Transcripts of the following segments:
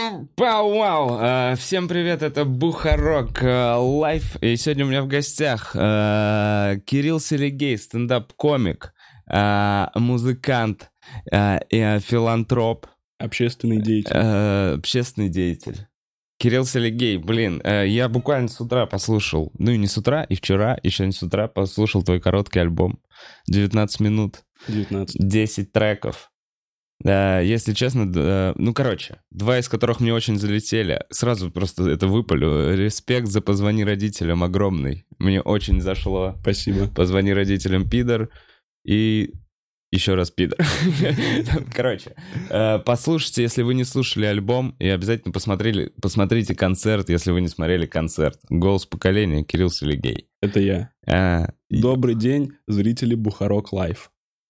Пау-вау! Всем привет, это Бухарок Лайф. И сегодня у меня в гостях Кирилл Селигей, стендап-комик, музыкант и филантроп. Общественный деятель. Общественный деятель. Кирилл Селигей, блин, я буквально с утра послушал, ну и не с утра, и вчера, и сегодня с утра послушал твой короткий альбом. 19 минут. 10 треков. Если честно, два из которых мне очень залетели. Сразу просто это выпалю. Респект за «Позвони родителям» огромный. Мне очень зашло. Спасибо. «Позвони родителям», пидор. И еще раз пидор. Короче, послушайте, если вы не слушали альбом, и обязательно посмотрите концерт, если вы не смотрели концерт. «Голос поколения», Кирилл Селигей. Это я. Добрый день, зрители Бухарок Лайф.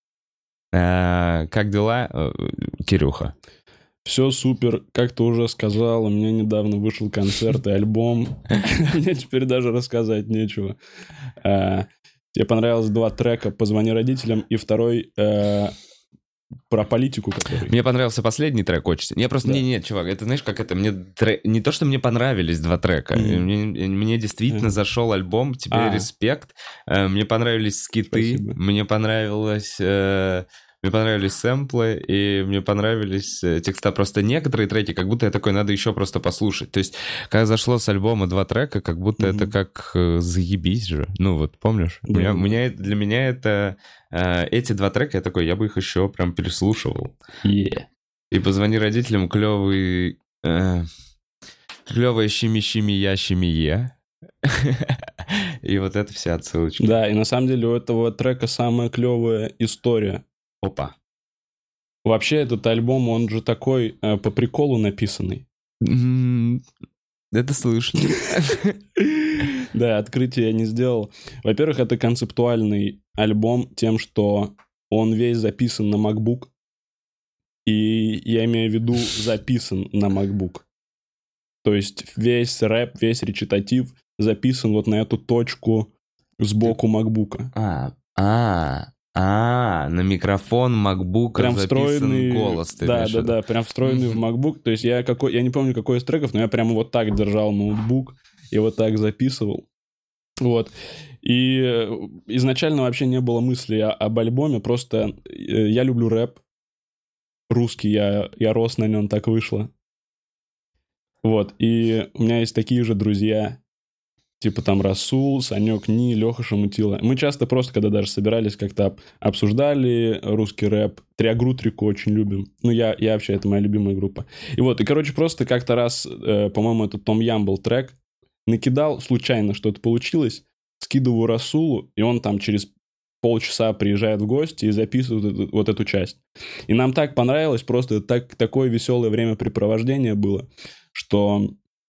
Как дела, Кирюха? Все супер. Как ты уже сказал, у меня недавно вышел концерт и альбом. Мне теперь даже рассказать нечего. Тебе понравилось 2 трека «Позвони родителям» и второй про политику, который... Мне понравился последний трек очень. Я просто... Да. Нет, чувак, это знаешь, как это... Не то, что мне понравились 2 трека. Мне действительно зашел альбом. Тебе респект. Мне понравились скиты. Спасибо. Мне понравились сэмплы, и мне понравились текста. Просто некоторые треки, как будто я такой, надо еще просто послушать. То есть, когда зашло с альбома 2 трека, как будто это как заебись же. Ну вот, помнишь? Для меня это... Эти 2 трека, я такой, я бы их еще прям переслушивал. И «Позвони родителям» клевый... Клевая «Щими-щими-я-щими-е». И вот это вся отсылочка. Да, и на самом деле у этого трека самая клевая история. Опа. Вообще этот альбом, он же такой по приколу написанный. Это слышно. Да, открытие я не сделал. Во-первых, это концептуальный альбом тем, что он весь записан на MacBook. И я имею в виду записан на MacBook. То есть весь рэп, весь речитатив записан вот на эту точку сбоку MacBook. На микрофон MacBook прям записан голос. Да, прям встроенный в MacBook. То есть я не помню, какой из треков, но я прямо вот так держал ноутбук и вот так записывал. Вот. И изначально вообще не было мысли об альбоме, просто я люблю рэп. Русский, я рос на нем, так вышло. Вот. И у меня есть такие же друзья, типа там Расул, Санек Ни, Леха Шамутила. Мы часто просто, когда даже собирались, как-то обсуждали русский рэп. Триагрутрику очень любим. Ну, я вообще, это моя любимая группа. И вот, и, короче, просто как-то раз, по-моему, это Том Ям был трек, накидал, случайно что-то получилось, скидываю Расулу, и он там через полчаса приезжает в гости и записывает вот эту часть. И нам так понравилось, просто такое веселое времяпрепровождение было, что...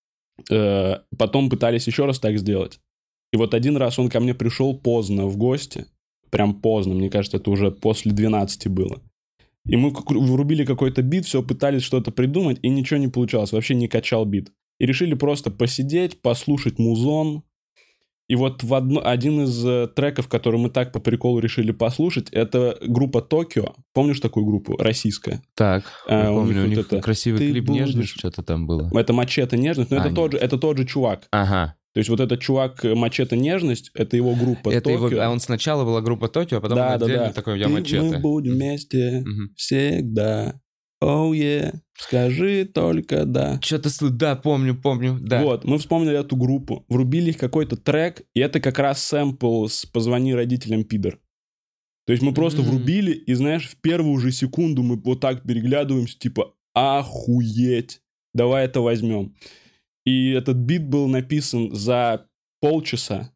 потом пытались еще раз так сделать. И вот один раз он ко мне пришел поздно в гости. Прям поздно, мне кажется, это уже после 12 было. И мы врубили какой-то бит, все пытались что-то придумать, и ничего не получалось, вообще не качал бит. И решили просто посидеть, послушать музон. И вот один из треков, который мы так по приколу решили послушать, это группа Токио. Помнишь такую группу? Российская. Так, помню, у них красивый клип будешь... «Нежность», что-то там было. Это «Мачете Нежность», но это тот же чувак. Ага. То есть вот этот чувак «Мачете Нежность», это его группа это Токио. Его, он сначала была группа Токио, а потом отдельно такой «Я Мачете». Мы будем вместе всегда. Oh yeah, скажи только да. Что-то, да, помню, да. Вот, мы вспомнили эту группу, врубили их какой-то трек, и это как раз сэмпл с «Позвони родителям, пидор». То есть мы просто врубили, и, знаешь, в первую же секунду мы вот так переглядываемся, типа, охуеть, давай это возьмем. И этот бит был написан за полчаса.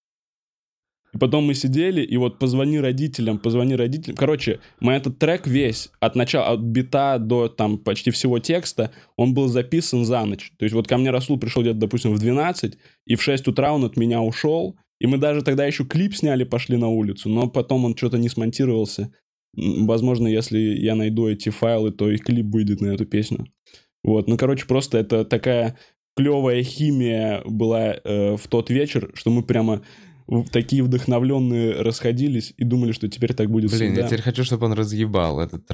И потом мы сидели, и вот позвони родителям. Короче, мы этот трек весь, от бита до там почти всего текста, он был записан за ночь. То есть вот ко мне Расул пришел где-то, допустим, в 12, и в 6 утра он от меня ушел. И мы даже тогда еще клип сняли, пошли на улицу, но потом он что-то не смонтировался. Возможно, если я найду эти файлы, то и клип выйдет на эту песню. Вот, ну, короче, просто это такая клевая химия была в тот вечер, что мы прямо... такие вдохновленные расходились и думали, что теперь так будет всегда. Блин, я теперь хочу, чтобы он разъебал этот трек.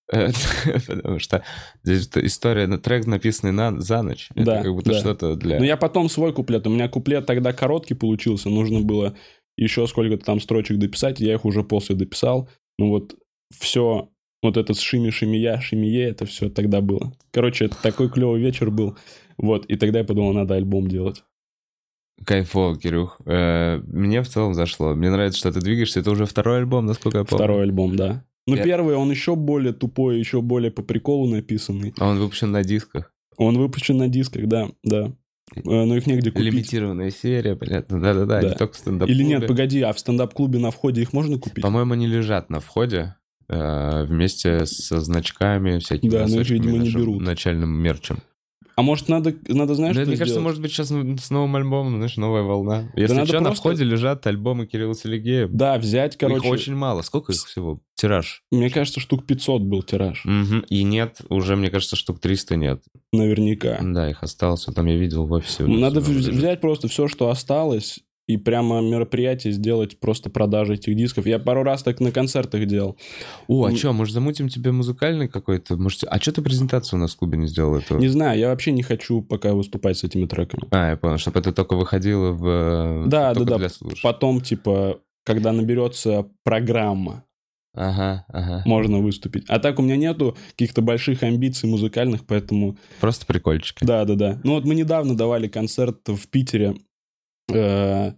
Потому что здесь история, трек, написанный за ночь. Да, это как будто что-то для... Но я потом свой куплет. У меня куплет тогда короткий получился. Нужно было еще сколько-то там строчек дописать. Я их уже после дописал. Ну вот все, вот это шими-шимия, шимие, это все тогда было. Короче, это такой клевый вечер был. Вот, и тогда я подумал, надо альбом делать. Кайфово, Кирюх. Мне в целом зашло. Мне нравится, что ты двигаешься. Это уже второй альбом, насколько я помню. Второй альбом, да. Ну, первый, он еще более тупой, еще более по приколу написанный. А он выпущен на дисках? Он выпущен на дисках, да. Но их негде купить. Лимитированная серия, понятно. Да-да-да, не только в стендап-клубе. Или нет, погоди, а в стендап-клубе на входе их можно купить? По-моему, они лежат на входе вместе со значками, всякими носочками, видимо, не берут. Начальным мерчем. А может, надо знаешь, что мне кажется, сделать? может быть, сейчас с новым альбомом, знаешь, новая волна. Если что, на входе лежат альбомы Кирилла Силигея. Да, взять, короче... Их очень мало. Сколько их всего? Тираж? Мне кажется, штук 500 был тираж. Угу. И нет, уже, мне кажется, штук 300 нет. Наверняка. Да, их осталось. Там я видел в офисе. Надо взять просто все, что осталось, и прямо мероприятие сделать, просто продажи этих дисков. Я пару раз так на концертах делал. А что, может, замутим тебе музыкальный какой-то? Может, а что ты презентацию у нас в клубе не сделал? Этого? Не знаю, я вообще не хочу пока выступать с этими треками. Я понял, чтобы это только выходило в... Да. Потом, типа, когда наберется программа, можно выступить. А так у меня нету каких-то больших амбиций музыкальных, поэтому... Просто прикольчики. Да. Ну вот мы недавно давали концерт в Питере, в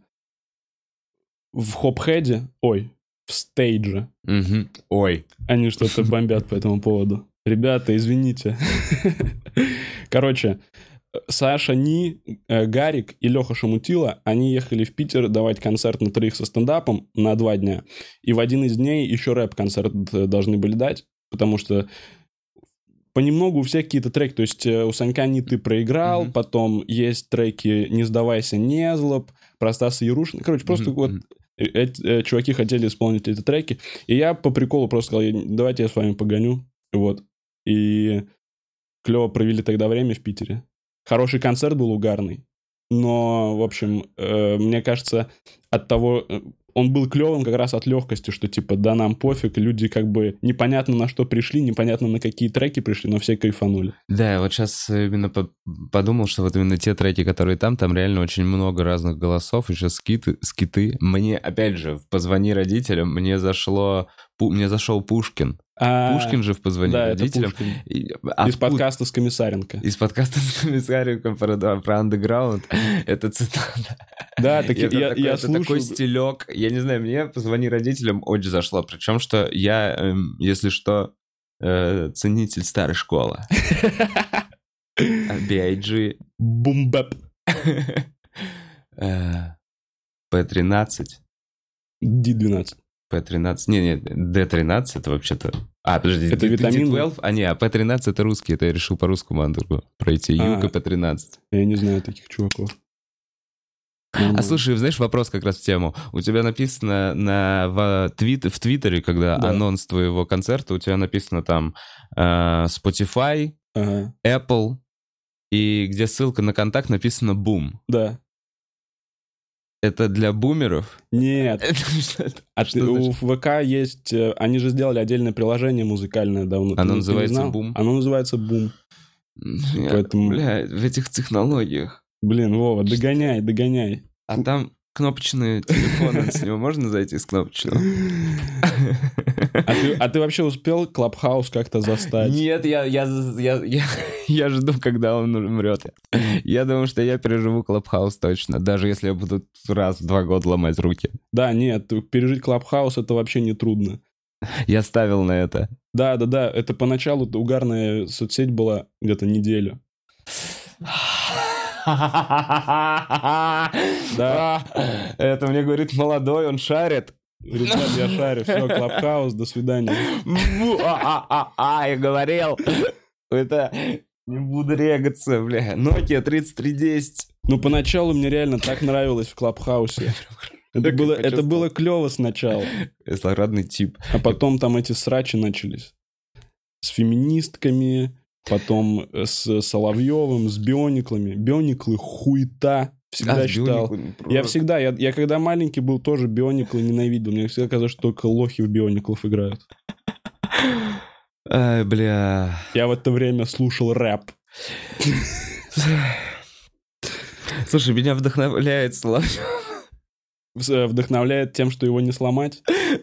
Хопхеде, в Стейдже. Они что-то бомбят по этому поводу. Ребята, извините. Короче, Саша Ни, Гарик и Леха Шамутила, они ехали в Питер давать концерт на 3 со стендапом на 2 дня. И в один из дней еще рэп-концерт должны были дать, потому что понемногу у всех какие-то треки. То есть у Санька Ни ты проиграл, потом есть треки «Не сдавайся, не злоб», про Стаса Ярушина. Короче, просто вот чуваки хотели исполнить эти треки. И я по приколу просто сказал, давайте я с вами погоню. Вот. И клево провели тогда время в Питере. Хороший концерт был, угарный. Но, в общем, мне кажется, от того... Он был клевым как раз от легкости, что типа, да нам пофиг, люди как бы непонятно на что пришли, непонятно на какие треки пришли, но все кайфанули. Да, я вот сейчас именно подумал, что вот именно те треки, которые там реально очень много разных голосов, еще скиты. Мне, опять же, в «Позвони родителям» мне зашел Пушкин. Пушкин же в «Позвони родителям». Из подкаста с Комиссаренко. Из подкаста с Комиссаренко про андеграунд. Это цитата. Да, так я слушаю. Такой стилек. Я не знаю, мне «Позвони родителям» очень зашло. Причем, что я, если что, ценитель старой школы. B.I.G. Бумбэп. P13. D12. P13. Не, D13 это вообще-то... подожди. Это витамин? D12? P13 это русский. Это я решил по русскому андергу пройти. Юка P13. Я не знаю таких чуваков. Слушай, знаешь, вопрос как раз в тему. У тебя написано в Твиттере, когда анонс твоего концерта, у тебя написано там Spotify, Apple, и где ссылка на контакт написано «Бум». Да. Это для бумеров? Нет. У ВК есть... Они же сделали отдельное приложение музыкальное давно. Оно называется «Бум»? Оно называется «Бум». Поэтому... в этих технологиях. Блин, Вова, догоняй. А там кнопочные телефоны, с него можно зайти с кнопочного? А ты вообще успел Клабхаус как-то застать? Нет, я жду, когда он умрет. Я думаю, что я переживу Клабхаус точно, даже если я буду раз в 2 года ломать руки. Да, нет, пережить Клабхаус — это вообще не трудно. Я ставил на это. Да, это поначалу угарная соцсеть была где-то неделю. Да. Это мне говорит молодой, он шарит. Ребят, я шарю. Все, Клабхаус, до свидания. Я говорил. Это... Не буду регаться, бля. Nokia 3310. Ну, поначалу мне реально так нравилось в Клабхаусе. Это было клево сначала. Злорадный тип. А потом там эти срачи начались. С феминистками... Потом с Соловьевым, с Биониклами. Биониклы хуета. Всегда читал. Я когда маленький был, тоже Биониклы ненавидел. Мне всегда казалось, что только лохи в Биониклов играют. Ай, бля. Я в это время слушал рэп. Слушай, меня вдохновляет Соловьев. Вдохновляет тем, что его не сломать?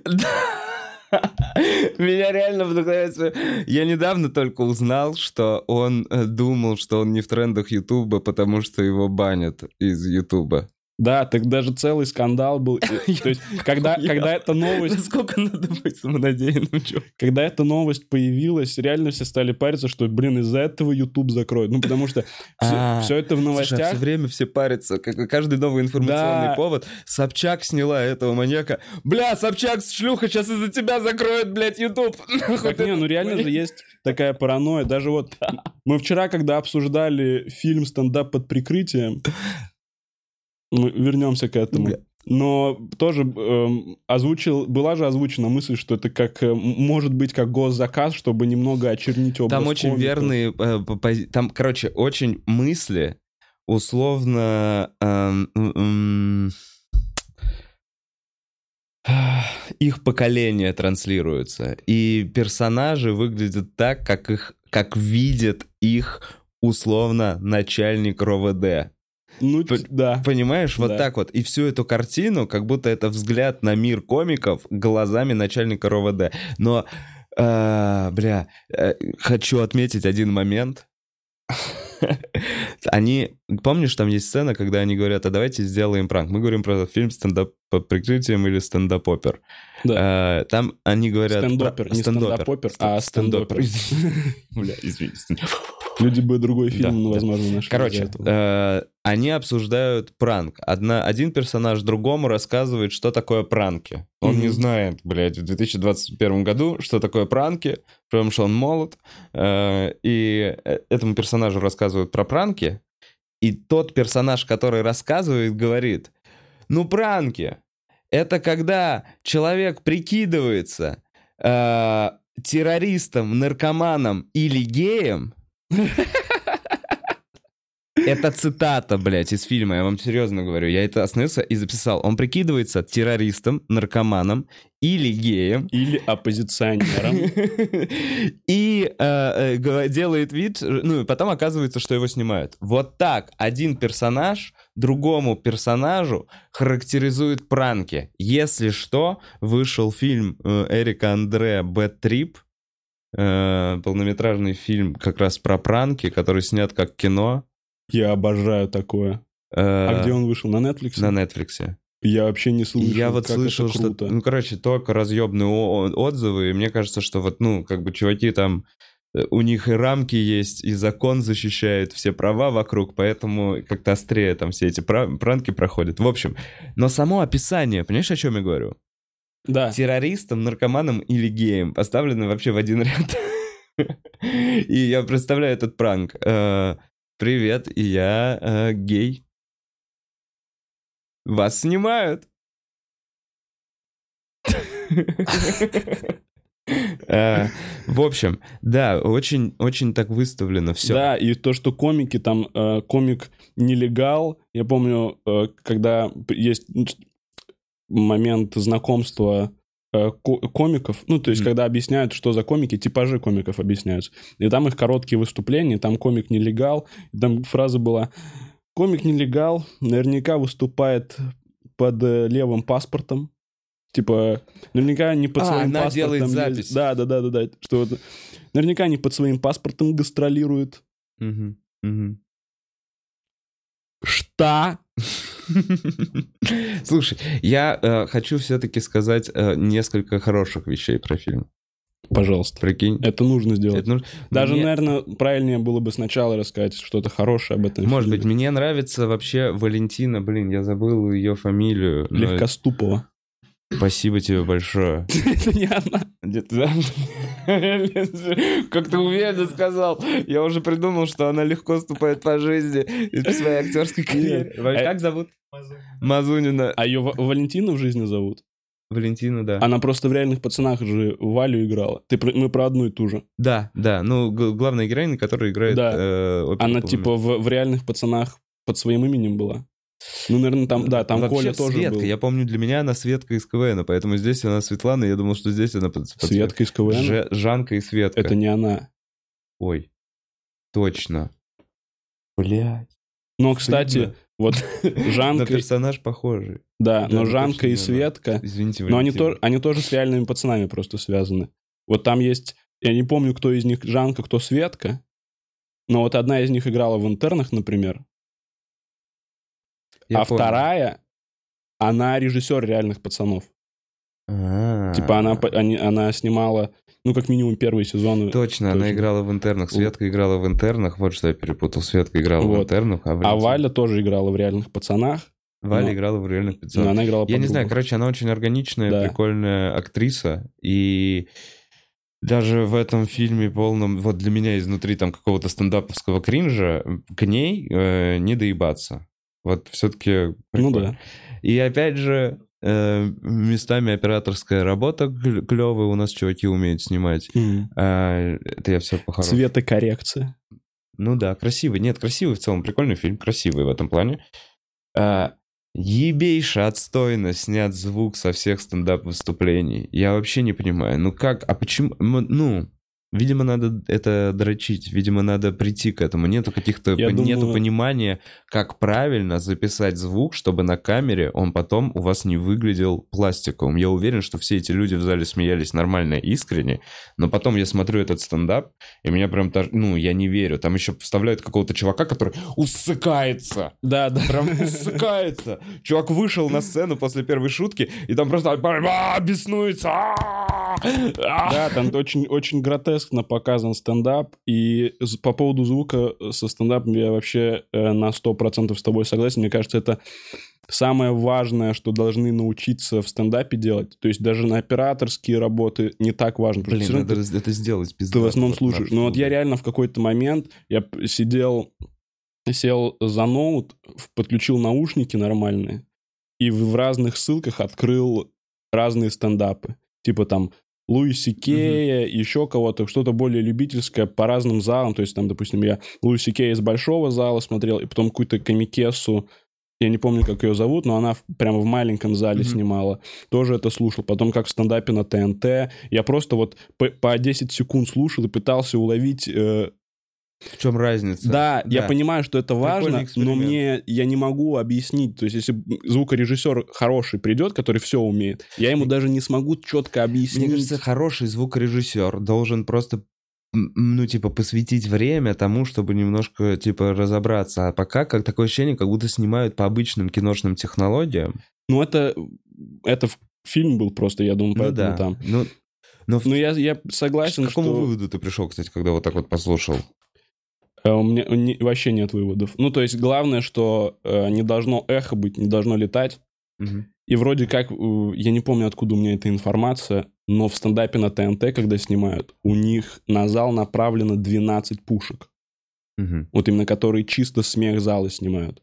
Меня реально вдохновляет. Я недавно только узнал, что он думал, что он не в трендах Ютуба, потому что его банят из Ютуба. Да, так даже целый скандал был. То есть, когда эта новость... Насколько надо быть самонадеянным, чё? Когда эта новость появилась, реально все стали париться, что, блин, из-за этого YouTube закроют. Ну, потому что все это в новостях... Слушай, все время все парятся. Каждый новый информационный повод. Собчак сняла этого маньяка. Бля, Собчак, шлюха, сейчас из-за тебя закроют, блядь, YouTube. Так не, ну реально же есть такая паранойя. Даже вот мы вчера, когда обсуждали фильм «Стендап под прикрытием», мы вернемся к этому. Но тоже была же озвучена мысль, что это как может быть как госзаказ, чтобы немного очернить образ Там очень комика. верные... Там, короче, очень мысли условно... их поколение транслируется. И персонажи выглядят так, как видит их условно начальник РОВД. Ну, да. Понимаешь, вот так вот. И всю эту картину, как будто это взгляд на мир комиков глазами начальника РОВД. Но, хочу отметить один момент. Помнишь, там есть сцена, когда они говорят, а давайте сделаем пранк. Мы говорим про фильм «Стендап под прикрытием» или «Стендап-опер». Да. Там они говорят... Стендопер, не стендап-опер, а стендопер. Бля, извини. Люди бы другой фильм, возможно, нашли. Короче, они обсуждают пранк. Один персонаж другому рассказывает, что такое пранки. Он не знает, блядь, в 2021 году, что такое пранки, потому что он молод. И этому персонажу рассказывают про пранки. И тот персонаж, который рассказывает, говорит, ну, пранки — это когда человек прикидывается террористом, наркоманом или геем. Это цитата, блядь, из фильма, я вам серьезно говорю. Я это остановился и записал. Он прикидывается террористом, наркоманом или геем. Или оппозиционером. И делает вид, ну и потом оказывается, что его снимают. Вот так один персонаж другому персонажу характеризует пранки. Если что, вышел фильм Эрика Андре «Bad Trip», полнометражный фильм как раз про пранки, который снят как кино. Я обожаю такое. А где он вышел? На Netflix? На Netflix. Я вообще не слышал, я вот как слышал, это круто. Что... Ну, короче, только разъебные отзывы, и мне кажется, что вот, ну, как бы чуваки там, у них и рамки есть, и закон защищает все права вокруг, поэтому как-то острее там все эти пранки проходят. В общем, но само описание, понимаешь, о чем я говорю? Да. Террористом, наркоманом или геем поставлены вообще в один ряд. И я представляю этот пранк. Привет, я гей. Вас снимают. В общем, да, очень так выставлено все. Да, и то, что комики, там комик-нелегал, я помню, когда есть момент знакомства комиков, ну, то есть, когда объясняют, что за комики, типажи комиков объясняются. И там их короткие выступления, там комик-нелегал, и там фраза была: комик-нелегал наверняка выступает под левым паспортом, типа, наверняка не под своим она паспортом. Делает запись. Да, что наверняка не под своим паспортом гастролирует. Что? Слушай, я хочу все-таки сказать несколько хороших вещей про фильм. Пожалуйста. Прикинь. Это нужно сделать. Даже, наверное, правильнее было бы сначала рассказать что-то хорошее об этом Может фильме. быть, мне нравится вообще Валентина, я забыл ее фамилию. Легкоступова. Спасибо тебе большое. Это не она. Как ты уверенно сказал. Я уже придумал, что она легко ступает по жизни в своей актерской карьере. Как зовут? Мазунина. А ее Валентина в жизни зовут? Валентина, да. Она просто в «Реальных пацанах» же Валю играла. Мы про одну и ту же. Да. Ну, главная героиня, которая играет... Да. Она типа в «Реальных пацанах» под своим именем была. Ну, наверное, там, да, там вообще, Коля тоже Светка. был. Я помню, для меня она Светка из КВН, поэтому здесь она Светлана, я думал, что здесь она... Светка из КВН? Жанка и Светка. Это не она. Ой, точно. Блядь. Но, кстати, вот Жанка... На персонаж похожий. Да, но Жанка и Светка... Извините, но они тоже с реальными пацанами просто связаны. Вот там есть... Я не помню, кто из них Жанка, кто Светка, но вот одна из них играла в «Интернах», например. Вторая, она режиссер «Реальных пацанов». Типа она снимала, ну, как минимум, первые сезоны. Точно, она играла в «Интернах». Светка играла в «Интернах». Вот что я перепутал. Светка играла в «Интернах». А Валя тоже играла в «Реальных пацанах». Валя играла в «Реальных пацанах». Она играла я не знаю, короче, она очень органичная, прикольная актриса. И даже в этом фильме полном, вот для меня изнутри там какого-то стендаповского кринжа, к ней не доебаться. Вот все-таки прикольно. Ну да. И опять же, местами операторская работа клевая, у нас чуваки умеют снимать. Это я все по-хорошему. Цветокоррекция. Ну да, красивый. Нет, красивый в целом, прикольный фильм, красивый в этом плане. Ебейше отстойно снят звук со всех стендап-выступлений. Я вообще не понимаю. Ну как, а почему... Ну, видимо, надо это дрочить. Видимо, надо прийти к этому. Нету нету понимания, как правильно записать звук, чтобы на камере он потом у вас не выглядел пластиковым. Я уверен, что все эти люди в зале смеялись нормально, искренне, но потом я смотрю этот стендап, и меня прям... Ну, я не верю. Там еще вставляют какого-то чувака, который усыкается. Да. Прям усыкается. Чувак вышел на сцену после первой шутки, и там просто беснуется. Да, там очень гротескно показан стендап, и по поводу звука со стендапом я вообще на 100% с тобой согласен. Мне кажется, это самое важное, что должны научиться в стендапе делать. То есть даже на операторские работы не так важно. Блин, надо это сделать. Ты в основном слушаешь. Но вот я реально в какой-то момент, я сел за ноут, подключил наушники нормальные, и в разных ссылках открыл разные стендапы. Типа там Луи Си Кея, еще кого-то, что-то более любительское по разным залам. То есть там, допустим, я Луи Си Кея из большого зала смотрел, и потом какую-то комикессу, я не помню, как ее зовут, но она прямо в маленьком зале снимала. Тоже это слушал. Потом как в стендапе на ТНТ. Я просто вот по 10 секунд слушал и пытался уловить... В чем разница? Да, я понимаю, что это важно, но я не могу объяснить. То есть, если звукорежиссер хороший придет, который все умеет, я ему даже не смогу четко объяснить. Мне кажется, хороший звукорежиссер должен просто, ну, типа, посвятить время тому, чтобы немножко, типа, разобраться. А пока как такое ощущение, как будто снимают по обычным киношным технологиям. Ну, это фильм был просто, я думаю, поэтому да. там. Но я согласен, к какому выводу ты пришел, кстати, когда вот так вот послушал? У меня вообще нет выводов. Ну, то есть, главное, что не должно эхо быть, не должно летать. И вроде как, я не помню, откуда у меня эта информация, но в стендапе на ТНТ, когда снимают, у них на зал направлено 12 пушек. Вот именно которые чисто смех зала снимают.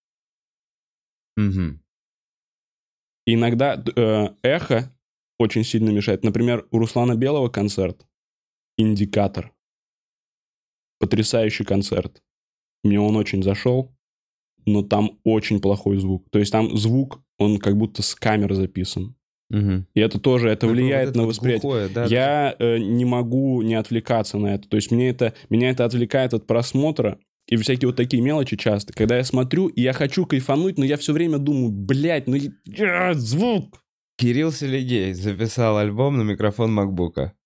И иногда эхо очень сильно мешает. Например, у Руслана Белого концерт «Индикатор». Потрясающий концерт. Мне он очень зашел, но там очень плохой звук. То есть там звук, он как будто с камер записан. И это тоже, это влияет на восприятие. Глухое, я не могу не отвлекаться на это. То есть меня это отвлекает от просмотра. И всякие вот такие мелочи часто. Когда я смотрю, и я хочу кайфануть, но я все время думаю, блядь, звук! Кирилл Селигей записал альбом на микрофон макбука.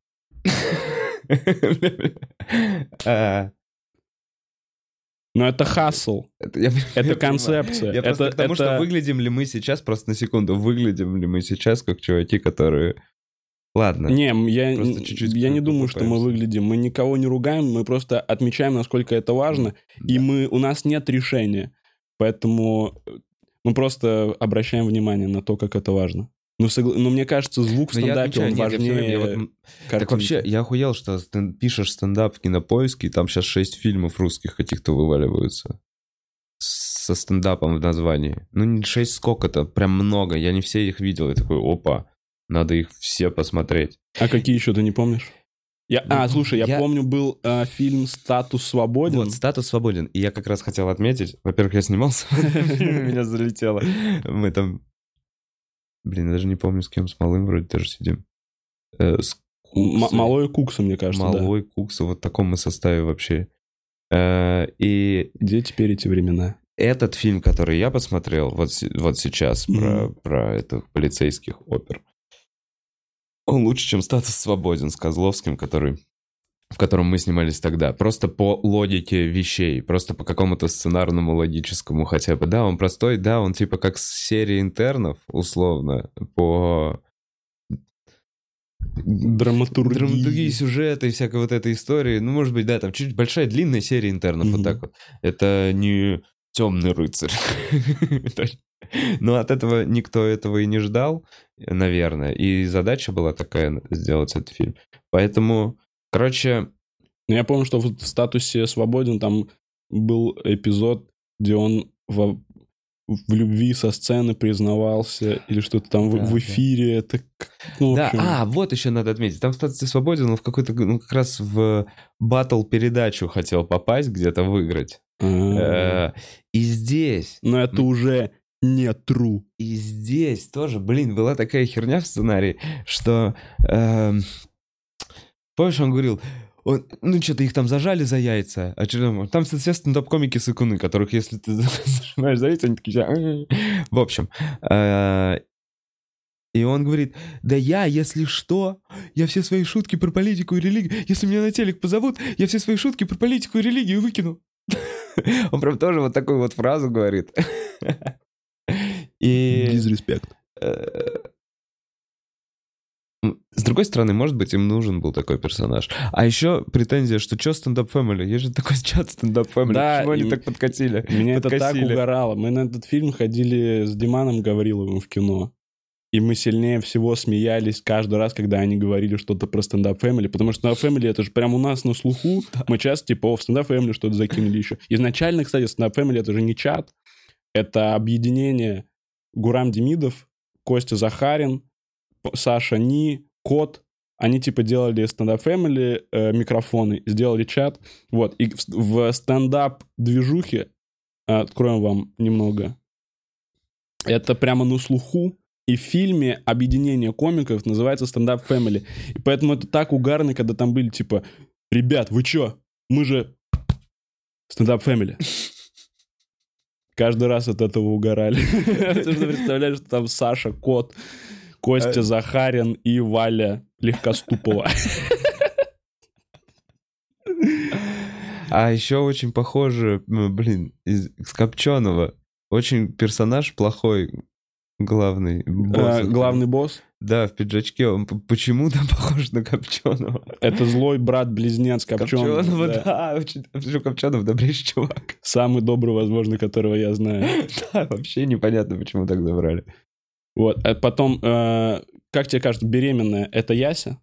Но это хасл. Это концепция. Я просто к тому, что выглядим ли мы сейчас, просто на секунду, выглядим ли мы сейчас как чуваки, которые... Ладно. Не, я не думаю, что мы выглядим. Мы никого не ругаем, мы просто отмечаем, насколько это важно, и у нас нет решения. Поэтому мы просто обращаем внимание на то, как это важно. Но мне кажется, звук в стендапе, он важнее. Так вообще, я охуел, что пишешь стендап в Кинопоиске, и там сейчас 6 фильмов русских каких-то вываливаются. Со стендапом в названии. Ну, не 6 сколько-то, прям много. Я не все их видел. Я такой, опа, надо их все посмотреть. А какие еще ты не помнишь? Слушай, я помню, был фильм «Статус свободен». Вот, «Статус свободен». И я как раз хотел отметить, во-первых, я снимался в этом фильме, меня залетело. Мы там... Блин, я даже не помню, с кем, с Малым вроде тоже сидим. Малой и Кукса, мне кажется, Малой, Кукса, вот в таком мы составе вообще. И... Где теперь эти времена? Этот фильм, который я посмотрел вот сейчас, про этих полицейских опер, он лучше, чем «Статус свободен» с Козловским, в котором мы снимались тогда. Просто по логике вещей, просто по какому-то сценарному, логическому хотя бы. Да, он простой, да, он типа как с серии «Интернов», условно, по... драматургии сюжета и всякой вот этой истории. Ну, может быть, да, там чуть большая, длинная серия «Интернов», вот так вот. Это не «Темный рыцарь». Но от этого никто этого и не ждал, наверное. И задача была такая, сделать этот фильм. Поэтому, короче... Я помню, что в «Статусе свободен» там был эпизод, где он в любви со сцены признавался, или что-то там в эфире. Это, ну, в общем... Да, вот еще надо отметить. Там в «Статусе свободен» он в какой-то, ну, как раз в батл-передачу хотел попасть, где-то выиграть. И здесь... Но это уже не true. И здесь тоже, блин, была такая херня в сценарии, что... Помнишь, он говорил... Ну, что-то их там зажали за яйца. А что там все стендап-комики-сыкуны, которых, если ты зажимаешь за яйца, они такие... В общем... И он говорит, да если что, я все свои шутки про политику и религию... Если меня на телек позовут, я все свои шутки про политику и религию выкину. Он прям тоже вот такую вот фразу говорит. И... Дизреспект. С другой стороны, может быть, им нужен был такой персонаж. А еще претензия, что что стендап фэмили? Есть же такой чат стендап фэмили. Да, почему они так подкатили? Меня это так угорало. Мы на этот фильм ходили с Диманом Гавриловым в кино. И мы сильнее всего смеялись каждый раз, когда они говорили что-то про стендап фэмили. Потому что стендап фэмили это же прям у нас на слуху. Мы часто типа в стендап фэмили что-то закинули еще. Изначально, кстати, стендап фэмили это же не чат. Это объединение Гурам Демидов, Костя Захарин, Саша Ни, Кот. Они типа делали стендап фэмили микрофоны, сделали чат. Вот. И в стендап-движухе, откроем вам немного, это прямо на слуху. И в фильме объединение комиков называется «Стендап Фэмили». И поэтому это так угарно, когда там были типа, ребят, вы чё? Мы же «Стендап Фэмили». Каждый раз от этого угорали. Ты же представляешь, что там Саша Кот, Костя Захарин и Валя Легкоступова. А еще очень похоже, блин, с Копченого. Очень персонаж плохой. Главный босс. Главный босс? Да, в пиджачке. Он почему-то похож на Копченого. Это злой брат-близнец Копченого. Да, очень Копченов добрейший чувак. Самый добрый, возможно, которого я знаю. Да, вообще непонятно, почему так забрали. Вот, а потом, как тебе кажется, беременная — это Яся?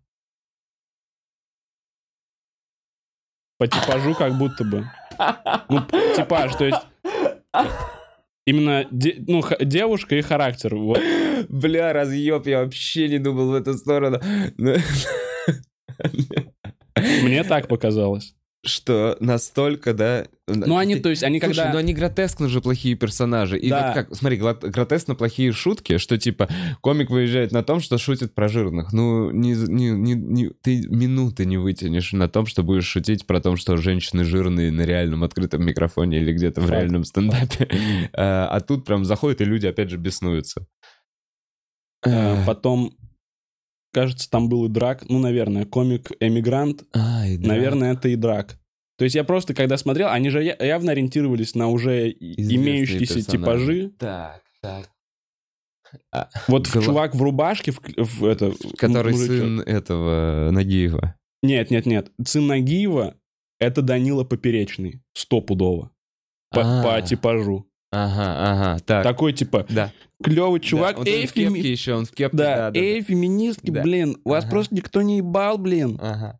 По типажу как будто бы. Ну, типаж, то есть... Именно девушка и характер. Вот. Бля, разъеб, я вообще не думал в эту сторону. Мне так показалось. Что настолько, да... Ну, они, то есть, они Слушай, когда... ну они гротескно же плохие персонажи. И да. вот как, смотри, гротескно плохие шутки, что типа комик выезжает на том, что шутит про жирных. Ну, ты минуты не вытянешь на том, что будешь шутить про то, что женщины жирные на реальном открытом микрофоне или где-то в реальном стендапе. А тут прям заходят, и люди опять же беснуются. Потом... Кажется, там был и драк. Ну, наверное, комик-эмигрант. Наверное, это и драк. То есть я просто, когда смотрел, они же явно ориентировались на уже имеющиеся типажи. Так. Вот чувак в рубашке, который сын этого Нагиева. Нет. Сын Нагиева — это Данила Поперечный. Стопудово. По типажу. Ага, так. Такой, типа, да. Клевый чувак. Да, он в кепке еще, он в кепке. Да, феминистки, да. Блин, вас просто никто не ебал, блин. Ага.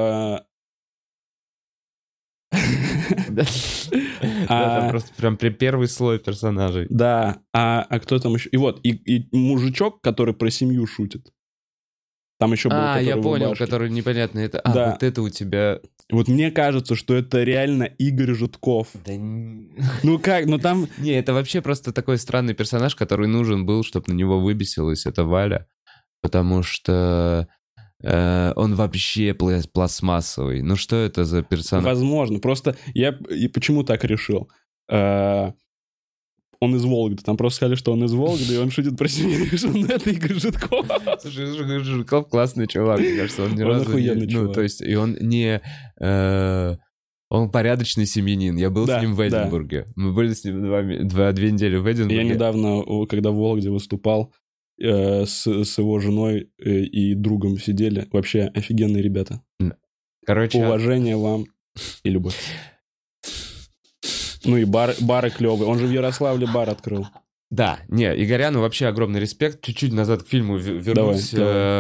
Там просто прям первый слой персонажей. Да, а кто там еще? И вот, и мужичок, который про семью шутит. Там еще был, я понял, который непонятно. Это... Да. Вот это у тебя... Вот мне кажется, что это реально Игорь Житков. Да... Ну как, ну там... Не, это вообще просто такой странный персонаж, который нужен был, чтобы на него выбесилась эта Валя. Потому что он вообще пластмассовый. Ну что это за персонаж? Возможно. Просто я и почему так решил? Он из Вологды. Там просто сказали, что он из Вологды, и он шутит про себя, что это Игорь Житков. Слушай, Игорь Житков классный чувак, мне кажется. Он ни разу охуенный не... чувак. Ну, то есть, и он не... Он порядочный семьянин. Я был с ним в Эдинбурге. Мы были с ним 2 недели в Эдинбурге. Я недавно, когда в Вологде выступал, с его женой и другом сидели. Вообще офигенные ребята. Короче... Уважение вам и любовь. Ну и бары клевые. Он же в Ярославле бар открыл. Да, не, Игоряну вообще огромный респект. Чуть-чуть назад к фильму вернусь.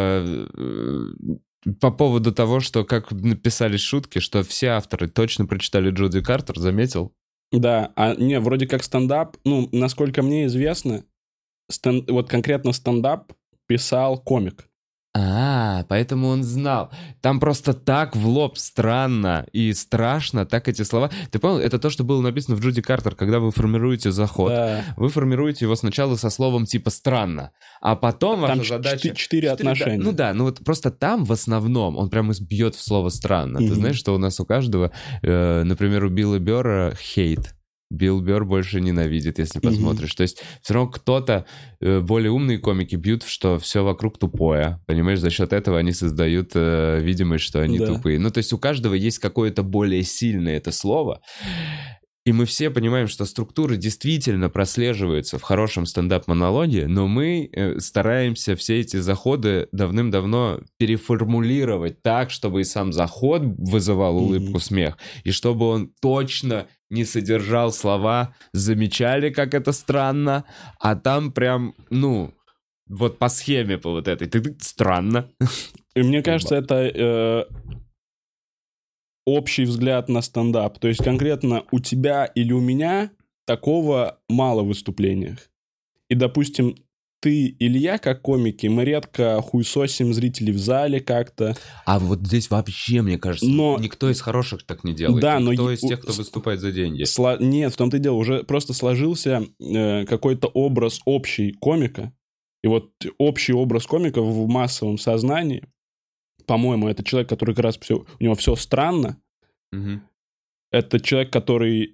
По поводу того, что как написались шутки, что все авторы точно прочитали Джуди Картер, заметил? Да, вроде как стендап, ну, насколько мне известно, вот конкретно стендап писал комик. Поэтому он знал. Там просто так в лоб странно и страшно, так эти слова. Ты понял, это то, что было написано в Джуди Картер, когда вы формируете заход. Да. Вы формируете его сначала со словом типа «странно», а потом ваша задача... 4 отношения. Да, ну вот просто там в основном он прямо бьет в слово «странно». Ты знаешь, что у нас у каждого, например, у Билла Бёрра хейт. Билл Бёрр больше ненавидит, если посмотришь. То есть все равно кто-то, более умные комики бьют, что все вокруг тупое. Понимаешь, за счет этого они создают видимость, что они тупые. Ну, то есть у каждого есть какое-то более сильное это слово. И мы все понимаем, что структура действительно прослеживается в хорошем стендап-монологе, но мы стараемся все эти заходы давным-давно переформулировать так, чтобы и сам заход вызывал улыбку, смех, и чтобы он точно не содержал слова «замечали, как это странно», а там прям, ну, вот по схеме по вот этой «странно». И мне кажется, это... общий взгляд на стендап. То есть конкретно у тебя или у меня такого мало в выступлениях. И, допустим, ты или я, как комики, мы редко хуесосим зрителей в зале как-то. А вот здесь вообще, мне кажется, никто из хороших так не делает. Да, никто из тех, кто выступает за деньги. Нет, в том-то и дело. Уже просто сложился какой-то образ общий комика. И вот общий образ комика в массовом сознании, по-моему, это человек, который как раз у него все странно. Это человек, который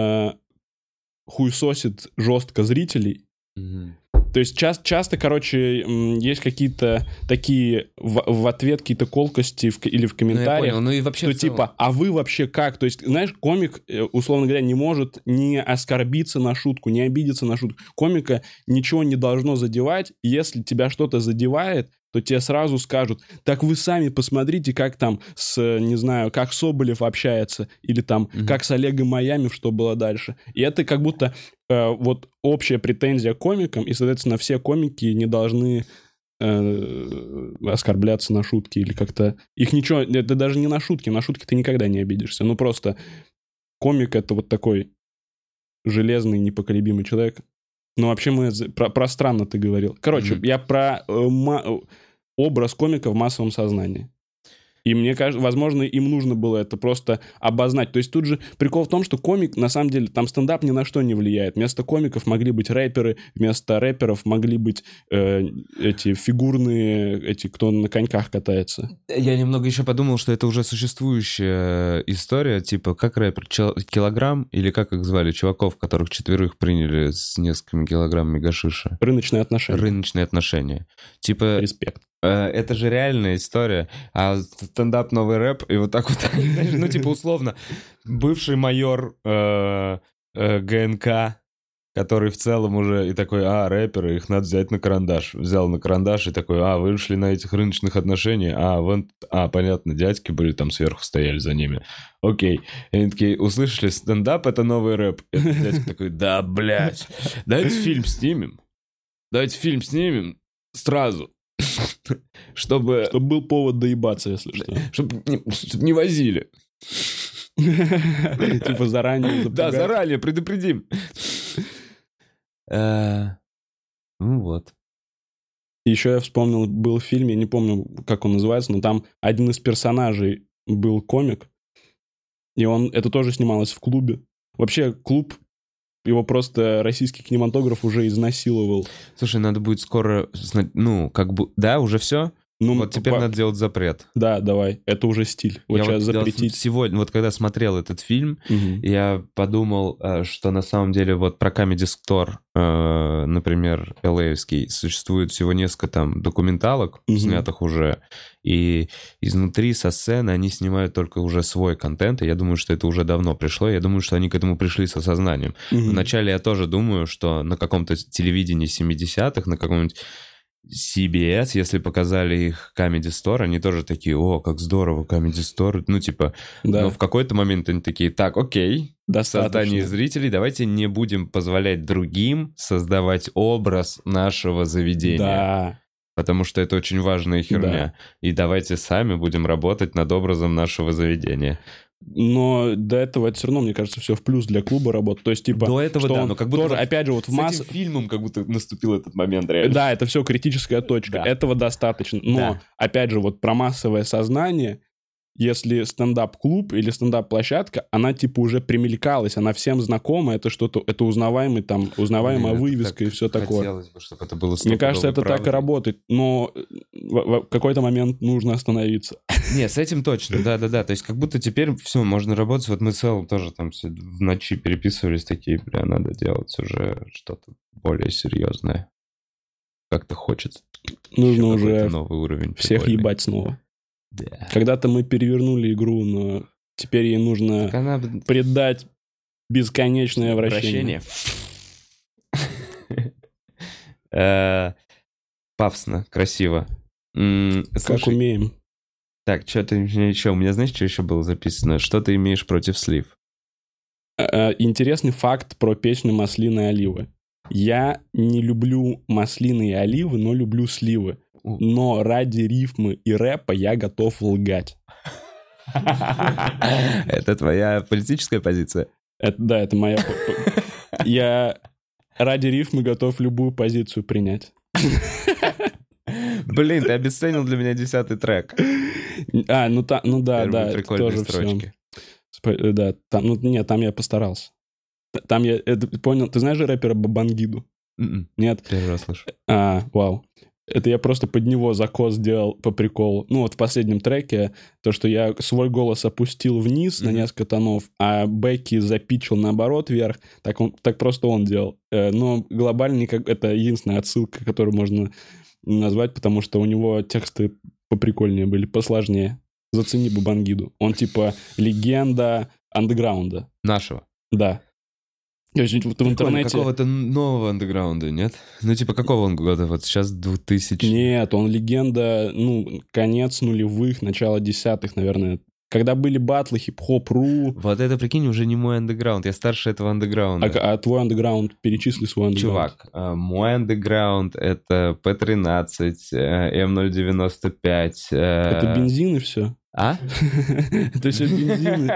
хуесосит жестко зрителей. То есть часто, короче, есть какие-то такие в ответ какие-то колкости или в комментариях. Ну и вообще что типа, а вы вообще как? То есть, знаешь, комик, условно говоря, не может не оскорбиться на шутку, не обидеться на шутку. Комика ничего не должно задевать. Если тебя что-то задевает, то тебе сразу скажут: так вы сами посмотрите, как там не знаю, как Соболев общается, или там, как с Олегом Майами, что было дальше. И это как будто вот общая претензия к комикам, и, соответственно, все комики не должны оскорбляться на шутки или как-то... Их ничего... Это даже не на шутки ты никогда не обидишься. Ну, просто комик — это вот такой железный, непоколебимый человек. Ну, вообще мы... Про странно ты говорил. Короче, я про образ комика в массовом сознании. И мне кажется, возможно, им нужно было это просто обозначить. То есть тут же прикол в том, что комик, на самом деле, там стендап ни на что не влияет. Вместо комиков могли быть рэперы, вместо рэперов могли быть эти фигурные, кто на коньках катается. Я немного еще подумал, что это уже существующая история, типа как рэпер Килограмм, или как их звали, чуваков, которых 4 приняли с несколькими килограммами гашиша. Рыночные отношения. Рыночные отношения. Типа... Респект. Это же реальная история. А стендап — новый рэп, и вот так вот, ну, типа, условно, бывший майор ГНК, который в целом уже и такой: рэперы, их надо взять на карандаш. Взял на карандаш и такой: вышли на этих рыночных отношениях, понятно, дядьки были там сверху, стояли за ними. Окей. И они такие: услышали, стендап — это новый рэп. И этот дядька такой: да, блядь, давайте фильм снимем сразу. Чтобы был повод доебаться, если что. Чтобы не возили. Типа заранее запугать. Да, заранее предупредим. Ну вот. Еще я вспомнил, был фильм, я не помню, как он называется, но там один из персонажей был комик, и это тоже снималось в клубе. Вообще, клуб, его просто российский кинематограф уже изнасиловал. Слушай, надо будет скоро, да, уже все? Ну, вот теперь надо делать запрет. Да, давай, это уже стиль. Вот я сейчас запретить. Сегодня, вот когда смотрел этот фильм, я подумал, что на самом деле вот про Comedy Store, например, LA-евский, существует всего несколько там документалок, снятых уже, и изнутри со сцены они снимают только уже свой контент, и я думаю, что это уже давно пришло, я думаю, что они к этому пришли с осознанием. Вначале я тоже думаю, что на каком-то телевидении 70-х, на каком-нибудь CBS, если показали их Comedy Store, они тоже такие, о, как здорово, Comedy Store, да. Но в какой-то момент они такие, так, окей, создание зрителей, давайте не будем позволять другим создавать образ нашего заведения. Да. Потому что это очень важная херня. Да. И давайте сами будем работать над образом нашего заведения. Но до этого это все равно, мне кажется, все в плюс для клуба работает. То есть, типа, до этого, да, но как будто тоже, опять же, вот в этим фильмом как будто наступил этот момент реально. Да, это все критическая точка. Да. Этого достаточно. Но, опять же, вот про массовое сознание, если стендап-клуб или стендап-площадка, она типа уже примелькалась, она всем знакома, это что-то, это узнаваемая вывеска и все такое. Хотелось бы, чтобы это было. Мне кажется, это так и работает, но в какой-то момент нужно остановиться. Не, с этим точно, да. То есть как будто теперь все, можно работать. Вот мы с Эллом тоже там все в ночи переписывались, такие, надо делать уже что-то более серьезное. Как-то хочется. Нужно уже новый уровень. Всех ебать снова. Да. Когда-то мы перевернули игру, но теперь ей нужно придать бесконечное вращение. Пафосно, красиво. Как умеем. Так, что-то еще. У меня, знаешь, что еще было записано? Что ты имеешь против слив? Интересный факт про песню «Маслины и оливы». Я не люблю маслины и оливы, но люблю сливы. Но ради рифмы и рэпа я готов лгать. Это твоя политическая позиция? Это моя... Я ради рифмы готов любую позицию принять. Блин, ты обесценил для меня 10-й трек. Да, прикольные строчки. Да, там я постарался. Там я понял. Ты знаешь же рэпера Бабангиду? Нет? Первый раз слышу. Вау. Это я просто под него закос сделал по приколу. Ну вот в последнем треке, то, что я свой голос опустил вниз на несколько тонов, а Бекки запичил наоборот вверх, так просто он делал. Но глобально это единственная отсылка, которую можно назвать, потому что у него тексты поприкольнее были, посложнее. Зацени Бабангиду. Он типа легенда андеграунда. Нашего? Да. В интернете... Какого-то нового андеграунда, нет? Какого он года? Вот сейчас 2000... Нет, он легенда, конец нулевых, начало десятых, наверное. Когда были батлы, хип-хоп.ру... Вот это, прикинь, уже не мой андеграунд. Я старше этого андеграунда. А твой андеграунд, перечисли свой андеграунд. Чувак, мой андеграунд — это P13, М095... Это бензин и все? А? Это все бензины.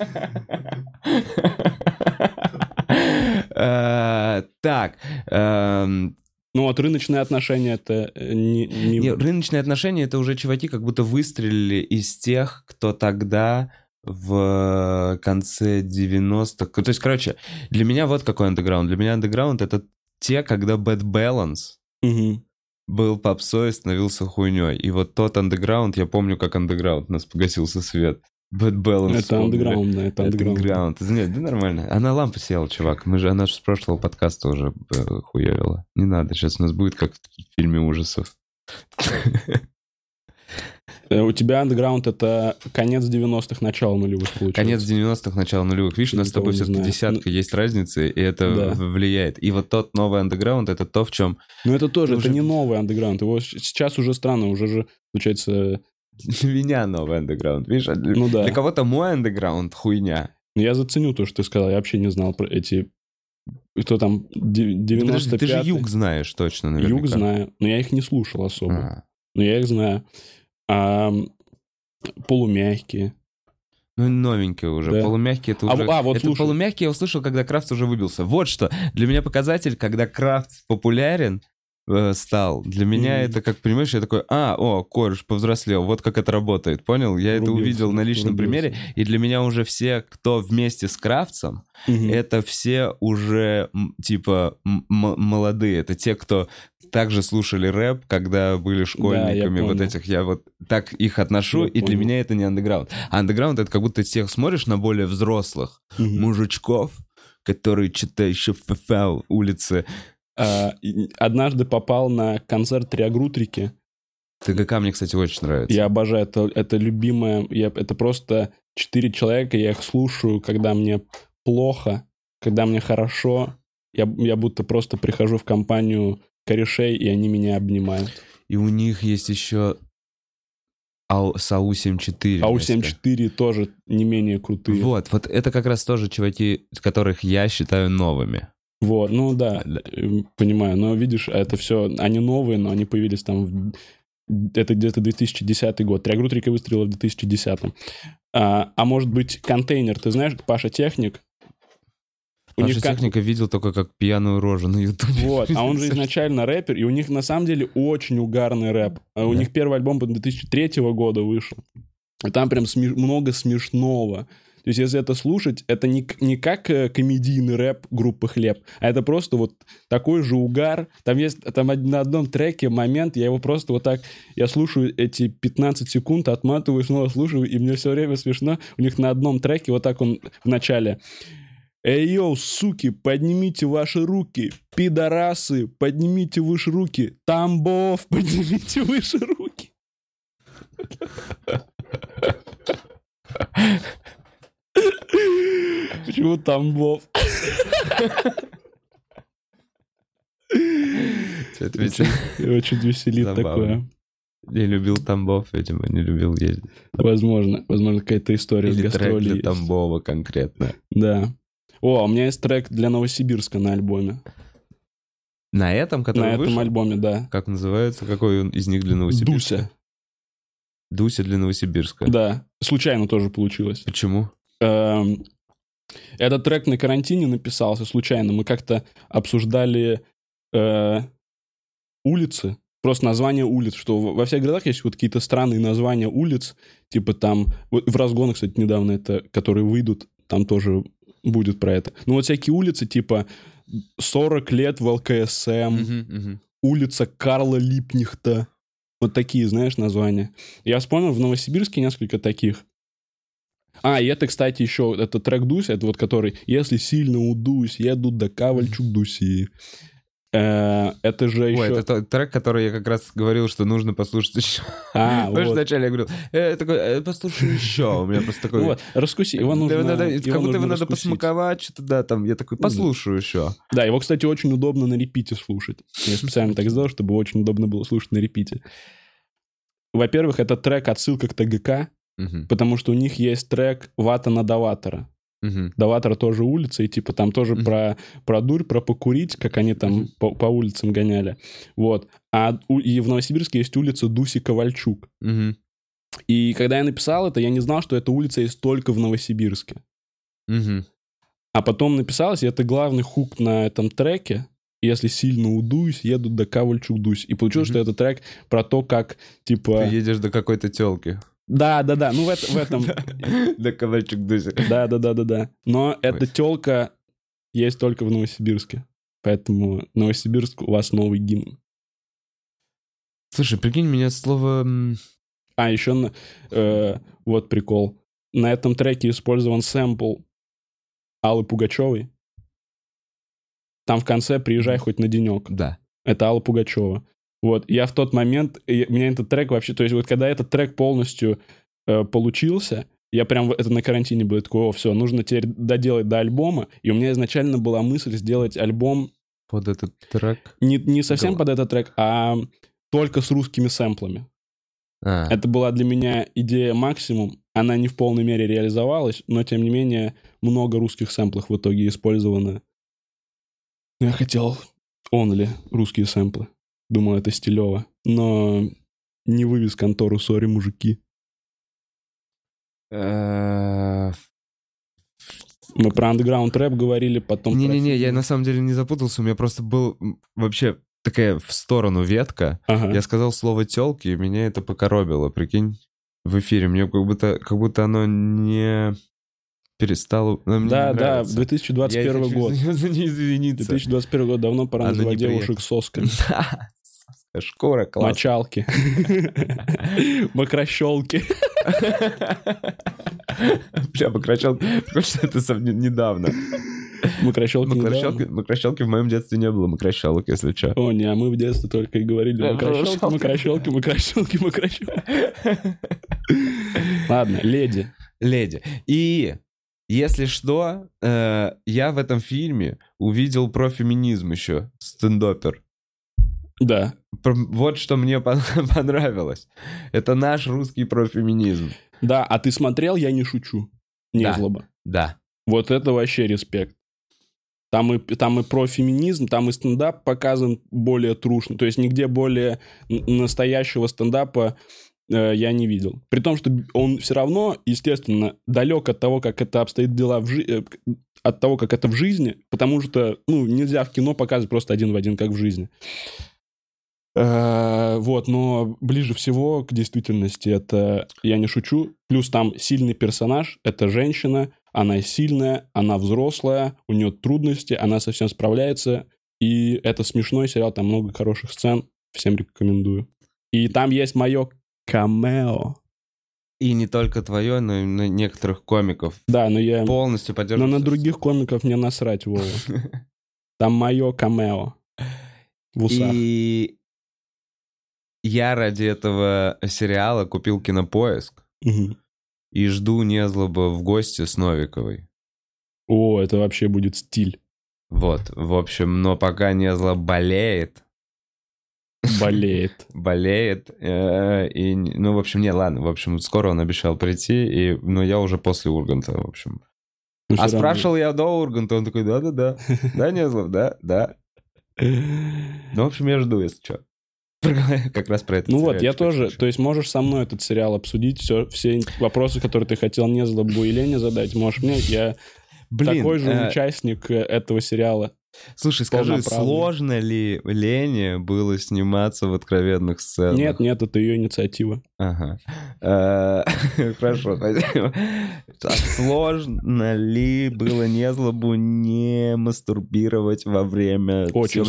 Так. Вот рыночные отношения — это не... Рыночные отношения — это уже чуваки как будто выстрелили из тех, кто тогда в конце 90-х... То есть, короче, для меня вот какой андеграунд. Для меня андеграунд — это те, когда Bad Balance был попсой, становился хуйней. И вот тот андеграунд, я помню, как андеграунд, у нас погасился свет. Bad Balance. Это андеграунд, да, это андеграунд. Нет, да нормально. Она лампу села, чувак. Она же с прошлого подкаста уже хуевила. Не надо, сейчас у нас будет как в фильме ужасов. У тебя андеграунд — это конец 90-х, начало нулевых, получается. Конец 90-х, начало нулевых. Видишь, у нас с тобой все-таки десятка, есть разница, и это влияет. И вот тот новый андеграунд — это то, в чем... Это тоже, это не новый андеграунд. Его сейчас уже странно, уже же, получается... Для меня новый андеграунд, видишь? Для кого-то мой андеграунд — хуйня. Я заценю то, что ты сказал. Я вообще не знал про эти... Кто там, 95-й... Ты же Юг знаешь точно, наверняка. Юг знаю, но я их не слушал особо. Но я их знаю. Полумягкие. Новенькие уже. Да. Полумягкие — это уже... Вот это полумягкие я услышал, когда Крафт уже выбился. Вот что. Для меня показатель, когда Крафт популярен, стал. Для меня это, как, понимаешь, я такой, кореш повзрослел, вот как это работает, понял? Я это увидел на личном примере, и для меня уже все, кто вместе с Кравцем, это все уже, типа, молодые. Это те, кто также слушали рэп, когда были школьниками, вот этих. Я вот так их отношу, и для меня это не андеграунд. А андеграунд — это как будто тех смотришь на более взрослых мужичков, которые что-то еще в улице. Однажды попал на концерт Триагрутрики. ТГК мне, кстати, очень нравится. Я обожаю, это любимое. Это просто 4 человека, я их слушаю, когда мне плохо, когда мне хорошо. Я будто просто прихожу в компанию корешей, и они меня обнимают. И у них есть еще АУ-74. АУ-74 тоже не менее крутые. Вот это как раз тоже чуваки, которых я считаю новыми. Вот, ну да, понимаю. Но видишь, это все, они новые, но они появились там это где-то 2010 год. Триагрутрика выстрелила в 2010. А может быть, Контейнер, ты знаешь, Паша Техник? Паша Техника видел только как пьяную рожу на Ютубе. Вот, а он же изначально рэпер, и у них на самом деле очень угарный рэп. У них первый альбом 2003 года вышел. И там прям много смешного. То есть, если это слушать, это не как комедийный рэп группы «Хлеб», а это просто вот такой же угар. Там есть на одном треке момент, я его просто вот так... Я слушаю эти 15 секунд, отматываю, снова слушаю, и мне все время смешно. У них на одном треке вот так он в начале... «Эй, йоу, суки, поднимите ваши руки! Пидорасы, поднимите выше руки! Тамбов, поднимите выше руки!» Почему Тамбов? Очень веселит такое. Не любил Тамбов, видимо, не любил ездить. Возможно, какая-то история с гастролей. Или трек для Тамбова конкретно. Да. О, у меня есть трек для Новосибирска на альбоме. На этом, который вышел? На этом альбоме, да. Как называется? Какой он из них для Новосибирска? Дуся. Дуся для Новосибирска. Да. Случайно тоже получилось. Почему? Этот трек на карантине написался случайно. Мы как-то обсуждали улицы. Просто название улиц, что во всех городах есть вот какие-то странные названия улиц. Типа там... Вот в Разгонах, кстати, недавно это... Которые выйдут, там тоже... будет про это. Ну, вот всякие улицы, типа 40 лет в ЛКСМ, улица Карла Липнихта. Вот такие, знаешь, названия. Я вспомнил в Новосибирске несколько таких. И это, кстати, еще, это трек Дуся, это вот который «Если сильно удусь, еду до Кавальчук-Дуси». Это же еще... это тот трек, который я как раз говорил, что нужно послушать еще. Вот. Вначале я говорил, послушай еще. У меня просто такой... Вот, раскуси, его нужно... Как будто его надо посмаковать, что-то, да, там, я такой, послушаю еще. Да, его, кстати, очень удобно на репите слушать. Я специально так сделал, чтобы очень удобно было слушать на репите. Во-первых, это трек отсылка к ТГК, потому что у них есть трек «Вата на Даватора». Даватор тоже улица, и типа там тоже про дурь, про покурить, как они там по улицам гоняли. Вот. И в Новосибирске есть улица Дуси Ковальчук. И когда я написал это, я не знал, что эта улица есть только в Новосибирске. А потом написалось, и это главный хук на этом треке. «Если сильно удуюсь, еду до Ковальчук-Дусь». И получилось, что это трек про то, как, типа... Ты едешь до какой-то телки. Да, ну в этом... До Ковальчук-Дуси. Да. Но эта тёлка есть только в Новосибирске. Поэтому Новосибирск, у вас новый гимн. Слушай, прикинь, меня слово... Еще вот прикол. На этом треке использован сэмпл Аллы Пугачевой. Там в конце «Приезжай хоть на денек». Да. Это Алла Пугачева. Вот, я в тот момент, меня этот трек вообще, то есть вот когда этот трек полностью получился, я прям, это на карантине был, такой, все, нужно теперь доделать до альбома, и у меня изначально была мысль сделать альбом... Под этот трек? Не совсем под этот трек, а только с русскими сэмплами. Это была для меня идея максимум, она не в полной мере реализовалась, но тем не менее много русских сэмплов в итоге использовано. Я хотел only русские сэмплы. Думал, это стилево. Но не вывез контору, сори, мужики. Мы про андеграунд рэп говорили, потом... Не-не-не, я на самом деле не запутался. У меня просто был вообще такая в сторону ветка. Ага. Я сказал слово «тёлки», и меня это покоробило, прикинь, в эфире. Мне как будто оно не перестало... Да, 2021 год. Не извиниться. 2021 год, давно пора называть девушек сосками. Да, шкура, класс. Мочалки. Мокрощелки. Бля, мокрощелки, это недавно. Мокрощелки в моем детстве не было, мокрощелок, если что. О, не, а мы в детстве только и говорили мокрощелки. Ладно, леди. И, если что, я в этом фильме увидел про феминизм еще, стендопер. Да. Вот что мне понравилось. Это наш русский профеминизм. Да, а ты смотрел «Я не шучу»? Незлоба. Да. Вот это вообще респект. Там и про феминизм, там и стендап показан более трушно. То есть нигде более настоящего стендапа я не видел. При том, что он все равно, естественно, далек от того, как это обстоит дела от того, как это в жизни, потому что, нельзя в кино показывать просто один в один, как в жизни. Вот, но ближе всего к действительности это «Я не шучу». Плюс там сильный персонаж, это женщина, она сильная, она взрослая, у нее трудности, она со всем справляется. И это смешной сериал, там много хороших сцен, всем рекомендую. И там есть мое камео. И не только твое, но и на некоторых комиков. Да, но я... Полностью поддерживаю. Но на других комиков мне насрать, Вова. Там мое камео. В усах. И я ради этого сериала купил Кинопоиск. Угу. И жду Незлоба в гости с Новиковой. О, это вообще будет стиль. Вот, в общем, но пока Незлоб болеет. Болеет. И, в общем, ладно. В общем, скоро он обещал прийти, но я уже после Урганта, в общем. А спрашивал я до Урганта, он такой, да. Да, Незлоб, да. Ну, в общем, я жду, если что. Как раз про это. Ну вот, я тоже, то есть можешь со мной этот сериал обсудить, все вопросы, которые ты хотел Незлобу и Лене задать, можешь мне, я такой же участник этого сериала. Слушай, скажи, сложно ли Лене было сниматься в откровенных сценах? Нет, это ее инициатива. Ага. Хорошо, спасибо. Сложно ли было Незлобу не мастурбировать во время... Очень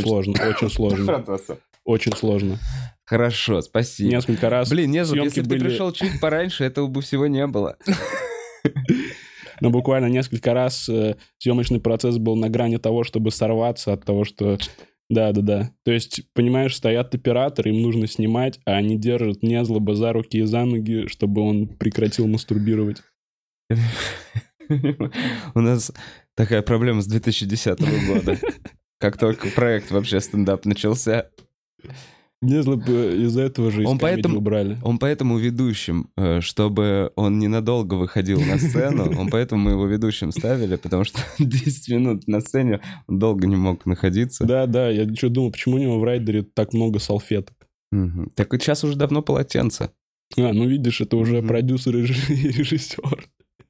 сложно. Хорошо, спасибо. Несколько раз. Блин, Незлоб, если бы ты пришел чуть пораньше, этого бы всего не было. Но буквально несколько раз съемочный процесс был на грани того, чтобы сорваться от того, что... Да. То есть, понимаешь, стоят операторы, им нужно снимать, а они держат Незлоба за руки и за ноги, чтобы он прекратил мастурбировать. У нас такая проблема с 2010 года. Как только проект вообще стендап начался... Незлоб из-за этого же из комедии убрали. Он поэтому ведущим, чтобы он ненадолго выходил на сцену, поэтому мы его ведущим ставили, потому что 10 минут на сцене он долго не мог находиться. Да, я что думал, почему у него в райдере так много салфеток? Угу. Так вот сейчас уже давно полотенце. Видишь, это уже продюсер и режиссер.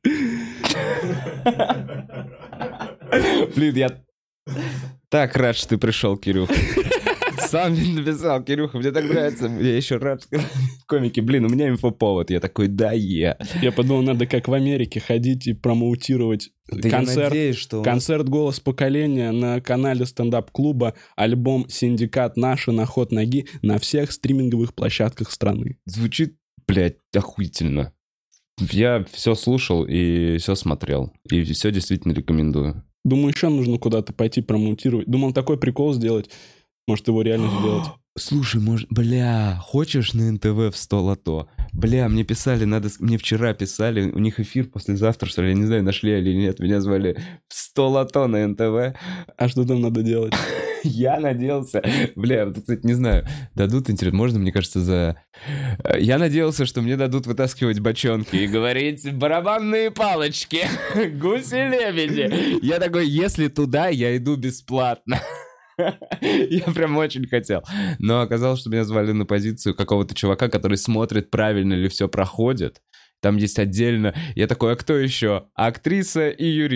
Блин, я так рад, что ты пришел, Кирюха. Сам написал, Кирюха, мне так нравится. Я еще рад. Комики, блин, у меня инфоповод. Я такой, Я подумал, надо как в Америке ходить и промоутировать концерт «Голос поколения» на канале стендап-клуба, альбом «Синдикат. Наши на ход ноги» на всех стриминговых площадках страны. Звучит, блядь, охуительно. Я все слушал и все смотрел. И все действительно рекомендую. Думаю, еще нужно куда-то пойти промоутировать. Думал, такой прикол сделать. Может, его реально сделать. Слушай, хочешь на НТВ в 100 лото? Мне писали, мне вчера писали, у них эфир послезавтра, что ли, я не знаю, нашли или нет, меня звали в 100 лото на НТВ. А что там надо делать? Я надеялся, кстати, не знаю, дадут интерес, можно, мне кажется, Я надеялся, что мне дадут вытаскивать бочонки и говорить барабанные палочки, гуси-лебеди. Я такой, если туда, я иду бесплатно. Я прям очень хотел. Но оказалось, что меня звали на позицию какого-то чувака, который смотрит, правильно ли все проходит. Там есть отдельно... Я такой, а кто еще? Актриса и юрист.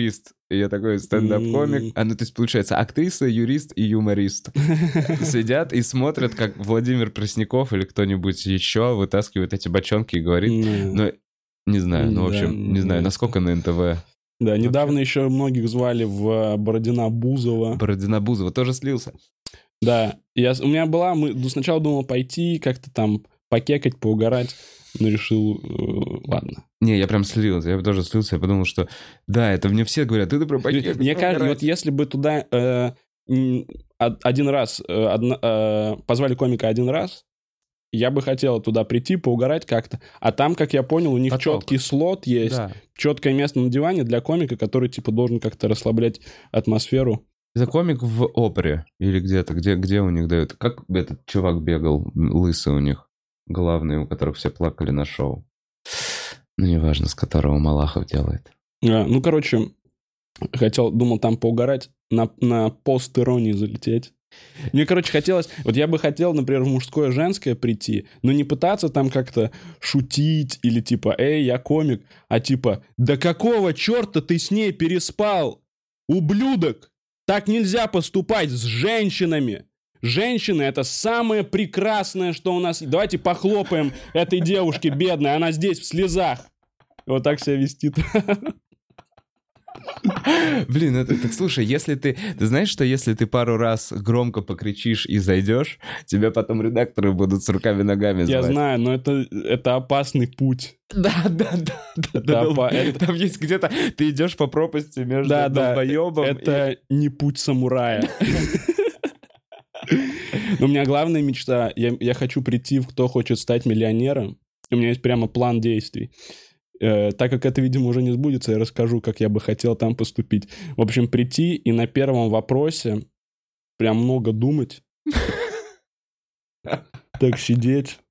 И я такой стендап-комик. То есть, получается, актриса, юрист и юморист сидят и смотрят, как Владимир Пресняков или кто-нибудь еще вытаскивает эти бочонки и говорит. Ну, не знаю, в общем, не знаю, насколько на НТВ. Да, недавно еще многих звали в Бородина-Бузова. Бородина-Бузова тоже слился. Да, у меня была, сначала думал пойти как-то там покекать, поугарать, но решил, ладно. Не, я прям слился, я тоже слился, я подумал, что да, это мне все говорят, ты про покекать. Мне кажется, вот если бы туда один раз, позвали комика один раз, я бы хотел туда прийти, поугарать как-то. А там, как я понял, у них четкий слот есть, четкое место на диване для комика, который, типа, должен как-то расслаблять атмосферу. Это комик в опере или где-то, где у них дают? Как этот чувак бегал, лысый у них, главный, у которых все плакали на шоу? Ну, неважно, с которого Малахов делает. Короче, думал там поугарать, на пост-иронии залететь. Мне, хотелось... Вот я бы хотел, например, в мужское, женское прийти, но не пытаться там как-то шутить или типа, эй, я комик, а типа, да какого черта ты с ней переспал, ублюдок? Так нельзя поступать с женщинами. Женщины — это самое прекрасное, что у нас... Давайте похлопаем этой девушке бедной, она здесь в слезах. Вот так себя вести. Блин, так слушай, если ты знаешь, что если ты пару раз громко покричишь и зайдешь, тебя потом редакторы будут с руками-ногами звать. Я знаю, но это опасный путь. Да. Там есть где-то, ты идешь по пропасти между долбоебом. Это не путь самурая. Но у меня главная мечта, я хочу прийти в «Кто хочет стать миллионером». У меня есть прямо план действий. Так как это, видимо, уже не сбудется, я расскажу, как я бы хотел там поступить. В общем, прийти и на первом вопросе прям много думать. Так сидеть.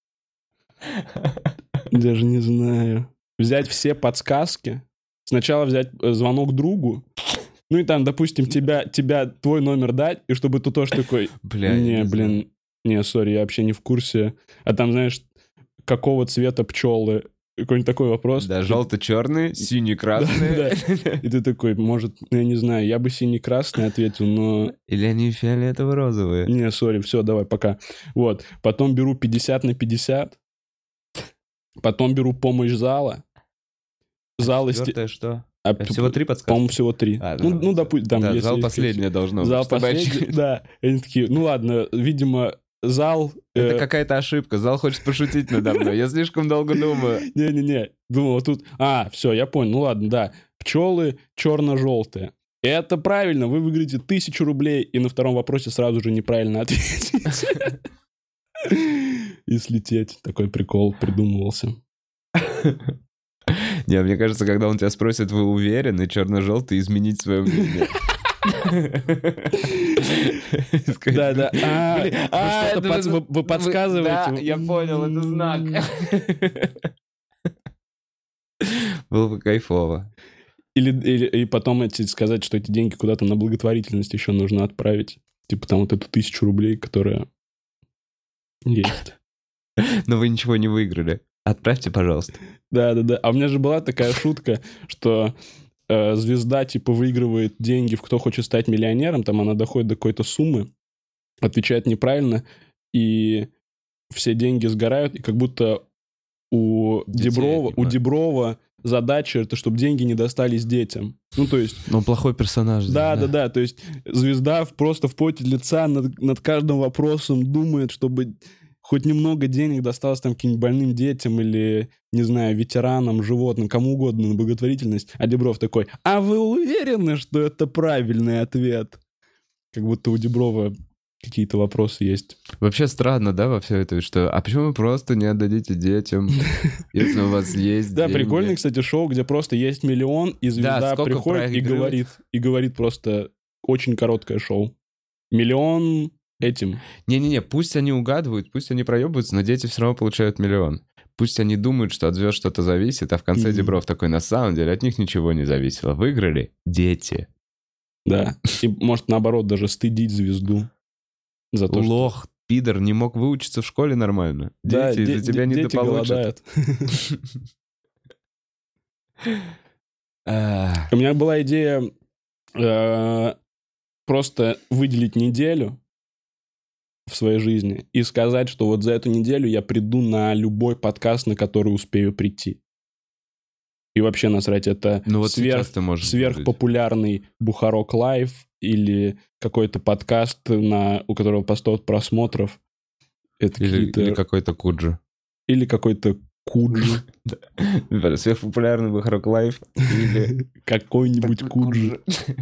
Даже не знаю. Взять все подсказки. Сначала взять звонок другу. Ну и там, допустим, твой номер дать, и чтобы ты тоже такой... Сори, я вообще не в курсе. А там, знаешь, какого цвета пчелы? Какой-нибудь такой вопрос. Да, желто-черный, синий-красный. И ты такой, может, я не знаю, я бы синий-красный ответил, но... Или они фиолетово-розовые. Не, сори, все, давай, пока. Вот, потом беру 50/50. Потом беру помощь зала. Четвертое что? Всего 3 подсказки? По-моему, всего 3. Допустим, да, зал последнее должно быть. Зал последний, да. Они такие, ладно, видимо... Зал... Это какая-то ошибка. Зал хочет пошутить надо мной. Я слишком долго думаю. Не-не-не. Думал, вот тут... все, я понял. Ладно, да. Пчелы черно-желтые. Это правильно. Вы выиграете 1000 рублей. И на втором вопросе сразу же неправильно ответить. И слететь. Такой прикол придумывался. Не, мне кажется, когда он тебя спросит, вы уверены, черно-желтый, изменить свое мнение. Да. Вы подсказываете. Да, я понял, это знак. Было бы кайфово. Или потом сказать, что эти деньги куда-то на благотворительность еще нужно отправить. Типа там вот эту 1000 рублей, которая есть. Но вы ничего не выиграли. Отправьте, пожалуйста. Да. А у меня же была такая шутка, что... звезда, типа, выигрывает деньги в «Кто хочет стать миллионером», там она доходит до какой-то суммы, отвечает неправильно, и все деньги сгорают, и как будто у Диброва задача, это чтобы деньги не достались детям. Ну, то есть... Ну, плохой персонаж. Да. То есть звезда просто в поте лица над каждым вопросом думает, чтобы... хоть немного денег досталось там каким-нибудь больным детям или, не знаю, ветеранам, животным, кому угодно на благотворительность. А Дибров такой, а вы уверены, что это правильный ответ? Как будто у Диброва какие-то вопросы есть. Вообще странно, да, во все это, что а почему вы просто не отдадите детям, если у вас есть деньги? Да, прикольное, кстати, шоу, где просто есть миллион, и звезда приходит и говорит просто очень короткое шоу. Миллион... этим. Не-не-не, пусть они угадывают, пусть они проебываются, но дети все равно получают миллион. Пусть они думают, что от звезд что-то зависит, а в конце Дибров такой, на самом деле, от них ничего не зависело. Выиграли дети. Да. И, может, наоборот, даже стыдить звезду. За то, лох, что... пидор, не мог выучиться в школе нормально. Да, дети из-за тебя недополучат. У меня была идея просто выделить неделю в своей жизни и сказать, что вот за эту неделю я приду на любой подкаст, на который успею прийти. И вообще насрать, это вот сверхпопулярный Бухарок Лайв или какой-то подкаст, у которого по 100 просмотров. Это или какой-то Куджи. Или какой-то Куджи. Сверхпопулярный Бухарок Лайв или какой-нибудь Куджи.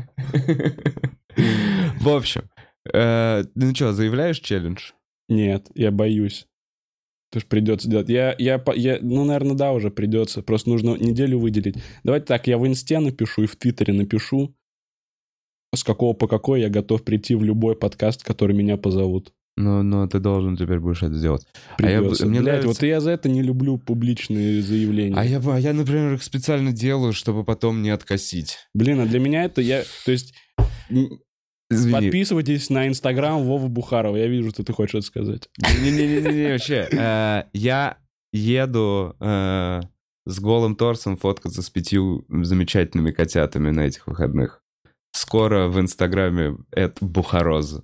В общем, ну что, заявляешь челлендж? Нет, я боюсь. Потому что придется делать. Ну, наверное, да, уже придется. Просто нужно неделю выделить. Давайте так, я в Инсте напишу и в Твиттере напишу, с какого по какой я готов прийти в любой подкаст, который меня позовут. Но ты должен теперь будешь это сделать. Придется. Мне нравится... вот я за это не люблю публичные заявления. А я, например, их специально делаю, чтобы потом не откосить. Блин, а для меня это То есть... Извини. Подписывайтесь на Инстаграм Вовы Бухарова. Я вижу, что ты хочешь это сказать. Не-не-не, вообще. Я еду с голым торсом фоткаться с 5 замечательными котятами на этих выходных. Скоро в Инстаграме @Бухароз.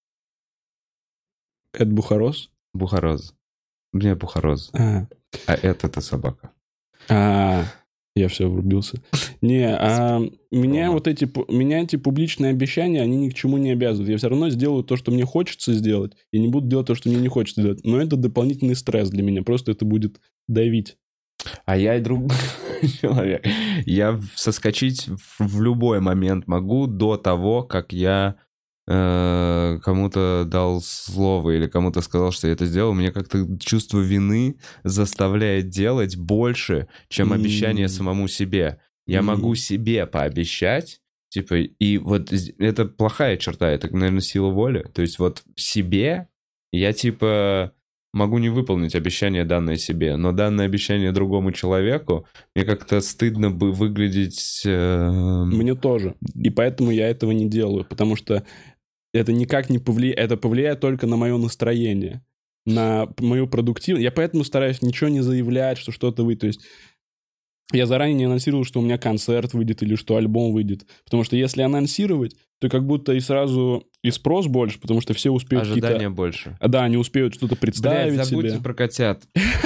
Бухароз? Бухароз. Мне Бухароз. А это собака. Я все врубился. Меня эти публичные обещания, они ни к чему не обязывают. Я все равно сделаю то, что мне хочется сделать, и не буду делать то, что мне не хочется делать. Но это дополнительный стресс для меня. Просто это будет давить. А я другой человек. Я соскочить в любой момент могу до того, как я кому-то дал слово или кому-то сказал, что я это сделал. Мне как-то чувство вины заставляет делать больше, чем обещание самому себе. Я могу себе пообещать, типа, и вот это плохая черта, это, наверное, сила воли. То есть вот себе я, типа, могу не выполнить обещание, данное себе, но данное обещание другому человеку, мне как-то стыдно бы выглядеть... Мне тоже. И поэтому я этого не делаю, потому что это никак не повлияет, это повлияет только на мое настроение, на мою продуктивность. Я поэтому стараюсь ничего не заявлять, что что-то выйдет. То есть я заранее не анонсировал, что у меня концерт выйдет или что альбом выйдет. Потому что если анонсировать, то как будто и сразу и спрос больше, потому что все успеют ожидания больше. Да, они успеют что-то представить. Блядь, забудьте себе. Про котят.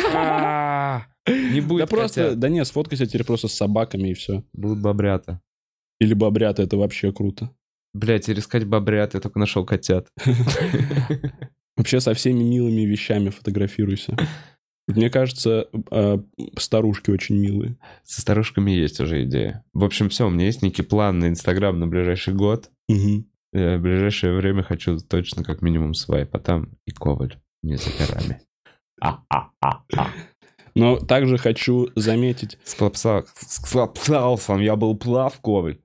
Не будет котят. Да нет, сфоткайся теперь просто с собаками и все. Будут бобрята. Или бобрята, это вообще круто. Блядь, искать бобрят, я только нашел котят. Вообще со всеми милыми вещами фотографируйся. Мне кажется, старушки очень милые. Со старушками есть уже идея. В общем, все, у меня есть некий план на Инстаграм на ближайший год. В ближайшее время хочу точно как минимум свайп, а там и Коваль не за горами. Но также хочу заметить... С Клапсалфом я был плав, Коваль.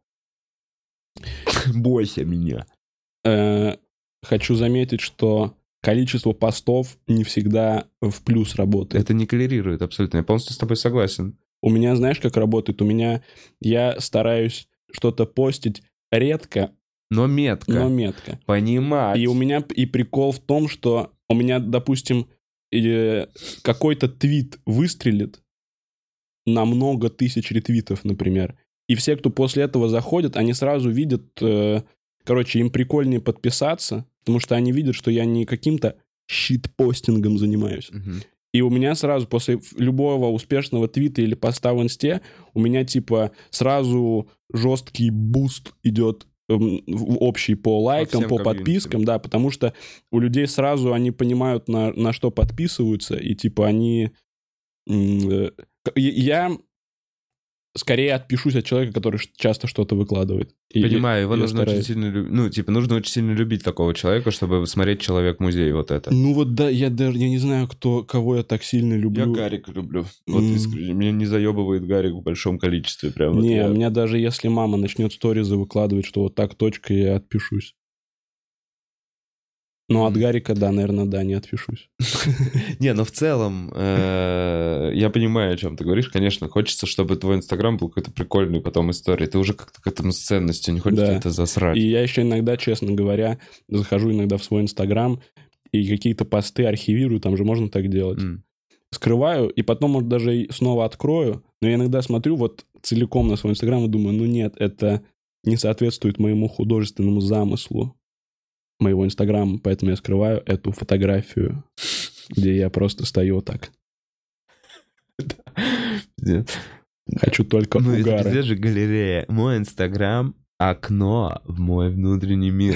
Бойся меня. Хочу заметить, что количество постов не всегда в плюс работает. Это не коррелирует абсолютно. Я полностью с тобой согласен. У меня, знаешь, как работает? Я стараюсь что-то постить редко, но метко. Понимать. И у меня и прикол в том, что у меня, допустим, какой-то твит выстрелит на много тысяч ретвитов, например. И все, кто после этого заходят, они сразу видят... им прикольнее подписаться, потому что они видят, что я не каким-то щит-постингом занимаюсь. И у меня сразу после любого успешного твита или поста в Инсте у меня, типа, сразу жесткий буст идет общий по лайкам, по подпискам, да, потому что у людей сразу они понимают, на что подписываются, и, типа, они... Я скорее отпишусь от человека, который часто что-то выкладывает. Понимаю, его нужно очень сильно любить. Нужно очень сильно любить такого человека, чтобы смотреть «Человек-музей», вот это. Ну вот да, я не знаю, кого я так сильно люблю. Я Гарика люблю. Вот искренне. Меня не заебывает Гарик в большом количестве. Прям у меня даже если мама начнет сторизы выкладывать, что вот так точка, я отпишусь. Но от Гарика, да, наверное, да, не отпишусь. Не, но в целом, я понимаю, о чем ты говоришь. Конечно, хочется, чтобы твой Инстаграм был какой-то прикольный потом истории. Ты уже как-то к этому с ценностью, не хочется это засрать. И я еще иногда, честно говоря, захожу иногда в свой Инстаграм и какие-то посты архивирую, там же можно так делать. Скрываю, и потом, может, даже снова открою. Но я иногда смотрю вот целиком на свой Инстаграм и думаю, ну нет, это не соответствует моему художественному замыслу моего Инстаграма, поэтому я скрываю эту фотографию, где я просто стою вот так. Хочу только угара. Здесь же галерея. Мой Инстаграм — окно в мой внутренний мир.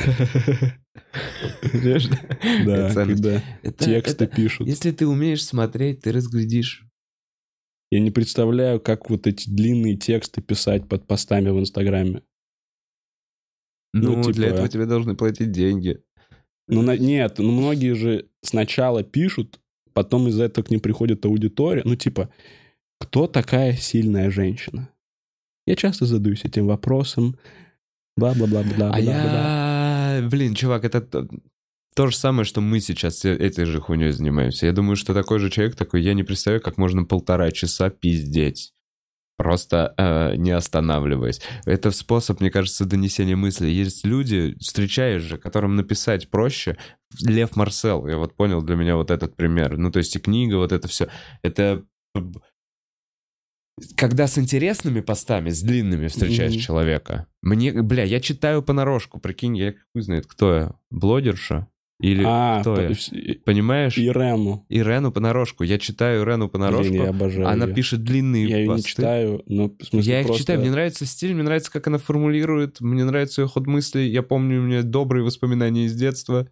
Да, когда тексты пишут. Если ты умеешь смотреть, ты разглядишь. Я не представляю, как вот эти длинные тексты писать под постами в Инстаграме. Ну, для этого тебе должны платить деньги. Нет, многие же сначала пишут, потом из-за этого к ним приходит аудитория. Ну, типа, кто такая сильная женщина? Я часто задаюсь этим вопросом. Бла-бла-бла-бла-бла-бла. Блин, чувак, это то же самое, что мы сейчас этой же хуйней занимаемся. Я думаю, что такой же человек такой, я не представляю, как можно 1,5 часа пиздеть. Просто не останавливаясь. Это способ, мне кажется, донесения мысли. Есть люди, встречаешь же, которым написать проще. Лев Марсел, я вот понял, для меня вот этот пример. Ну, то есть и книга, вот это все. Это... Когда с интересными постами, с длинными встречаешь человека. Я читаю понарошку, прикинь, я хуй знает, кто я. Блогерша? Или кто я? Понимаешь? Ирену понарошку. Я читаю Ирену понарошку. Блин, я обожаю она ее. пишет длинные я посты. Я ее не читаю, но в смысле я их просто... читаю, мне нравится стиль, мне нравится, как она формулирует, мне нравится ее ход мыслей. Я помню, у меня добрые воспоминания из детства.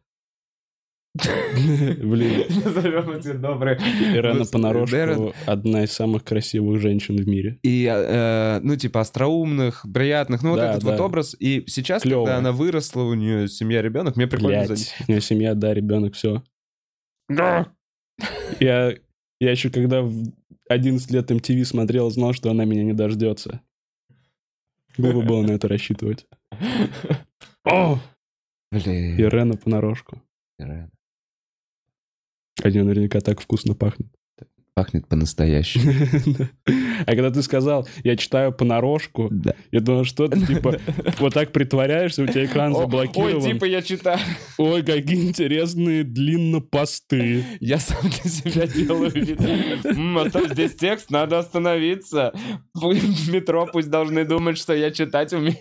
Блин. Назовем эти добрые. Ирена понарошку одна из самых красивых женщин в мире. И, типа, остроумных, приятных, вот этот вот образ. И сейчас, когда она выросла, у нее семья, ребенок, мне прикольно... У нее семья, да, ребенок, все. Да. Я еще когда в 11 лет MTV смотрел, знал, что она меня не дождется. Глупо было на это рассчитывать. О! Блин. Ирена понарошку. Ирена. Они наверняка так вкусно пахнет. Пахнет по-настоящему. А когда ты сказал, я читаю понарошку, я думал, что ты, типа, вот так притворяешься, у тебя экран заблокирован. Ой, типа, я читаю. Ой, какие интересные длиннопосты. Я сам для себя делаю вид. А то здесь текст, надо остановиться. В метро пусть должны думать, что я читать умею.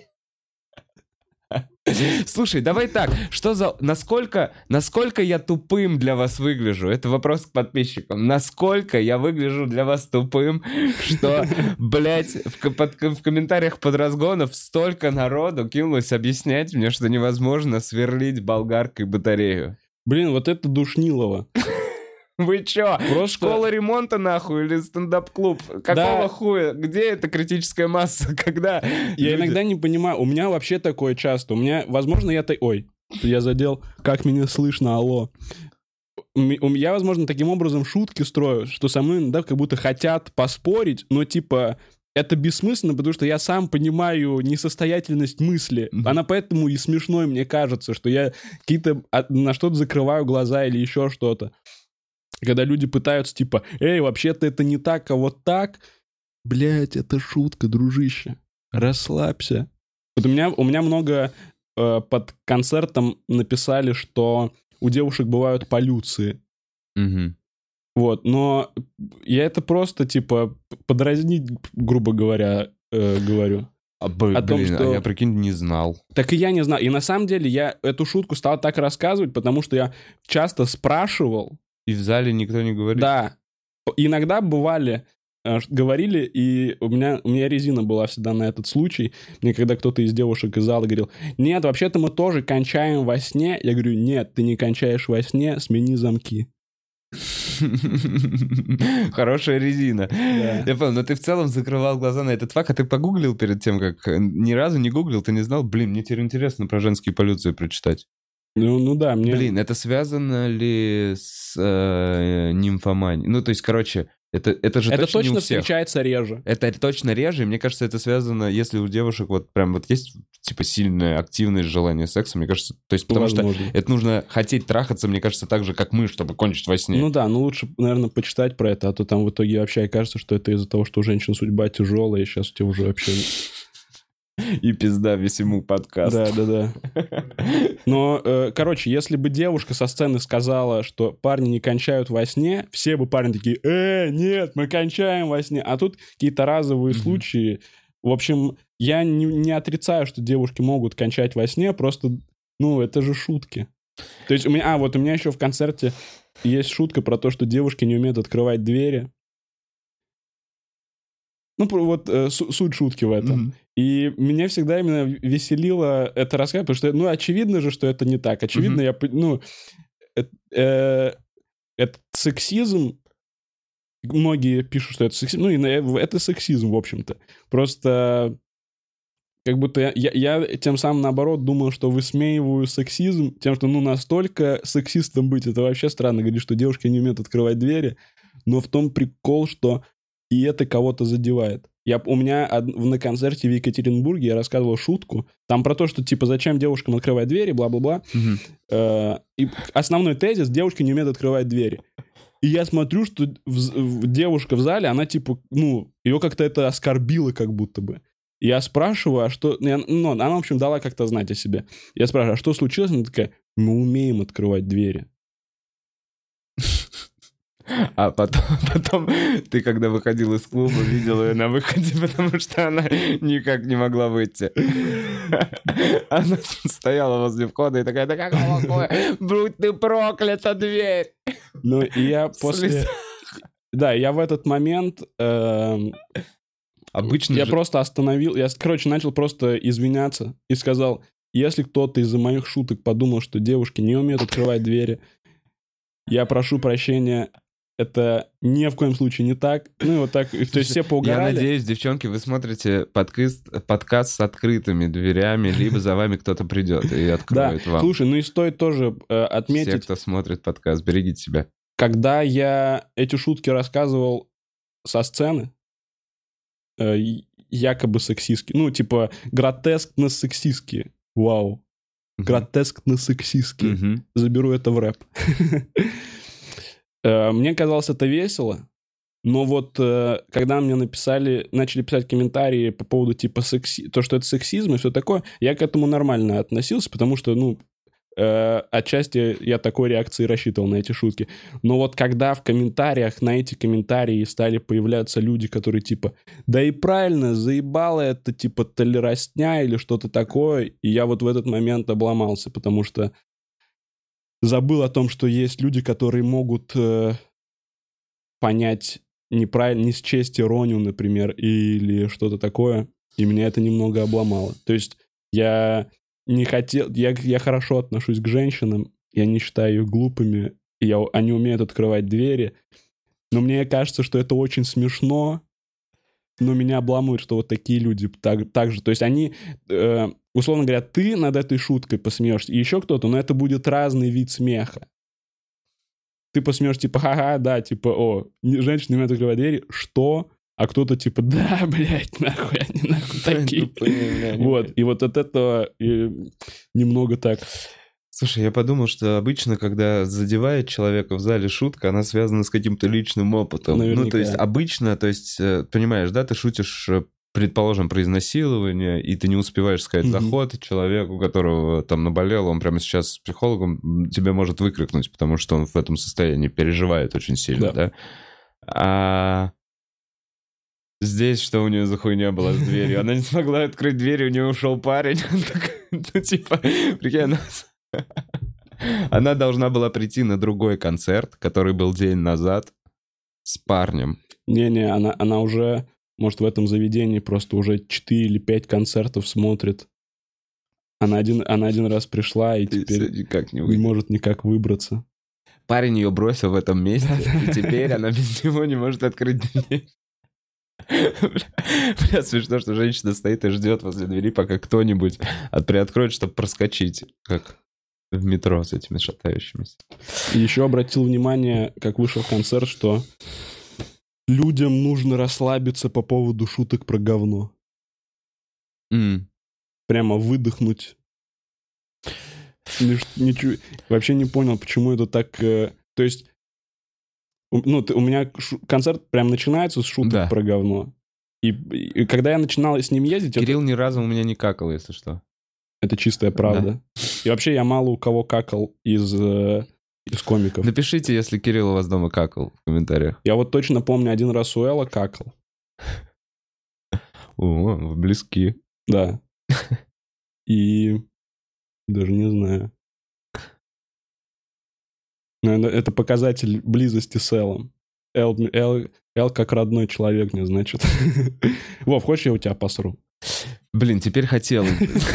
Слушай, давай так, насколько я тупым для вас выгляжу? Это вопрос к подписчикам. Насколько я выгляжу для вас тупым, что, блядь, в комментариях под разгонов столько народу кинулось объяснять мне, что невозможно сверлить болгаркой батарею. Блин, вот это душнилово. Вы чё? Просто... Школа ремонта, нахуй, или стендап-клуб? Какого хуя? Где эта критическая масса? Когда? Я иногда не понимаю. У меня вообще такое часто. У меня, возможно, Ой, я задел. Как меня слышно? Алло. Я, возможно, таким образом шутки строю, что со мной иногда как будто хотят поспорить, но типа... Это бессмысленно, потому что я сам понимаю несостоятельность мысли. Она поэтому и смешной, мне кажется, что я какие-то на что-то закрываю глаза или еще что-то. Когда люди пытаются, типа, вообще-то это не так, а вот так. Блять, это шутка, дружище. Расслабься. Вот у меня много под концертом написали, что у девушек бывают полюции. Вот, но я это просто, типа, подразнить, грубо говоря, говорю. Я, прикинь, не знал. Так и я не знал. И на самом деле я эту шутку стал так рассказывать, потому что я часто спрашивал. И в зале никто не говорит? Да. Иногда говорили, и у меня резина была всегда на этот случай. Мне когда кто-то из девушек из зала говорил, нет, вообще-то мы тоже кончаем во сне. Я говорю, нет, ты не кончаешь во сне, смени замки. Хорошая резина. Я понял, но ты в целом закрывал глаза на этот факт, а ты погуглил перед тем, как... Ни разу не гуглил, ты не знал? Блин, мне теперь интересно про женские полюции прочитать. Ну да, мне... Блин, это связано ли с нимфоманией? Ну, то есть, короче, это же точно не у всех. Встречается реже. Это точно реже, и мне кажется, это связано, если у девушек вот прям вот есть, типа, сильное, активное желание секса, мне кажется, то есть, потому что это нужно хотеть трахаться, мне кажется, так же, как мы, чтобы кончить во сне. Ну да, лучше, наверное, почитать про это, а то там в итоге вообще окажется, что это из-за того, что у женщин судьба тяжелая, и сейчас у тебя уже вообще... И пизда весь ему подкаст. Да. Но, короче, если бы девушка со сцены сказала, что парни не кончают во сне, все бы парни такие, нет, мы кончаем во сне. А тут какие-то разовые случаи. В общем, я не отрицаю, что девушки могут кончать во сне, просто, это же шутки. То есть у меня еще в концерте есть шутка про то, что девушки не умеют открывать двери. Суть шутки в этом. Mm-hmm. И меня всегда именно веселило это рассказать, потому что, очевидно же, что это не так. Очевидно, это сексизм. Многие пишут, что это сексизм. Это сексизм, в общем-то. Просто как будто я тем самым, наоборот, думал, что высмеиваю сексизм тем, что, настолько сексистом быть, это вообще странно говорить, что девушки не умеют открывать двери, но в том прикол, что и это кого-то задевает. У меня на концерте в Екатеринбурге я рассказывал шутку, там про то, что, типа, зачем девушкам открывать двери, бла-бла-бла. И основной тезис — девушки не умеют открывать двери. И я смотрю, что девушка в зале, она, типа, ее как-то это оскорбило как будто бы. И я спрашиваю, а что... она, в общем, дала как-то знать о себе. Я спрашиваю, а что случилось? Она такая: мы умеем открывать двери. А потом ты, когда выходил из клуба, видел ее на выходе, потому что она никак не могла выйти. Она стояла возле входа и такая: да какого? Будь ты проклята, дверь! И я после... Да, я в этот момент... Обычно я просто остановил... начал просто извиняться и сказал: если кто-то из-за моих шуток подумал, что девушки не умеют открывать двери, я прошу прощения, это ни в коем случае не так. Так, то есть все поугарали. Я надеюсь, девчонки, вы смотрите подкаст с открытыми дверями, либо за вами кто-то придет и откроет вам. Слушай, и стоит тоже отметить... Все, кто смотрит подкаст, берегите себя. Когда я эти шутки рассказывал со сцены, якобы сексистские, гротескно сексистские. Вау. Гротескно сексистские. Заберу это в рэп. Мне казалось это весело, но когда мне начали писать комментарии по поводу типа то, что это сексизм и все такое, я к этому нормально относился, потому что, отчасти я такой реакции рассчитывал на эти шутки. Но когда в комментариях на эти комментарии стали появляться люди, которые типа: да и правильно, заебало это, типа, толерастня или что-то такое, и я в этот момент обломался, потому что забыл о том, что есть люди, которые могут понять неправильно, не счесть иронию, например, или что-то такое, и меня это немного обломало. То есть я не хотел... Я хорошо отношусь к женщинам, я не считаю их глупыми, они умеют открывать двери, но мне кажется, что это очень смешно, но меня обламывает, что вот такие люди так же. То есть они... условно говоря, ты над этой шуткой посмеешься, и еще кто-то, но это будет разный вид смеха. Ты посмеешься, типа: ха-ха, да, типа, женщины умеют открывать двери, что? А кто-то типа: да, блядь, нахуй, они нахуй такие. И от этого немного так. Слушай, я подумал, что обычно, когда задевает человека в зале шутка, она связана с каким-то личным опытом. Наверняка. То есть обычно, понимаешь, да, ты шутишь, предположим, про изнасилование, и ты не успеваешь сказать заход человеку, которого там наболело, он прямо сейчас с психологом тебе может выкрикнуть, потому что он в этом состоянии переживает очень сильно, да? А здесь что у нее за хуйня была с дверью? Она не смогла открыть дверь, у нее ушел парень. Прикинь, она должна была прийти на другой концерт, который был день назад, с парнем. Не-не, она уже... Может, в этом заведении просто уже 4 или 5 концертов смотрит. Она один раз пришла и теперь не может никак выбраться. Парень ее бросил в этом месте, и теперь она без него не может открыть дверь. Бля, смешно, что женщина стоит и ждет возле двери, пока кто-нибудь приоткроет, чтобы проскочить, как в метро с этими шатающимися. И еще обратил внимание, как вышел концерт, что людям нужно расслабиться по поводу шуток про говно. Прямо выдохнуть. Ничего, вообще не понял, почему это так... То есть, у меня концерт прям начинается с шуток про говно. И когда я начинал с ним ездить... Кирилл ни разу у меня не какал, если что. Это чистая правда. Да. И вообще я мало у кого какал из комиков. Напишите, если Кирилл у вас дома какал в комментариях. Я вот точно помню, один раз у Элла какал. О, близки. Да. И даже не знаю. Наверное, это показатель близости с Эллом. Эл как родной человек мне, значит. Вов, хочешь, я у тебя посру? Блин, теперь хотел.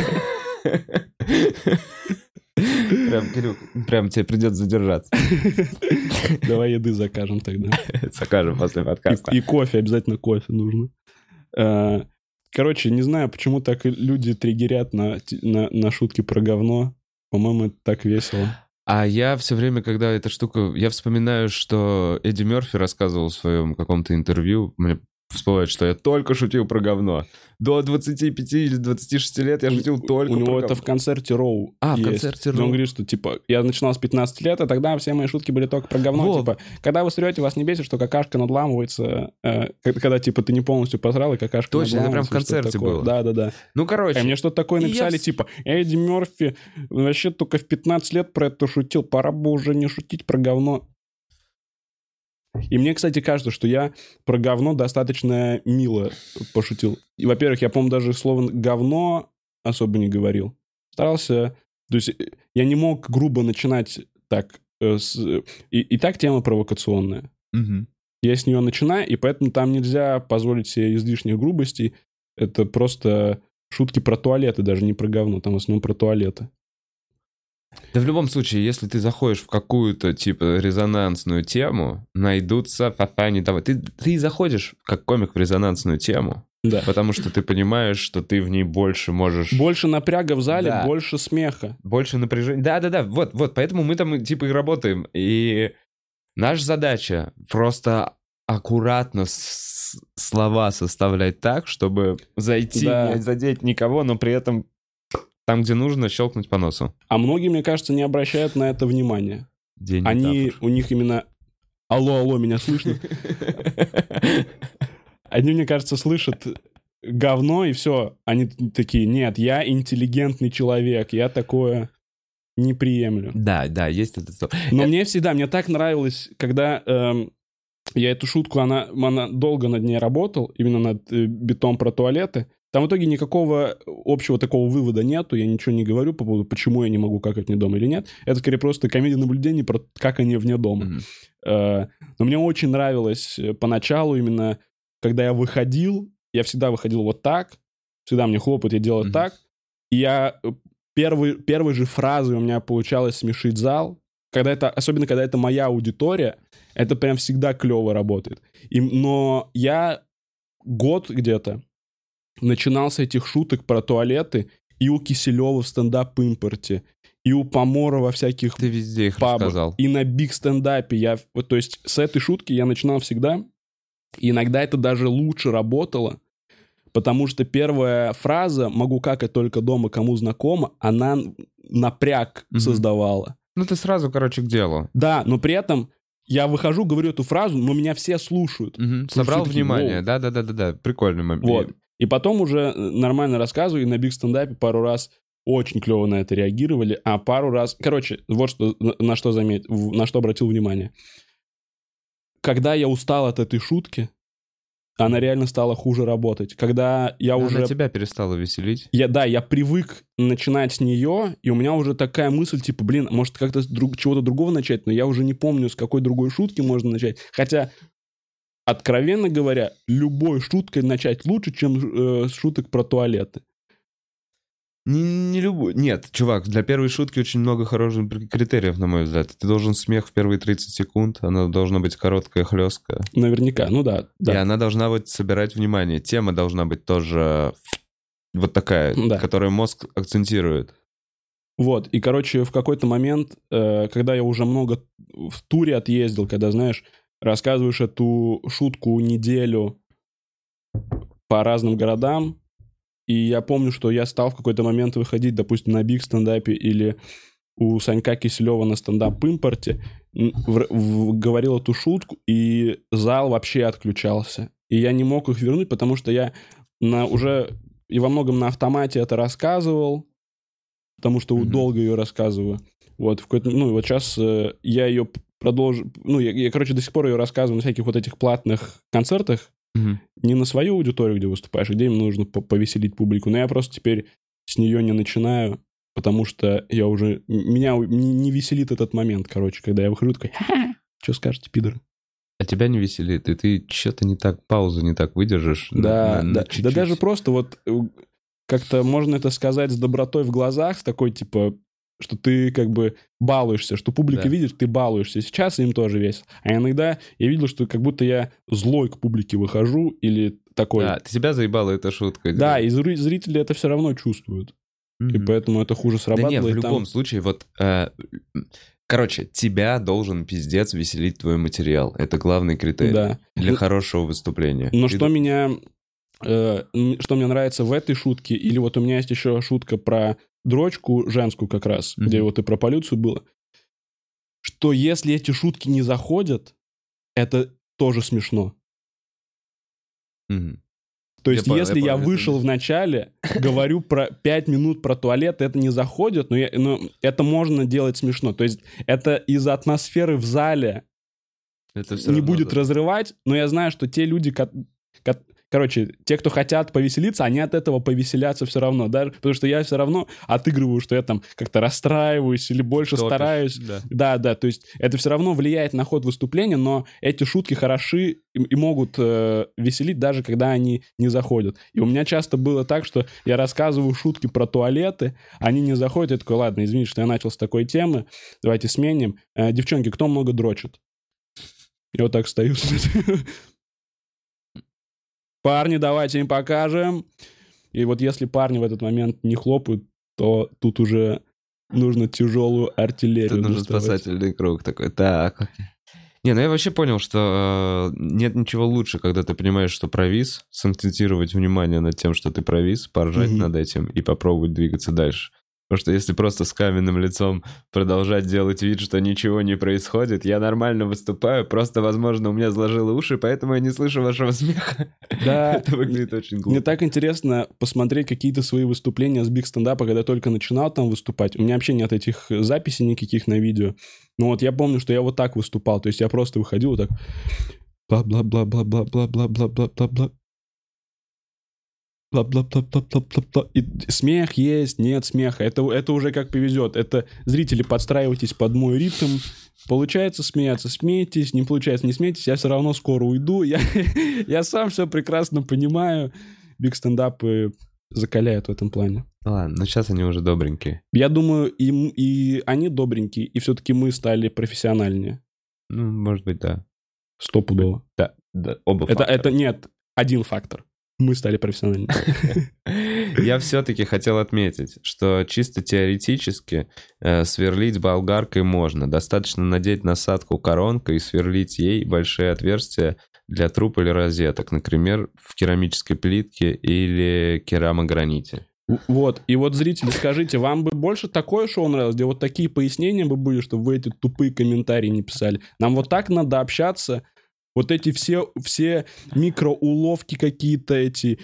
Прям, Кирилл, прям тебе придется задержаться. Давай еды закажем тогда. Закажем после подкаста. И кофе, обязательно кофе нужно. Короче, не знаю, почему так люди триггерят на шутки про говно. По-моему, это так весело. А я все время, когда эта штука... Я вспоминаю, что Эдди Мерфи рассказывал в своем каком-то интервью, мне всплывает, что я только шутил про говно. До 25 или 26 лет я шутил только про говно. У него это в концерте Роу в концерте Роу. Он говорит, что, типа, я начинал с 15 лет, а тогда все мои шутки были только про говно. Во. Типа, когда вы срете, вас не бесит, что какашка надламывается, когда, типа, ты не полностью посрал, и какашка Точно, это надламывается. прям в концерте было. Да. Ну, короче. А мне что-то такое написали, типа, Эдди Мерфи вообще только в 15 лет про это шутил, пора бы уже не шутить про говно. И мне, кстати, кажется, что я про говно достаточно мило пошутил. И, во-первых, я, по-моему, даже слово «говно» особо не говорил. Старался... То есть я не мог грубо начинать так. И так тема провокационная. Угу. Я с нее начинаю, и поэтому там нельзя позволить себе излишних грубостей. Это просто шутки про туалеты, даже не про говно. Там в основном про туалеты. Да в любом случае, если ты заходишь в какую-то, типа, резонансную тему, найдутся фафани того. Ты заходишь, как комик, в резонансную тему, да. Потому что ты понимаешь, что ты в ней больше можешь... Больше напряга в зале, да. Больше смеха. Больше напряжения. Да, вот, поэтому мы там, типа, и работаем. И наша задача просто аккуратно слова составлять так, чтобы зайти, не задеть никого, но при этом... Там, где нужно, щелкнуть по носу. А многие, мне кажется, не обращают на это внимания. У них именно... Алло, меня слышно? Они, мне кажется, слышат говно, и все. Они такие, нет, я интеллигентный человек, я такое не приемлю. Да, есть это. Но мне так нравилось, когда я эту шутку, она долго над ней работал, именно над битом про туалеты. Там в итоге никакого общего такого вывода нету, я ничего не говорю по поводу, почему я не могу какать вне дома или нет. Это скорее просто комедия наблюдений про как они вне дома. Но мне очень нравилось поначалу именно, когда я выходил, я всегда выходил вот так, всегда мне хлопают, я делаю так, и я первой же фразой у меня получалось смешить зал, особенно когда это моя аудитория, это прям всегда клево работает. Но я год где-то начинал с этих шуток про туалеты и у Киселева в стендап-импорте, и у Помора во всяких Ты везде их пабах, рассказал. И на биг-стендапе. То есть с этой шутки я начинал всегда, и иногда это даже лучше работало, потому что первая фраза «могу какать только дома, кому знакомо», она напряг создавала. Ну ты сразу, короче, к делу. Да, но при этом я выхожу, говорю эту фразу, но меня все слушают. Собрал внимание, да, прикольный момент. Вот. И потом уже нормально рассказываю, и на биг-стендапе пару раз очень клево на это реагировали, а пару раз... Короче, вот на что обратил внимание. Когда я устал от этой шутки, она реально стала хуже работать. Когда я уже... Она тебя перестала веселить. Я привык начинать с нее, и у меня уже такая мысль, типа, может как-то чего-то другого начать, но я уже не помню, с какой другой шутки можно начать. Хотя... Откровенно говоря, любой шуткой начать лучше, чем с шуток про туалеты. Не любой. Нет, чувак, для первой шутки очень много хороших критериев, на мой взгляд. Ты должен смех в первые 30 секунд, она должна быть короткая, хлесткая. Наверняка, да. И она должна быть собирать внимание. Тема должна быть тоже вот такая, которую мозг акцентирует. Вот, и, короче, в какой-то момент, когда я уже много в туре отъездил, когда, знаешь, рассказываешь эту шутку неделю по разным городам, и я помню, что я стал в какой-то момент выходить, допустим, на биг-стендапе или у Санька Киселева на стендап-импорте, говорил эту шутку, и зал вообще отключался. И я не мог их вернуть, потому что я уже и во многом на автомате это рассказывал, потому что долго ее рассказываю. Вот, вот сейчас я ее продолжу... я, короче, до сих пор ее рассказываю на всяких вот этих платных концертах, Не на свою аудиторию, где выступаешь, где им нужно повеселить публику, но я просто теперь с нее не начинаю, потому что меня не веселит этот момент, короче, когда я выхожу, такой, что скажете, пидоры? А тебя не веселит, и ты что-то не так, паузу не так выдержишь. Да, да даже просто вот как-то можно это сказать с добротой в глазах, с такой, типа, что ты как бы балуешься, что публика видит, ты балуешься. Сейчас им тоже весело. А иногда я видел, что как будто я злой к публике выхожу или такой... Да, ты тебя заебала эта шутка. Да, и зрители это все равно чувствуют. И поэтому это хуже срабатывает. Да нет, в любом случае, вот... Короче, тебя должен пиздец веселить твой материал. Это главный критерий для хорошего выступления. Но что мне нравится в этой шутке, или вот у меня есть еще шутка про дрочку женскую как раз, где вот и про полюцию было, что если эти шутки не заходят, это тоже смешно. То есть, если я вышел в начале, говорю про 5 минут про туалет, это не заходит, но это можно делать смешно. То есть, это из-за атмосферы в зале не будет разрывать, но я знаю, что те люди, короче, те, кто хотят повеселиться, они от этого повеселятся все равно, да, потому что я все равно отыгрываю, что я там как-то расстраиваюсь или больше стараюсь. Да, то есть это все равно влияет на ход выступления, но эти шутки хороши и могут веселить, даже когда они не заходят. И у меня часто было так, что я рассказываю шутки про туалеты, они не заходят, я такой, ладно, извините, что я начал с такой темы, давайте сменим. Девчонки, кто много дрочит? Я вот так стою. Парни, давайте им покажем. И вот если парни в этот момент не хлопают, то тут уже нужно тяжелую артиллерию. Тут нужен спасательный круг такой. Так. Не, ну я вообще понял, что нет ничего лучше, когда ты понимаешь, что провис, сакцентировать внимание над тем, что ты провис, поржать над этим и попробовать двигаться дальше. Потому что если просто с каменным лицом продолжать делать вид, что ничего не происходит, я нормально выступаю, просто, возможно, у меня заложило уши, поэтому я не слышу вашего смеха. Да. Это выглядит очень глупо. Мне так интересно посмотреть какие-то свои выступления с биг-стендапа, когда я только начинал там выступать. У меня вообще нет этих записей никаких на видео. Но вот я помню, что я вот так выступал. То есть я просто выходил вот так. Бла-бла-бла-бла-бла-бла-бла-бла-бла-бла. Бла-бла-бла-бла-бла-бла. И смех есть, нет смеха. Это уже как повезет. Это зрители, подстраивайтесь под мой ритм. Получается смеяться, смейтесь. Не получается, не смейтесь. Я все равно скоро уйду. Я сам все прекрасно понимаю. Биг-стендапы закаляют в этом плане. Ладно, но сейчас они уже добренькие. Я думаю, и они добренькие, и все-таки мы стали профессиональнее. Ну, может быть, да. Стопудово. Да, оба фактора. Это нет, один фактор. Мы стали профессиональными. Я все-таки хотел отметить, что чисто теоретически сверлить болгаркой можно. Достаточно надеть насадку коронка и сверлить ей большие отверстия для труб или розеток, например, в керамической плитке или керамограните. Вот, и вот, зрители, скажите, вам бы больше такое шоу нравилось, где вот такие пояснения бы были, чтобы вы эти тупые комментарии не писали? Нам вот так надо общаться. Вот эти все микроуловки какие-то, эти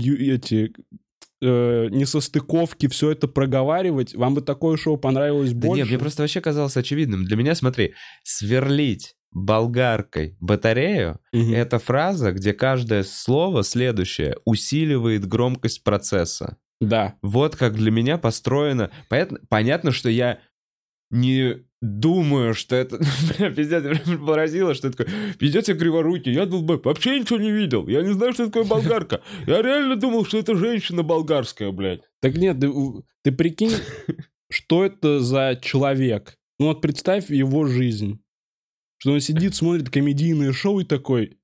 несостыковки, все это проговаривать, вам бы такое шоу понравилось больше? Да нет, мне просто вообще казалось очевидным. Для меня, смотри, сверлить болгаркой батарею — это фраза, где каждое слово следующее усиливает громкость процесса. Да. Вот как для меня построено. Понятно, что я не думаю, что это... Пиздец, я поразило, что это такое... Пиздец, я криворукий, я долбоеб, вообще ничего не видел. Я не знаю, что это такое болгарка. Я реально думал, что это женщина болгарская, блядь. Так нет, ты прикинь, что это за человек? Ну вот представь его жизнь. Что он сидит, смотрит комедийное шоу и такой...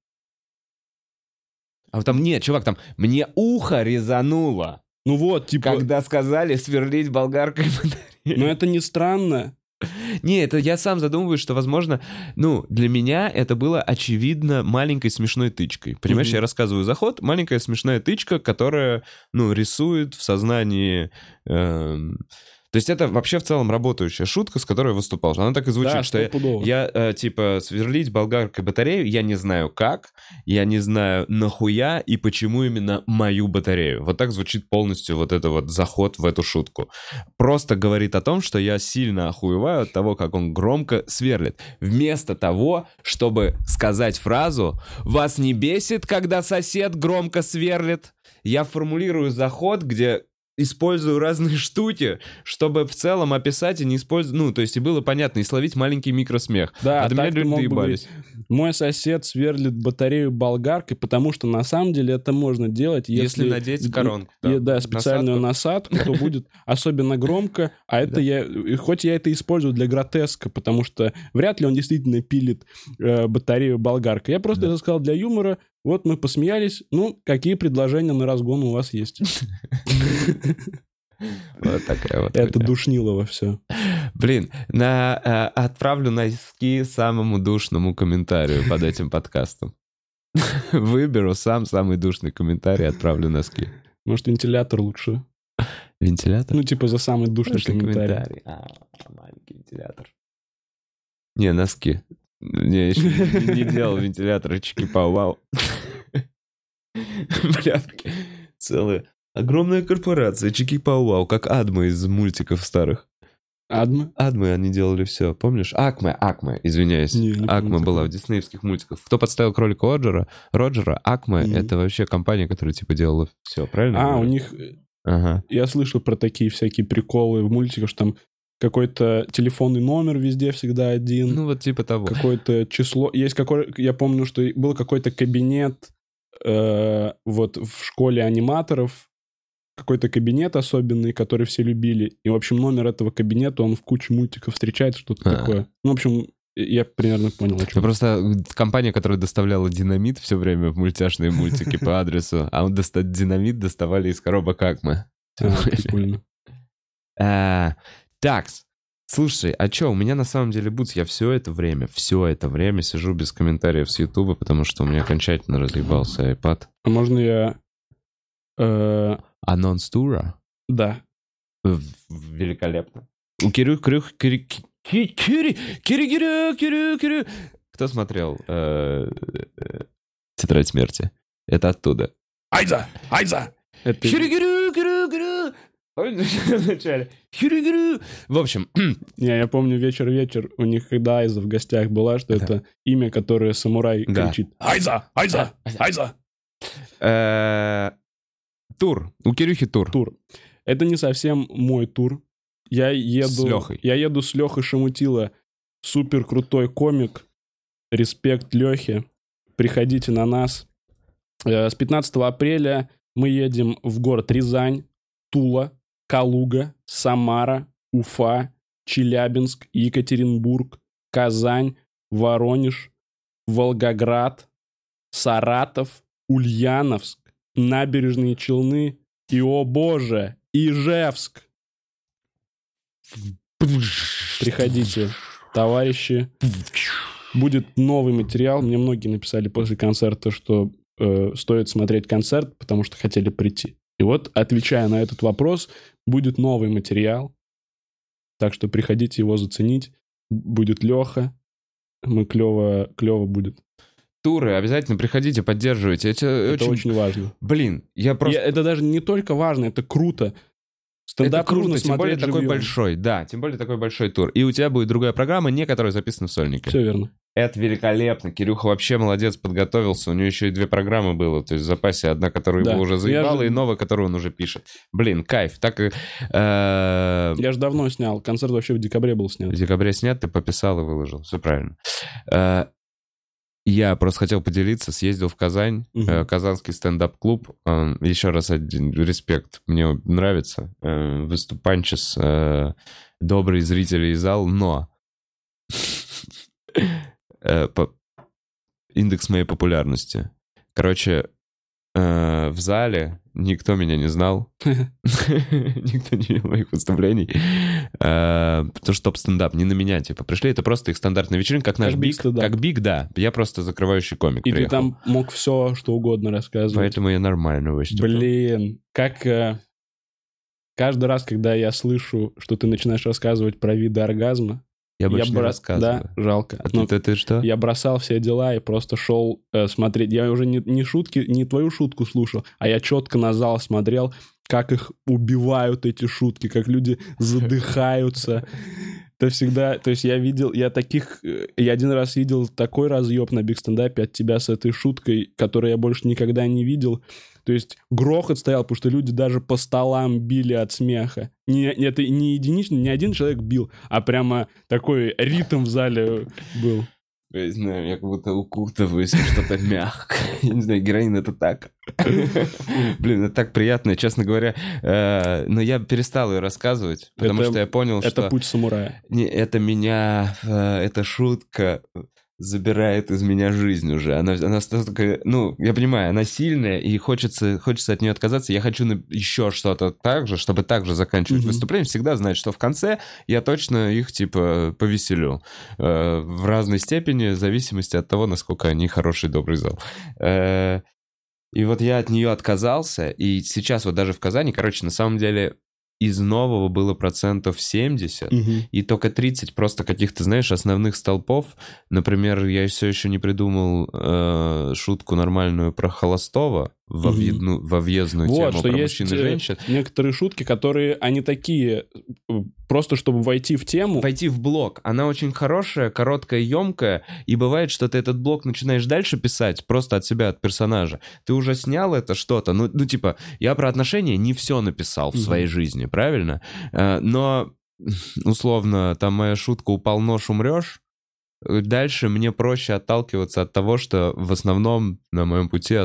А вот там нет, чувак, там мне ухо резануло. Ну вот, типа... Когда сказали сверлить болгаркой батарею. Но это не странно. Не, это я сам задумываюсь, что, возможно, для меня это было очевидно маленькой смешной тычкой. Понимаешь, я рассказываю заход, маленькая смешная тычка, которая, рисует в сознании То есть это вообще в целом работающая шутка, с которой я выступал. Она так и звучит, Да, что я типа, сверлить болгаркой батарею, я не знаю как, я не знаю нахуя и почему именно мою батарею. Вот так звучит полностью вот это вот заход в эту шутку. Просто говорит о том, что я сильно охуеваю от того, как он громко сверлит. Вместо того, чтобы сказать фразу «Вас не бесит, когда сосед громко сверлит?» Я формулирую заход, где использую разные штуки, чтобы в целом описать и не использовать... Ну, то есть и было понятно, и словить маленький микросмех. Да, а до меня люди доебались. Мой сосед сверлит батарею болгаркой, потому что на самом деле это можно делать, если надеть коронку. Да, специальную насадку, то будет особенно громко. А это хоть я это использую для гротеска, потому что вряд ли он действительно пилит батарею болгаркой. Я просто это сказал для юмора. Вот мы посмеялись. Ну, какие предложения на разгон у вас есть? Вот такая вот. Это душнилово все. Блин, отправлю носки самому душному комментарию под этим подкастом. Выберу самый душный комментарий, отправлю носки. Может, вентилятор лучше? Вентилятор? Ну, типа за самый душный комментарий. Маленький вентилятор. Не, носки. Не, еще не делал вентилятора чики-пау-вау. Блядки. Целая огромная корпорация чики-пау-вау, как Адма из мультиков старых. Адма? Адмы они делали все, помнишь? Акме, извиняюсь. Акме была в диснеевских мультиках. Кто подставил кролика Роджера, Акме, это вообще компания, которая типа делала все, правильно? У них... Я слышал про такие всякие приколы в мультиках, что там какой-то телефонный номер везде всегда один. Ну, вот типа того. Какое-то число. Я помню, что был какой-то кабинет вот в школе аниматоров. Какой-то кабинет особенный, который все любили. И, в общем, номер этого кабинета, он в куче мультиков встречается, что-то такое. Ну, в общем, я примерно понял, о чем. Просто компания, которая доставляла динамит все время в мультяшные мультики по адресу, а динамит доставали из коробок Акме. Прикольно. Такс, слушай, а что, у меня на самом деле Бутс, я все это время сижу без комментариев с Ютуба, потому что у меня окончательно разъебался iPad. А можно я... Анонс тура? Да. Великолепно. У Кирю. Кто смотрел «Тетрадь смерти»? Это оттуда. Айза! Вначале. В общем. Я помню вечер, у них когда Айза в гостях была, что это имя, которое самурай кричит. Айза! Тур. У Кирюхи тур. Это не совсем мой тур. Я еду с Лехой. Я еду с Лехой Шамутила. Супер крутой комик. Респект Лехе. Приходите на нас. С 15 апреля мы едем в город Рязань, Тула, Калуга, Самара, Уфа, Челябинск, Екатеринбург, Казань, Воронеж, Волгоград, Саратов, Ульяновск, Набережные Челны и, о боже, Ижевск. Приходите, товарищи. Будет новый материал. Мне многие написали после концерта, что стоит смотреть концерт, потому что хотели прийти. И вот, отвечая на этот вопрос, будет новый материал. Так что приходите его заценить. Будет Леха. Клево будет. Туры, обязательно приходите, поддерживайте. Это очень важно. Блин, это даже не только важно, это круто. Стендап это круто, тем более такой большой. Да, тем более такой большой тур. И у тебя будет другая программа, не которая записана в сольнике. Все верно. Это великолепно. Кирюха вообще молодец, подготовился. У него еще и 2 программы было. То есть в запасе одна, которую его уже заебала, и новая, которую он уже пишет. Блин, кайф. Так, я же давно снял. Концерт вообще в декабре был снят. В декабре снят, ты пописал и выложил. Все правильно. Я просто хотел поделиться, съездил в Казань, Казанский стендап-клуб. Еще раз один респект, мне нравится. Выступанчес, добрые зрители и зал, но индекс моей популярности. Короче, в зале никто меня не знал. Никто не видел моих выступлений. Потому что топ-стендап не на меня, типа, пришли. Это просто их стандартная вечеринка, как наш Биг. Как Биг, да. Я просто закрывающий комик. И приехал. Ты там мог все, что угодно рассказывать. Поэтому я нормально выступил. Блин, как... каждый раз, когда я слышу, что ты начинаешь рассказывать про виды оргазма, я больше не рассказываю. Да, жалко. А ты что? Я бросал все дела и просто шел смотреть. Я уже не шутки, не твою шутку слушал, а я четко на зал смотрел, как их убивают эти шутки, как люди задыхаются. Это всегда... То есть я один раз видел такой разъеб на биг-стендапе от тебя с этой шуткой, которую я больше никогда не видел. То есть грохот стоял, потому что люди даже по столам били от смеха. Это не единично, не один человек бил, а прямо такой ритм в зале был. Я не знаю, я как будто укутываюсь в что-то мягкое. Я не знаю, героин — это так. Блин, это так приятно, честно говоря. Но я перестал ее рассказывать, потому что я понял, что... Это путь самурая. Это меня... Эта шутка забирает из меня жизнь уже. Она такая... Ну, я понимаю, она сильная, и хочется от нее отказаться. Я хочу еще что-то так же, чтобы так же заканчивать выступление. Всегда знать, что в конце я точно их, типа, повеселю. В разной степени, в зависимости от того, насколько они хороший, добрый зал. И вот я от нее отказался, и сейчас вот даже в Казани, короче, на самом деле... Из нового было 70%, и только 30 просто каких-то, знаешь, основных столпов. Например, я все еще не придумал шутку нормальную про Холостого во въездную вот, тему что про есть мужчин и женщин. Некоторые шутки, которые, они такие, просто чтобы войти в тему. Войти в блок. Она очень хорошая, короткая, емкая, и бывает, что ты этот блок начинаешь дальше писать просто от себя, от персонажа. Ты уже снял это что-то, ну типа, я про отношения не все написал в своей жизни, правильно? Но, условно, там моя шутка «упал нож, умрешь», дальше мне проще отталкиваться от того, что в основном на моем пути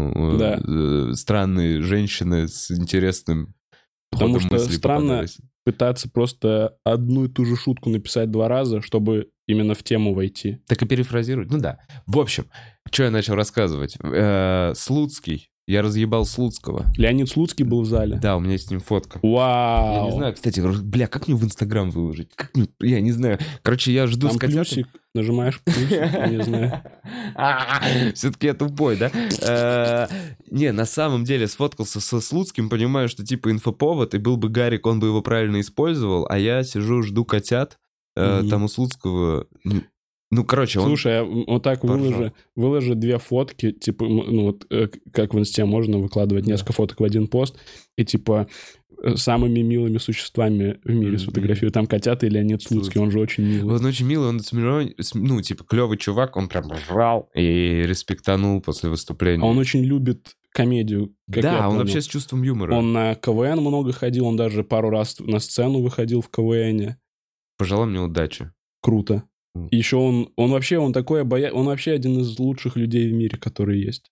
странные женщины с интересным Потому что странно попадались. Пытаться просто одну и ту же шутку написать 2 раза, чтобы именно в тему войти. Так и перефразировать. Ну да. В общем, что я начал рассказывать? Слуцкий. Я разъебал Слуцкого. Леонид Слуцкий был в зале? Да, у меня есть с ним фотка. Вау! Я не знаю, кстати, бля, как мне в Инстаграм выложить? Я не знаю. Короче, я жду там плюсик, нажимаешь плюсик, я не знаю. Все-таки я тупой, да? Не, на самом деле сфоткался со Слуцким, понимаю, что типа инфоповод, и был бы Гарик, он бы его правильно использовал, а я сижу, жду котят. Там у Слуцкого... Ну, короче, Слушай, вот так выложи 2 фотки, типа, ну вот как в Инсте можно выкладывать несколько фоток в один пост, и типа самыми милыми существами в мире сфотографирую. Там котята и Леонид Слуцкий, он же очень милый. Он очень милый, он смешной, ну, типа, клевый чувак, он прям ржал и респектанул после выступления. А он очень любит комедию, как я понял. Он вообще с чувством юмора. Он на КВН много ходил, он даже пару раз на сцену выходил в КВНе. Пожелал мне удачи. Круто. И еще он вообще, он вообще один из лучших людей в мире, которые есть.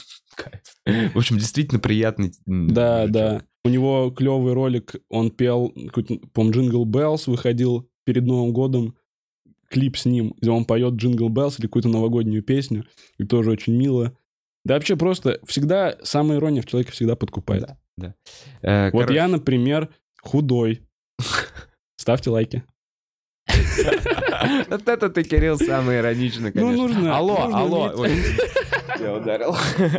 В общем, действительно приятный. Да. У него клевый ролик, он пел, по-моему, Jingle Bells, выходил перед Новым годом, клип с ним, где он поет Jingle Bells или какую-то новогоднюю песню, и тоже очень мило. Да вообще просто всегда, самая ирония в человеке всегда подкупает. Да. Вот я, например, худой. Ставьте лайки. Вот это ты, Кирилл, самый ироничный, конечно. Ну, нужно. Алло. Я ударил.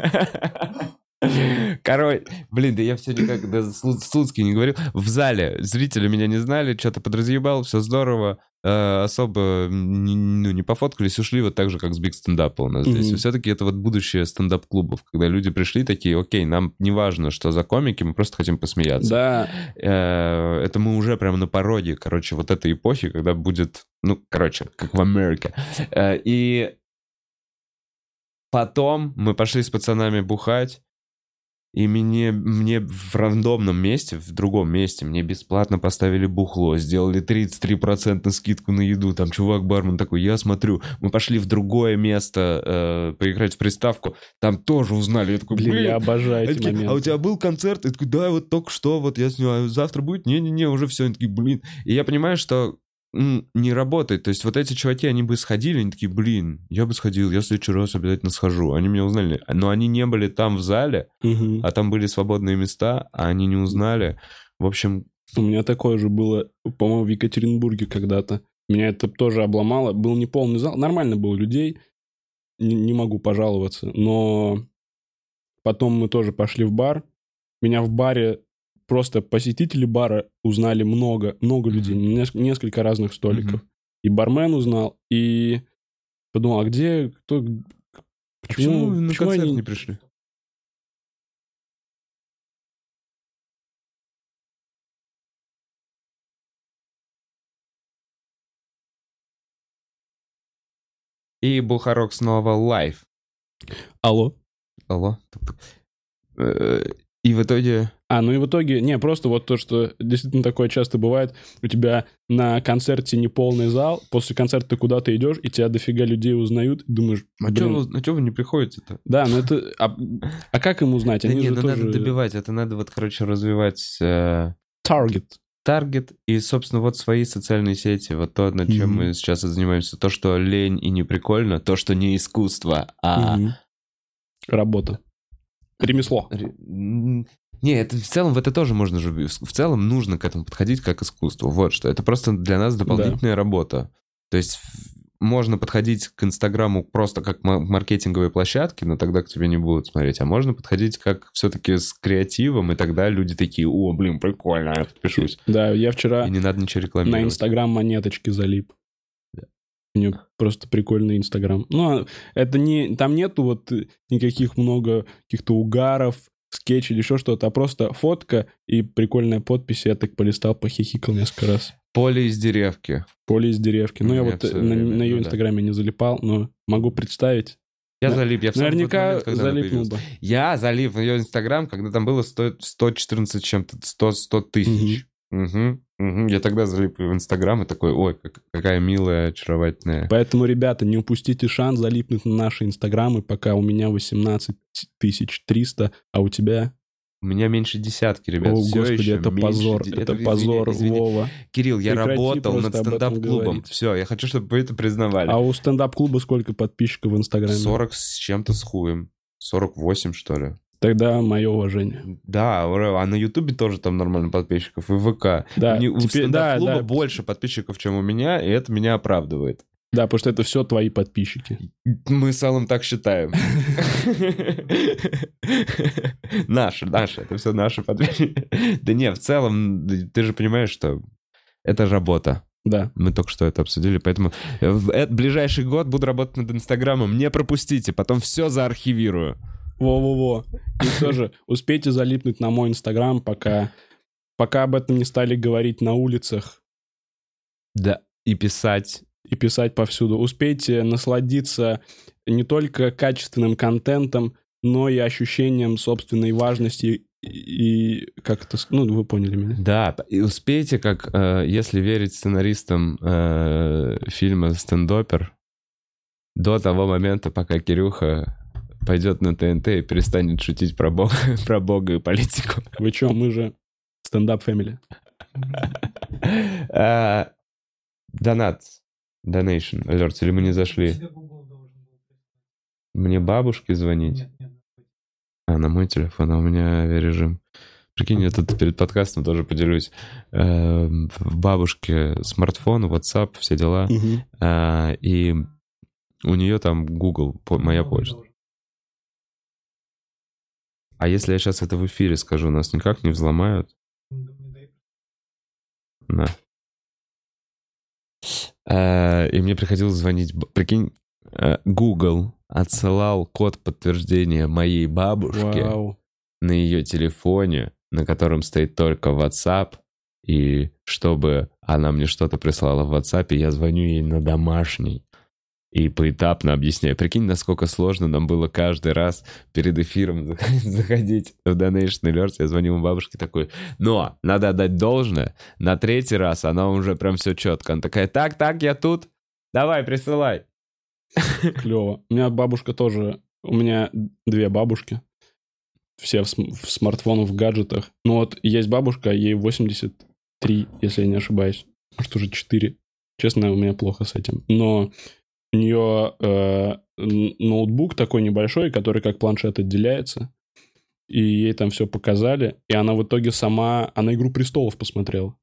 Короче, блин, да я все никак Слуцкий не говорил. В зале зрители меня не знали, что-то подразъебал, все здорово. Особо не пофоткались, ушли вот так же, как с Биг Стендапа у нас здесь. Все-таки это вот будущее стендап-клубов, когда люди пришли такие: окей, нам не важно, что за комики, мы просто хотим посмеяться. Да. Это мы уже прямо на пороге, короче, вот этой эпохи, когда будет, как в Америке. И потом мы пошли с пацанами бухать, и мне в рандомном месте, в другом месте, мне бесплатно поставили бухло, сделали 33% скидку на еду. Там чувак-бармен такой: я смотрю. Мы пошли в другое место поиграть в приставку. Там тоже узнали. Я такой: блин, я обожаю эти моменты. А у тебя был концерт? Я такой: да, вот только что, вот я снимаю. Завтра будет? Не-не-не, уже все. Они такие: блин. И я понимаю, что не работает. То есть вот эти чуваки, они бы сходили, они такие: блин, я бы сходил, я в следующий раз обязательно схожу. Они меня узнали. Но они не были там в зале, а там были свободные места, а они не узнали. В общем... У меня такое же было, по-моему, в Екатеринбурге когда-то. Меня это тоже обломало. Был неполный зал. Нормально было людей. Не могу пожаловаться. Но потом мы тоже пошли в бар. Меня в баре просто посетители бара узнали много людей, несколько разных столиков. И бармен узнал, и подумал, а где, кто... Почему на концерт не пришли? И Бухарок снова лайв. Алло. И в итоге... Ну и в итоге... Не, просто вот то, что действительно такое часто бывает. У тебя на концерте неполный зал, после концерта ты куда-то идешь, и тебя дофига людей узнают, и думаешь... А что вы не приходите-то? Да, ну это... А как им узнать? Да нет, надо добивать. Это надо вот, короче, развивать... Таргет и, собственно, вот свои социальные сети. Вот то, над чем мы сейчас и занимаемся. То, что лень и не прикольно, то, что не искусство, а... Работа. Ремесло. Не, это в целом, в это тоже можно же... В целом нужно к этому подходить как к искусству. Вот что. Это просто для нас дополнительная работа. То есть можно подходить к Инстаграму просто как к маркетинговой площадке, но тогда к тебе не будут смотреть. А можно подходить как все-таки с креативом, и тогда люди такие: о, блин, прикольно, я подпишусь. Да, я вчера... И не надо ничего рекламировать. На Инстаграм монеточки залип. У нее просто прикольный Инстаграм. Ну, это не... Там нету вот никаких много каких-то угаров, скетч или еще что-то, а просто фотка и прикольная подпись. Я так полистал, похихикал несколько раз. Поле из деревки. Ну, я вот на ее Инстаграме не залипал, но могу представить. Я залип. Я наверняка залипнул бы. Я залип в ее Инстаграм, когда там было 114 чем-то, 100 тысяч. Я тогда залип в Инстаграм и такой: ой, какая милая, очаровательная. Поэтому, ребята, не упустите шанс залипнуть на наши Инстаграмы, пока у меня 18 300, а у тебя... У меня меньше десятки, ребят. О, господи, это позор. Это позор, извини. Вова. Кирилл, я работал над стендап-клубом. Все, я хочу, чтобы вы это признавали. А у стендап-клуба сколько подписчиков в Инстаграме? 40 с чем-то с хуем. 48, что ли. Тогда мое уважение. Да, а на Ютубе тоже там нормально подписчиков, и в ВК. Да, у стендап-клуба больше подписчиков, чем у меня, и это меня оправдывает. Да, потому что это все твои подписчики. Мы с Аллом так считаем. Наши, это все наши подписчики. Да не, в целом, ты же понимаешь, что это работа. Да. Мы только что это обсудили, поэтому в ближайший год буду работать над Инстаграмом. Не пропустите, потом все заархивирую. Во-во-во. И тоже успейте залипнуть на мой Инстаграм, пока об этом не стали говорить на улицах. Да, и писать повсюду. Успейте насладиться не только качественным контентом, но и ощущением собственной важности и как это... Ну, вы поняли меня. Да, и успейте, как, если верить сценаристам фильма «Стендопер», до того момента, пока Кирюха пойдет на ТНТ и перестанет шутить про Бога и политику. Вы чё, мы же стендап-фэмили. Donation alerts, или мы не зашли? Мне бабушке звонить? На мой телефон, а у меня авиарежим. Прикинь, я тут перед подкастом тоже поделюсь. В бабушке смартфон, WhatsApp, все дела. И у нее там Google, моя почта. А если я сейчас это в эфире скажу, нас никак не взломают? Да. И мне приходилось звонить. Прикинь, Google отсылал код подтверждения моей бабушке на ее телефоне, на котором стоит только WhatsApp, и чтобы она мне что-то прислала в WhatsApp, я звоню ей на домашний и поэтапно объясняю. Прикинь, насколько сложно нам было каждый раз перед эфиром заходить в Donation Alerts. Я звонил бабушке такой: но надо отдать должное, на третий раз она уже прям все четко. Она такая: так, я тут, давай, присылай. Клево. У меня бабушка тоже... У меня 2 бабушки. Все в смартфонах, в гаджетах. Ну вот есть бабушка, ей 83, если я не ошибаюсь. Может, уже 4. Честно, у меня плохо с этим. Но у нее ноутбук такой небольшой, который как планшет отделяется. И ей там все показали. И она в итоге сама... Она «Игру престолов» посмотрела.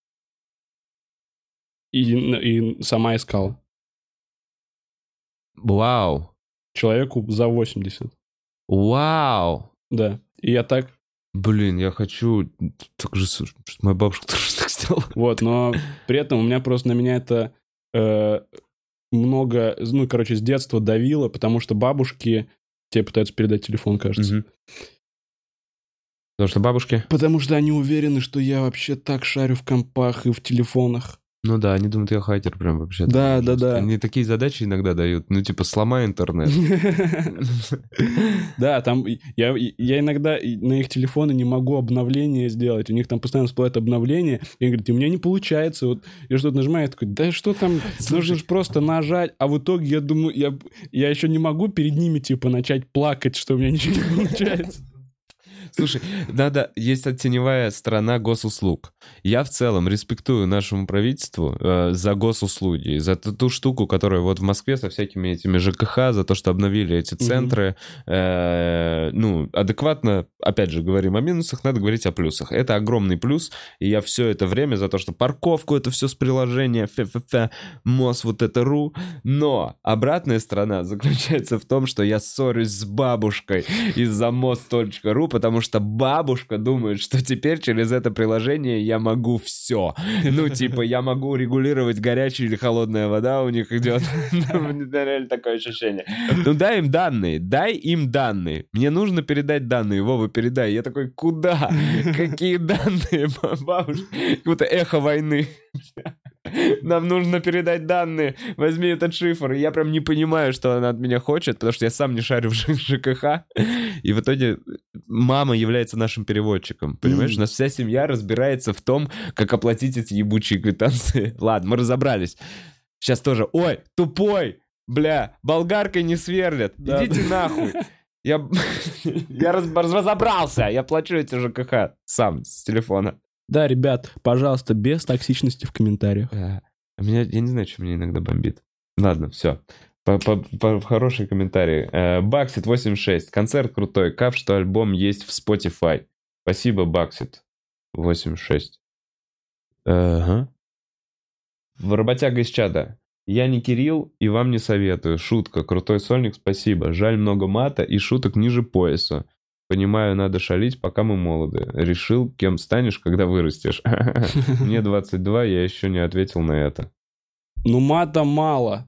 И сама искала. Вау. Человеку за 80. Вау. Да. И я так... Блин, я хочу... Так же, моя бабушка тоже так сделала. Вот, но при этом у меня просто на меня это много... Ну, короче, с детства давило, потому что бабушки тебе пытаются передать телефон, кажется. Угу. Потому что бабушки? Потому что они уверены, что я вообще так шарю в компах и в телефонах. Ну да, они думают, я хакер прям вообще. Да. Они такие задачи иногда дают, ну типа сломай интернет. Да, там я иногда на их телефоны не могу обновление сделать. У них там постоянно всплывает обновление. И они говорят, у меня не получается. Вот я что-то нажимаю, я такой, да что там, нужно же просто нажать. А в итоге я думаю, я еще не могу перед ними типа начать плакать, что у меня ничего не получается. Слушай, есть теневая сторона госуслуг. Я в целом респектую нашему правительству за госуслуги, за ту штуку, которая вот в Москве со всякими этими ЖКХ, за то, что обновили эти центры. Адекватно, опять же, говорим о минусах, надо говорить о плюсах. Это огромный плюс, и я все это время за то, что парковку, это все с приложения, МОС, вот это РУ. Но обратная сторона заключается в том, что я ссорюсь с бабушкой из-за МОС.ру, потому что бабушка думает, что теперь через это приложение я могу все. Ну, типа, я могу регулировать, горячая или холодная вода у них идет. Реально такое ощущение. Ну, дай им данные. Мне нужно передать данные. Вова, передай. Я такой, куда? Какие данные, бабушка? Как будто эхо войны. Нам нужно передать данные. Возьми этот шифр. И я прям не понимаю, что она от меня хочет, потому что я сам не шарю в ЖКХ. И в итоге мама является нашим переводчиком. Понимаешь? У нас вся семья разбирается в том, как оплатить эти ебучие квитанции. Ладно, мы разобрались. Сейчас тоже. Ой, тупой! Бля, болгаркой не сверлят. Да. Идите нахуй. Я разобрался. Я плачу эти ЖКХ сам с телефона. Да, ребят, пожалуйста, без токсичности в комментариях. Я не знаю, что меня иногда бомбит. Ладно, все. По хорошие комментарии. Баксит 86. Концерт крутой. Кайф, что альбом есть в Spotify. Спасибо, Баксит 86. Ага. Работяга из чата. Я не Кирилл и вам не советую. Шутка. Крутой сольник, спасибо. Жаль, много мата и шуток ниже пояса. Понимаю, надо шалить, пока мы молоды. Решил, кем станешь, когда вырастешь. Мне 22, я еще не ответил на это. Ну, мата мало.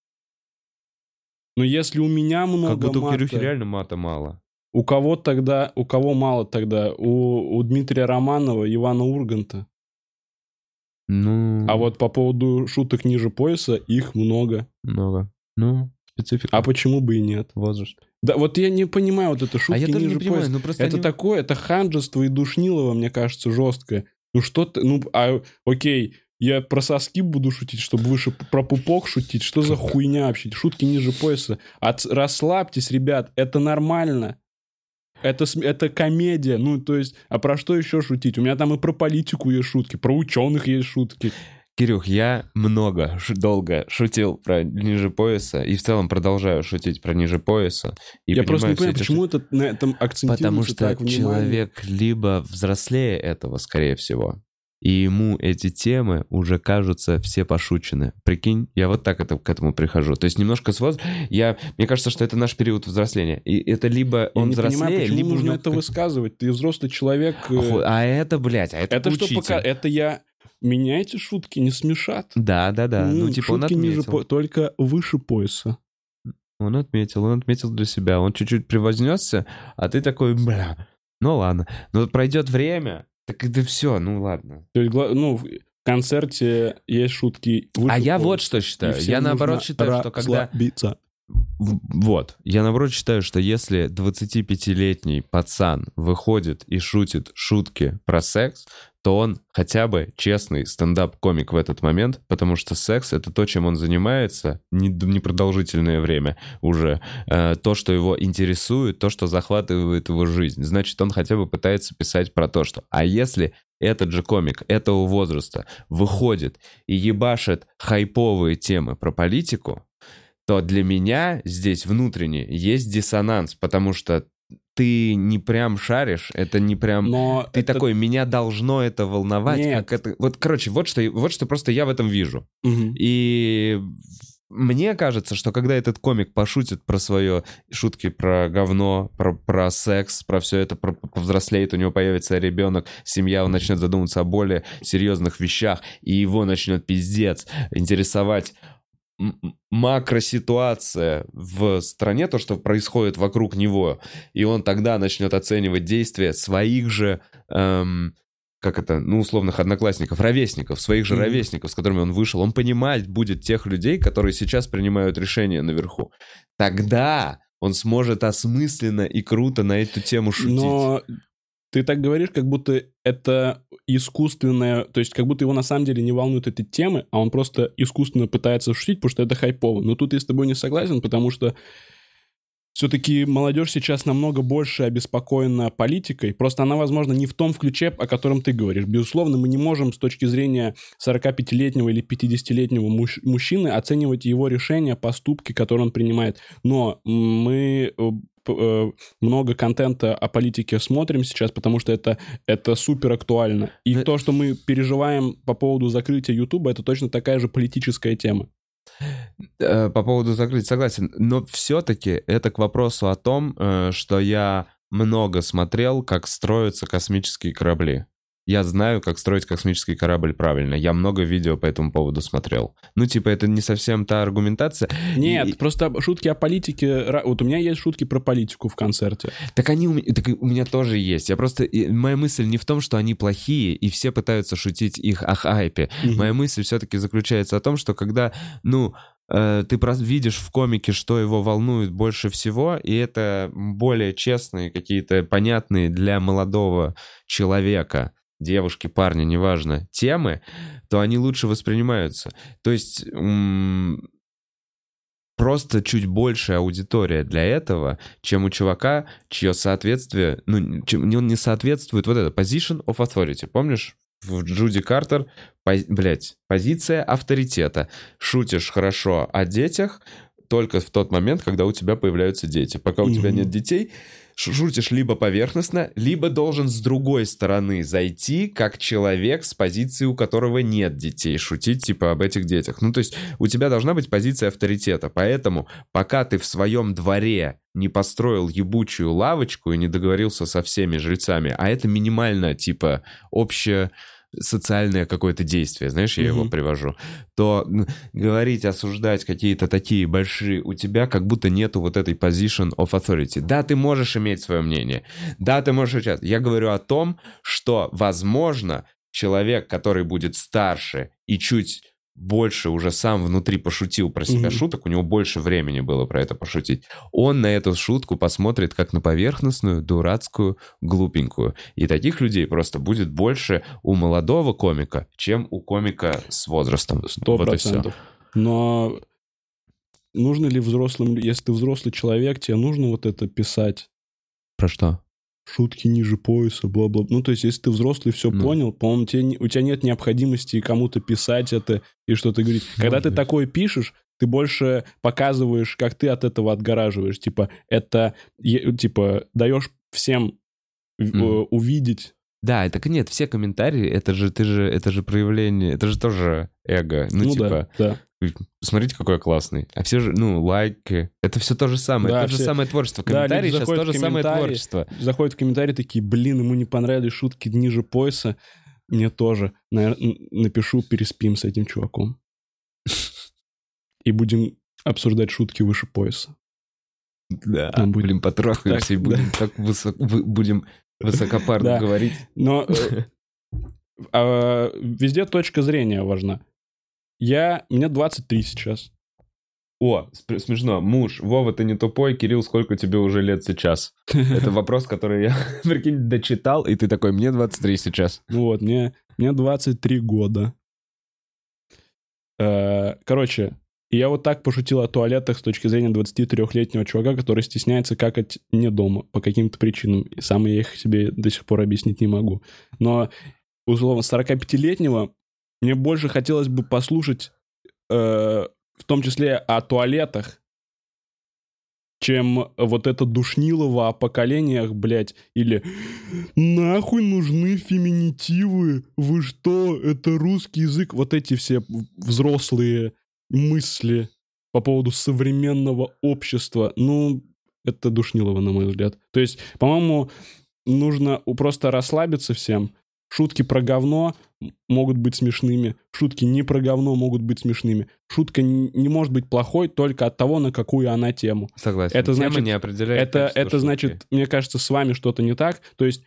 Но если у меня много мата... Как будто у Кирюхи реально мата мало. У кого мало тогда? У Дмитрия Романова, Ивана Урганта. Ну... А вот по поводу шуток ниже пояса, их много. Много. Ну, специфика. А почему бы и нет? Возраст. Да, вот я не понимаю вот это шутки я тоже ниже не понимаю, пояса. ну, просто это такое, это ханжество и душнилово, мне кажется, жесткое. Ну что ты, окей, я про соски буду шутить, чтобы выше про пупок шутить. Что за хуйня вообще? Шутки ниже пояса. Расслабьтесь, ребят, это нормально. Это комедия, ну, то есть, а про что еще шутить? У меня там и про политику есть шутки, про ученых есть шутки. Кирюх, я долго шутил про ниже пояса и в целом продолжаю шутить про ниже пояса. И я просто не понимаю, почему это на этом акцентируется. Потому что так человек либо взрослее этого, скорее всего, и ему эти темы уже кажутся все пошучены. Прикинь, я вот так к этому прихожу. То есть немножко с возрастом... Мне кажется, что это наш период взросления. И это либо он взрослее, понимаю, почему либо... нужно это высказывать. Ты взрослый человек... это что пока... Это я... Меня эти шутки не смешат. Да. Ну, типа он отметил. Только выше пояса. Он отметил для себя. Он чуть-чуть превознесся, а ты такой, бля, ну ладно. Но пройдет время, так это все, ну ладно. То есть, в концерте есть шутки выше пояса. Я вот что считаю. Я наоборот считаю, что когда... Я наоборот считаю, что если 25-летний пацан выходит и шутит шутки про секс, то он хотя бы честный стендап-комик в этот момент, потому что секс — это то, чем он занимается непродолжительное время уже. То, что его интересует, то, что захватывает его жизнь. Значит, он хотя бы пытается писать про то, что... А если этот же комик этого возраста выходит и ебашит хайповые темы про политику, то для меня здесь внутренне есть диссонанс, потому что ты не прям шаришь, это не прям... Но ты такой, меня должно это волновать. Нет. Как это... Вот, короче, вот что просто я в этом вижу. Угу. И мне кажется, что когда этот комик пошутит про свое шутки про говно, про секс, про все это, повзрослеет, у него появится ребенок, семья, он начнет задумываться о более серьезных вещах, и его начнет пиздец интересовать макроситуация в стране, то, что происходит вокруг него, и он тогда начнет оценивать действия своих же... условных одноклассников, ровесников, своих же ровесников, с которыми он вышел, он понимать будет тех людей, которые сейчас принимают решения наверху. Тогда он сможет осмысленно и круто на эту тему шутить. Но ты так говоришь, как будто это искусственное, то есть как будто его на самом деле не волнуют эти темы, а он просто искусственно пытается шутить, потому что это хайпово. Но тут я с тобой не согласен, потому что все-таки молодежь сейчас намного больше обеспокоена политикой. Просто она, возможно, не в том ключе, о котором ты говоришь. Безусловно, мы не можем с точки зрения 45-летнего или 50-летнего мужчины оценивать его решения, поступки, которые он принимает. Но мы много контента о политике смотрим сейчас, потому что это супер актуально. И то, что мы переживаем по поводу закрытия Ютуба, это точно такая же политическая тема. По поводу закрытия согласен, но все-таки это к вопросу о том, что я много смотрел, как строятся космические корабли. Я знаю, как строить космический корабль правильно. Я много видео по этому поводу смотрел. Это не совсем та аргументация. Нет, просто шутки о политике... Вот у меня есть шутки про политику в концерте. Так у меня тоже есть. Моя мысль не в том, что они плохие, и все пытаются шутить их о хайпе. Моя мысль все-таки заключается о том, что когда, ты видишь в комике, что его волнует больше всего, и это более честные, какие-то понятные для молодого человека, девушки, парни, неважно, темы, то они лучше воспринимаются. То есть просто чуть большая аудитория для этого, чем у чувака, чье соответствие, он не соответствует position of authority, помнишь? В Джуди Картер, позиция авторитета. Шутишь хорошо о детях только в тот момент, когда у тебя появляются дети. Пока у тебя нет детей, шутишь либо поверхностно, либо должен с другой стороны зайти, как человек с позиции, у которого нет детей, шутить об этих детях. То есть у тебя должна быть позиция авторитета. Поэтому пока ты в своем дворе не построил ебучую лавочку и не договорился со всеми жильцами, а это минимально, общее социальное какое-то действие, знаешь, я его привожу, то говорить, осуждать какие-то такие большие у тебя, как будто нету этой position of authority. Да, ты можешь иметь свое мнение, да, ты можешь участвовать. Я говорю о том, что, возможно, человек, который будет старше и чуть больше уже сам внутри пошутил про себя шуток, у него больше времени было про это пошутить, он на эту шутку посмотрит как на поверхностную, дурацкую, глупенькую. И таких людей просто будет больше у молодого комика, чем у комика с возрастом. 100%. Но нужно ли взрослым, если ты взрослый человек, тебе нужно это писать? Про что? Шутки ниже пояса, бла-бла. То есть, если ты взрослый все понял, по-моему, у тебя нет необходимости кому-то писать это и что-то говорить. Когда ты такое пишешь, ты больше показываешь, как ты от этого отгораживаешь. Даешь всем увидеть. Да, так нет, все комментарии, это же проявление, это же тоже эго. Да. Смотрите, какой я классный. А все же, лайки, это все то же самое. Да, то же самое творчество. Комментарии сейчас то же самое творчество. Заходят в комментарии такие, ему не понравились шутки ниже пояса. Мне тоже. Наверное, напишу, переспим с этим чуваком. И будем обсуждать шутки выше пояса. Да, будем потрахаемся и будем так будем высокопарно говорить. Но везде точка зрения важна. Мне 23 сейчас. О, смешно. Муж, Вова, ты не тупой. Кирилл, сколько тебе уже лет сейчас? Это вопрос, который я, прикинь, дочитал, и ты такой, мне 23 сейчас. Мне 23 года. Короче, я так пошутил о туалетах с точки зрения 23-летнего чувака, который стесняется какать не дома по каким-то причинам. И сам я их себе до сих пор объяснить не могу. Но, условно, 45-летнего мне больше хотелось бы послушать, в том числе о туалетах, чем это душнилово о поколениях, или «Нахуй нужны феминитивы? Вы что? Это русский язык?» Эти все взрослые мысли. по поводу современного общества, ну, это душнилово, на мой взгляд. То есть, по-моему, нужно просто расслабиться всем. Шутки про говно могут быть смешными, шутки не про говно могут быть смешными. Шутка не может быть плохой только от того, на какую она тему. Согласен. Это значит, тема не определяет это значит, мне кажется, с вами что-то не так. То есть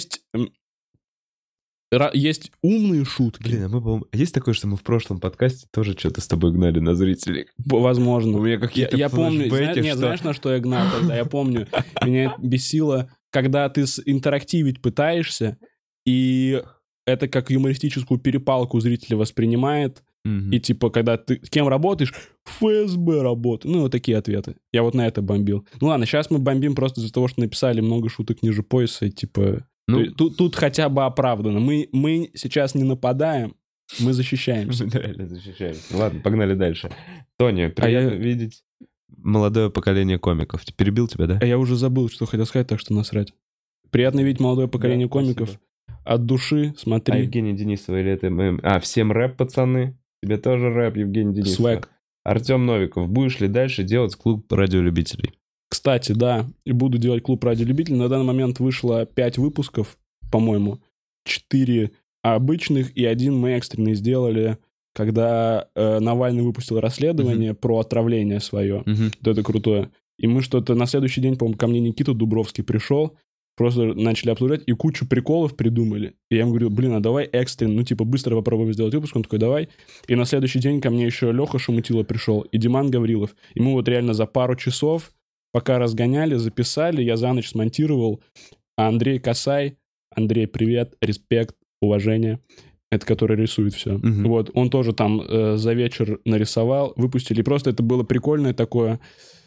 есть умные шутки. Блин, а мы, по-моему, есть такое, что мы в прошлом подкасте тоже что-то с тобой гнали на зрителей? Возможно. У меня какие-то я помню, флешбеки, знаешь, на что я гнал тогда? Я помню, меня бесило, когда ты интерактивить пытаешься, и это как юмористическую перепалку зритель воспринимает, и типа, когда ты с кем работаешь, ФСБ работаю. Ну, вот такие ответы. Я вот на это бомбил. Ну ладно, сейчас мы бомбим просто из-за того, что написали много шуток ниже пояса, и типа... Ну, тут хотя бы оправдано. Мы сейчас не нападаем, мы защищаемся. Мы реально защищаемся. Ладно, погнали дальше. Тони, приятно видеть молодое поколение комиков. Перебил тебя, да? А я уже забыл, что хотел сказать, так что насрать. Приятно видеть молодое поколение комиков. Спасибо. От души, смотри. А Евгений Денисова или это... всем рэп, пацаны. Тебе тоже рэп, Евгений Денисов. Свэг. Артем Новиков. Будешь ли дальше делать клуб радиолюбителей? Кстати, да, буду делать клуб радиолюбителей. На данный момент вышло 5 выпусков, по-моему. 4 обычных и 1 мы экстренный сделали, когда Навальный выпустил расследование про отравление свое. Вот это крутое. И мы что-то на следующий день, по-моему, ко мне Никита Дубровский пришел, просто начали обсуждать и кучу приколов придумали. И я ему говорю, блин, а давай экстренно, ну типа быстро попробуем сделать выпуск. Он такой, давай. И на следующий день ко мне еще Леха Шумутило пришел и Диман Гаврилов. И мы вот реально за пару часов, пока разгоняли, записали, я за ночь смонтировал. А Андрей Косай, Андрей, привет, респект, уважение. Это который рисует все. Вот, он тоже там за вечер нарисовал, выпустили. И просто это было прикольное такое...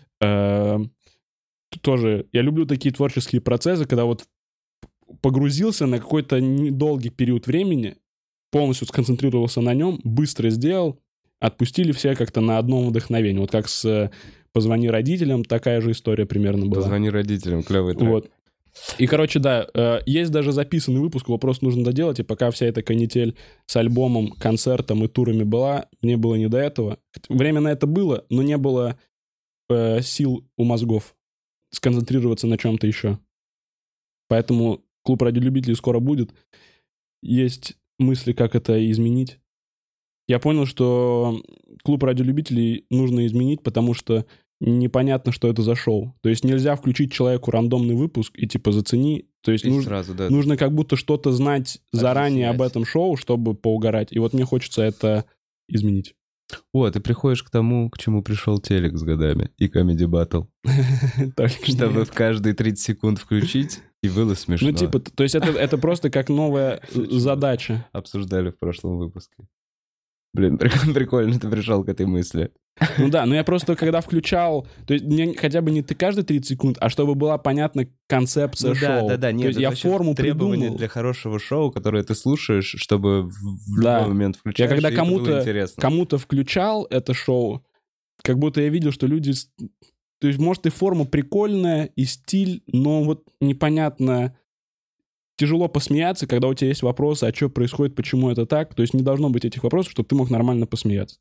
тоже, я люблю такие творческие процессы, когда вот погрузился на какой-то недолгий период времени, полностью сконцентрировался на нем, быстро сделал, отпустили все как-то на одном вдохновении. Вот как с «Позвони родителям», такая же история примерно была. «Позвони родителям», клевый трек. Вот. И, короче, да, есть даже записанный выпуск, его просто нужно доделать, и пока вся эта канитель с альбомом, концертом и турами была, мне было не до этого. Время на это было, но не было сил у мозгов сконцентрироваться на чем-то еще. Поэтому клуб радиолюбителей скоро будет. Есть мысли, как это изменить. Я понял, что клуб радиолюбителей нужно изменить, потому что непонятно, что это за шоу. То есть нельзя включить человеку рандомный выпуск и типа зацени. То есть нужно как будто что-то знать заранее об этом шоу, чтобы поугарать. И вот мне хочется это изменить. О, ты приходишь к тому, к чему пришел телек с годами. И Comedy Battle. Чтобы в каждые 30 секунд включить, и было смешно. Ну, типа, то есть это просто как новая задача. Обсуждали в прошлом выпуске. Блин, прикольно ты пришел к этой мысли. Ну да, но я просто когда включал, то есть мне хотя бы не ты каждые 30 секунд, а чтобы была понятна концепция шоу. Да, нет, то есть я форму требования придумал. Для хорошего шоу, которое ты слушаешь, чтобы в любой момент включать. Я когда кому-то включал это шоу, как будто я видел, что люди... То есть, может, и форма прикольная, и стиль, но вот непонятно... Тяжело посмеяться, когда у тебя есть вопросы, а что происходит, почему это так. То есть не должно быть этих вопросов, чтобы ты мог нормально посмеяться.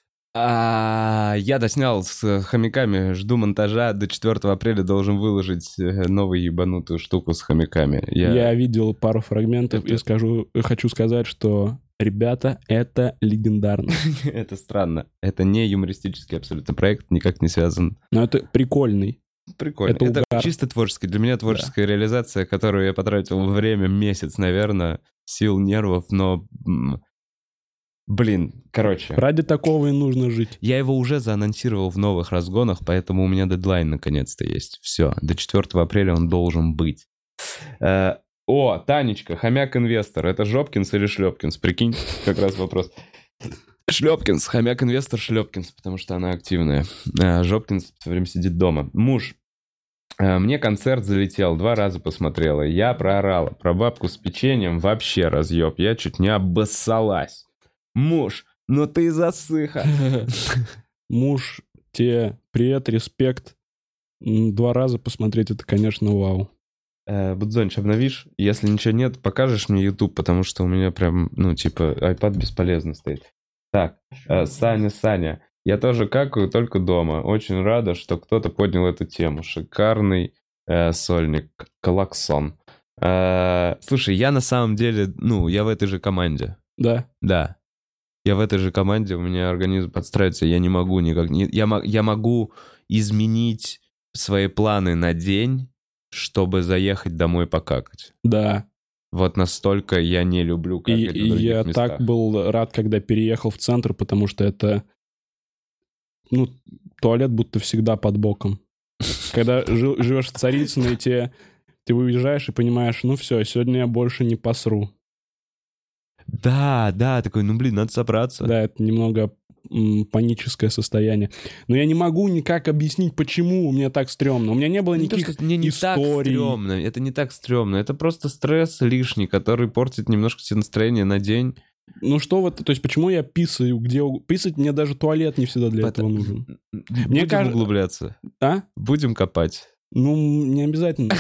Я доснял с хомяками, жду монтажа, до 4 апреля должен выложить новую ебанутую штуку с хомяками. Я видел пару фрагментов и хочу сказать, что, ребята, это легендарно. Это странно. Это не юмористический абсолютно проект, никак не связан. Но это прикольный. Прикольно. Это чисто творческий. Для меня творческая реализация, которую я потратил время, месяц, наверное, сил, нервов, но... Блин, короче. Ради такого и нужно жить. Я его уже заанонсировал в новых разгонах, поэтому у меня дедлайн наконец-то есть. Все, до 4 апреля он должен быть. Танечка, хомяк-инвестор. Это Жопкинс или Шлепкинс? Прикинь, как раз вопрос. Шлепкинс, хомяк-инвестор Шлепкинс, потому что она активная. Жопкинс все время сидит дома. Муж. Мне концерт залетел, 2 раза посмотрела. Я проорала. Про бабку с печеньем вообще разъеб. Я чуть не обоссалась. Муж, ну ты засыха. Муж, тебе привет, респект. 2 раза посмотреть, это, конечно, вау. Будзонч, обновишь? Если ничего нет, покажешь мне YouTube, потому что у меня прям, iPad бесполезно стоит. Так, Саня. Я тоже какаю, только дома. Очень рада, что кто-то поднял эту тему. Шикарный сольник. Клаксон. Слушай, я на самом деле, я в этой же команде. Да? Да. Я в этой же команде, у меня организм подстраивается, я не могу никак... Я могу изменить свои планы на день, чтобы заехать домой покакать. Да. Вот настолько я не люблю какать в других я местах. Так был рад, когда переехал в центр, потому что это... туалет будто всегда под боком. Когда живешь в Царицыно, и ты уезжаешь и понимаешь, все, сегодня я больше не посру. Да, такой, надо собраться. Да, это немного паническое состояние. Но я не могу никак объяснить, почему мне так стрёмно. У меня не было никаких историй. Это не так стрёмно. Это просто стресс лишний, который портит немножко себе настроение на день. То есть почему я писаю, писать мне даже туалет не всегда для этого нужен. Будем углубляться. А? Будем копать. Не обязательно.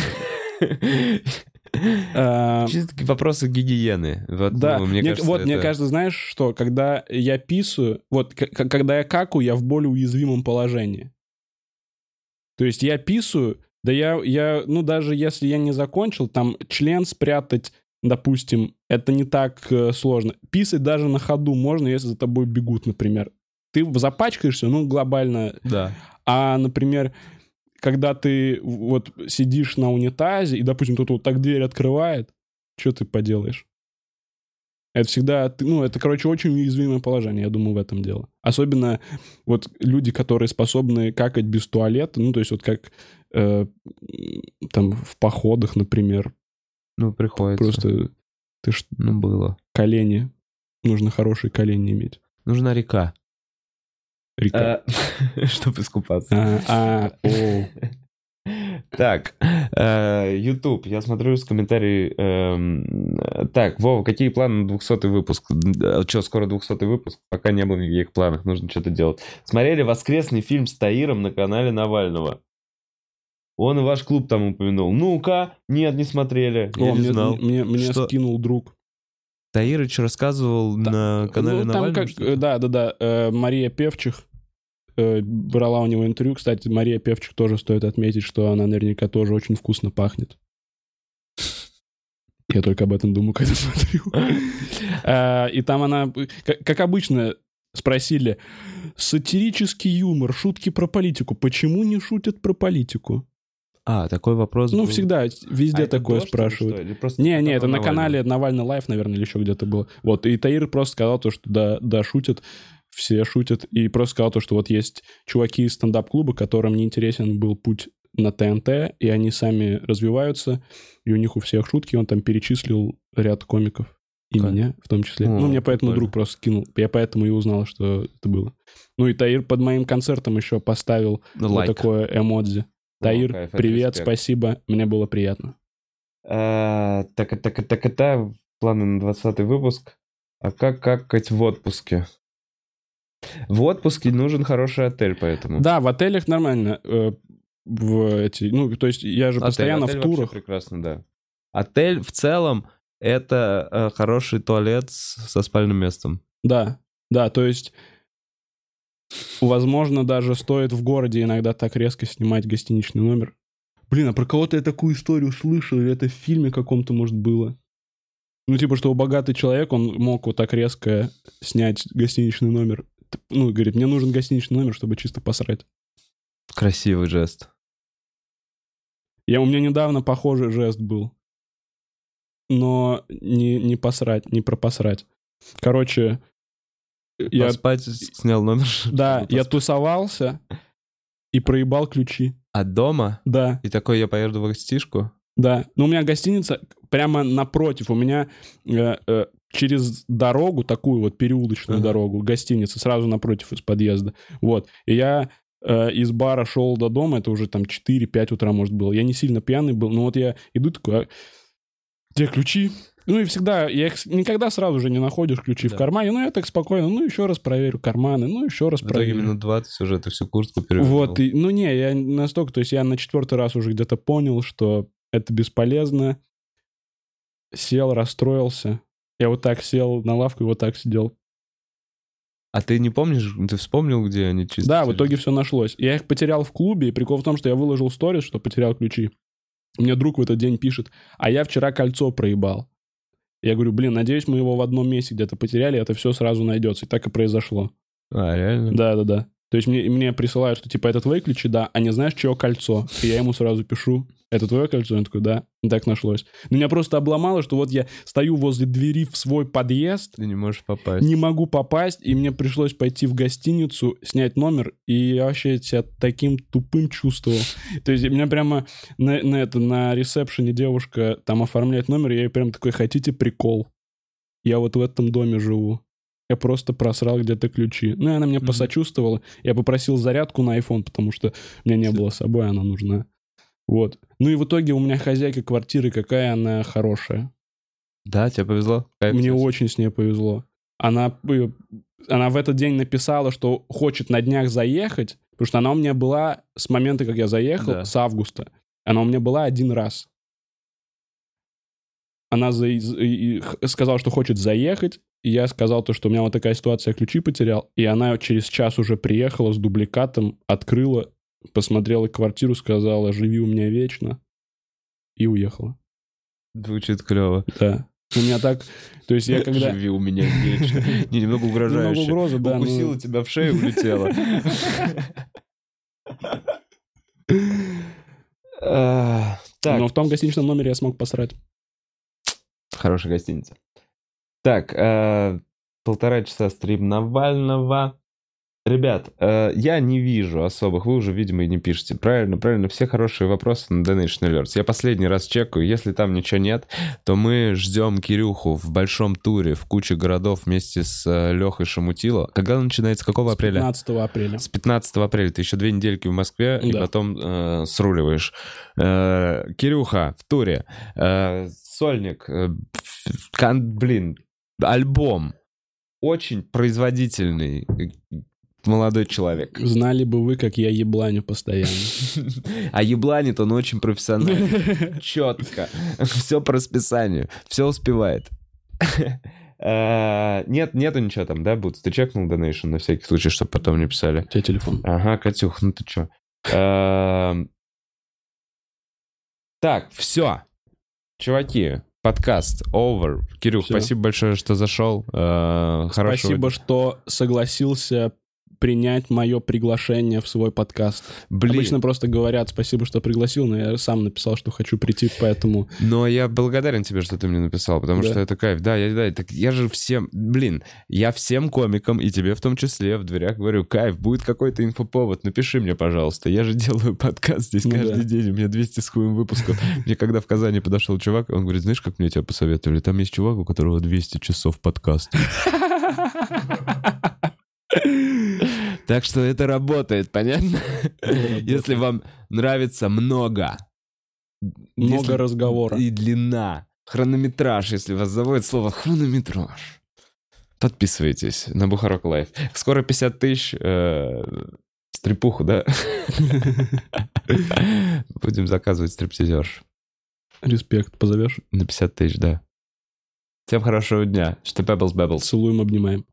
Чисто вопросы гигиены. Да, мне кажется, знаешь что, когда я писаю, когда я какаю, я в более уязвимом положении. То есть я писаю, да я даже если я не закончил, там член спрятать, допустим, это не так сложно. Писать даже на ходу можно, если за тобой бегут, например. Ты запачкаешься, глобально. Да. А, например, когда ты сидишь на унитазе, и, допустим, кто-то так дверь открывает, что ты поделаешь? Это всегда, это, очень уязвимое положение, я думаю, в этом дело. Особенно люди, которые способны какать без туалета, то есть как там в походах, например. Приходится. Просто было. Колени. Нужно хорошие колени иметь. Нужна река. Река. Чтобы искупаться. Так, YouTube, я смотрю с комментариев. Так, Вова, какие планы на 200-й выпуск? Что, скоро 200-й выпуск? Пока не было никаких планов, нужно что-то делать. Смотрели воскресный фильм с Таиром на канале Навального. Он и ваш клуб там упомянул. Ну-ка, нет, не смотрели. Я не знал. Мне скинул друг. Таирыч рассказывал на канале Навального? Да. Мария Певчих брала у него интервью. Кстати, Мария Певчих тоже стоит отметить, что она наверняка тоже очень вкусно пахнет. Я только об этом думаю, когда смотрю. И там она, как обычно, спросили: сатирический юмор, шутки про политику. Почему не шутят про политику? Такой вопрос был. Всегда, везде такое спрашивают. Не, это на канале Навальный Лайф, наверное, или еще где-то было. И Таир просто сказал то, что да, шутят, все шутят, и просто сказал то, что есть чуваки из стендап-клуба, которым не интересен был путь на ТНТ, и они сами развиваются, и у них у всех шутки, он там перечислил ряд комиков, и меня в том числе. Мне поэтому друг просто скинул, я поэтому и узнал, что это было. И Таир под моим концертом еще поставил такое эмодзи. Таир, привет, спасибо, мне было приятно. Так, планы на 20-й выпуск. А как какать в отпуске? В отпуске нужен хороший отель, поэтому. Да, в отелях нормально. То есть я же постоянно в турах. Прекрасно, да. Отель в целом это хороший туалет со спальным местом. Да, то есть возможно, даже стоит в городе иногда так резко снимать гостиничный номер. А про кого-то я такую историю слышал, или это в фильме каком-то, может, было? Что богатый человек, он мог так резко снять гостиничный номер. Говорит, мне нужен гостиничный номер, чтобы чисто посрать. Красивый жест. У меня недавно похожий жест был. Но не посрать, не пропосрать. Короче... Поспать, снял номер. Да, я тусовался и проебал ключи. От дома? Да. И такой, я поеду в гостишку? Да. У меня гостиница прямо напротив. У меня через дорогу, такую переулочную дорогу, гостиница сразу напротив из подъезда. И я из бара шел до дома, это уже там 4-5 утра, может, было. Я не сильно пьяный был, но я иду такой, где ключи? И всегда, я их никогда сразу же не находишь ключи в кармане. Я так спокойно, еще раз проверю карманы, еще раз проверю. В итоге минут 20 уже ты всю куртку перевернул. Я настолько, то есть я на 4-й раз уже где-то понял, что это бесполезно. Сел, расстроился. Я так сел на лавку и так сидел. А ты не помнишь, ты вспомнил, где они чисто? Да, в итоге все нашлось. Я их потерял в клубе, и прикол в том, что я выложил сторис, что потерял ключи. Мне друг в этот день пишет, а я вчера кольцо проебал. Я говорю, блин, надеюсь, мы его в одном месте где-то потеряли, это все сразу найдется. И так и произошло. А, реально? Да. То есть мне присылают, что типа это твои ключи, да, а не знаешь, чье кольцо. И я ему сразу пишу, это твое кольцо? Он такой, да. И так нашлось. Но меня просто обломало, что вот я стою возле двери в свой подъезд. Ты не можешь попасть. Не могу попасть, и мне пришлось пойти в гостиницу, снять номер, и я вообще себя таким тупым чувствовал. То есть меня прямо на ресепшене девушка там оформляет номер, и я ей прям такой, хотите прикол? Я вот в этом доме живу. Я просто просрал где-то ключи. Ну, и она мне посочувствовала. Я попросил зарядку на iPhone, потому что у меня не было с собой, она нужна. Вот. Ну и в итоге у меня хозяйка квартиры, какая она хорошая. Да, тебе повезло? Мне очень с ней повезло. Она в этот день написала, что хочет на днях заехать, потому что она у меня была с момента, как я заехал, Да. с августа. Она у меня была один раз. Она сказала, что хочет заехать, и я сказал то, что у меня вот такая ситуация, я ключи потерял, и она через час уже приехала с дубликатом, открыла, посмотрела квартиру, сказала, живи у меня вечно, и уехала. Звучит клево. Да. У меня так... То есть я когда... Живи у меня вечно. Немного угрожающе. Немного угрозы, да. Укусила тебя в шею, улетела. Но в том гостиничном номере я смог посрать. Хорошая гостиница. Так, 1,5 часа стрим Навального. Ребят, я не вижу особых, вы уже, видимо, и не пишете. Правильно, все хорошие вопросы на Donation Alerts. Я последний раз чекаю, если там ничего нет, то мы ждем Кирюху в большом туре в куче городов вместе с Лехой Шамутило. Когда начинается? Какого апреля? 15 апреля. С 15 апреля. Ты еще 2 недельки в Москве, и потом сруливаешь. Кирюха в туре. Сольник. Альбом. Очень производительный молодой человек. Знали бы вы, как я ебланю постоянно. А ебланит он очень профессионально. Четко. Все по расписанию. Все успевает. Нету ничего там, да, Бутс? Ты чекнул Donation на всякий случай, чтобы потом не писали? У тебя телефон. Ага, Катюх, ну ты чё? Так, все. Чуваки, подкаст over. Кирюх, спасибо большое, что зашел. Спасибо, что согласился принять мое приглашение в свой подкаст. Обычно просто говорят спасибо, что пригласил, но я сам написал, что хочу прийти, поэтому... Но я благодарен тебе, что ты мне написал, потому что это кайф. Да, я же всем... я всем комикам, и тебе в том числе, в дверях говорю, кайф, будет какой-то инфоповод, напиши мне, пожалуйста. Я же делаю подкаст здесь каждый день, у меня 200 с хуем выпусков. Мне когда в Казани подошел чувак, он говорит, знаешь, как мне тебя посоветовали? Там есть чувак, у которого 200 часов подкаста. Так что это работает, понятно? Если вам нравится много разговора и длина, хронометраж, если вас заводит слово хронометраж, подписывайтесь на Бухарок Лайф. Скоро 50 тысяч стрипуху, да? Будем заказывать стриптизерш. Респект, позовешь? На 50 тысяч, да. Всем хорошего дня. Что Pebbles Bebbles. Целуем, обнимаем.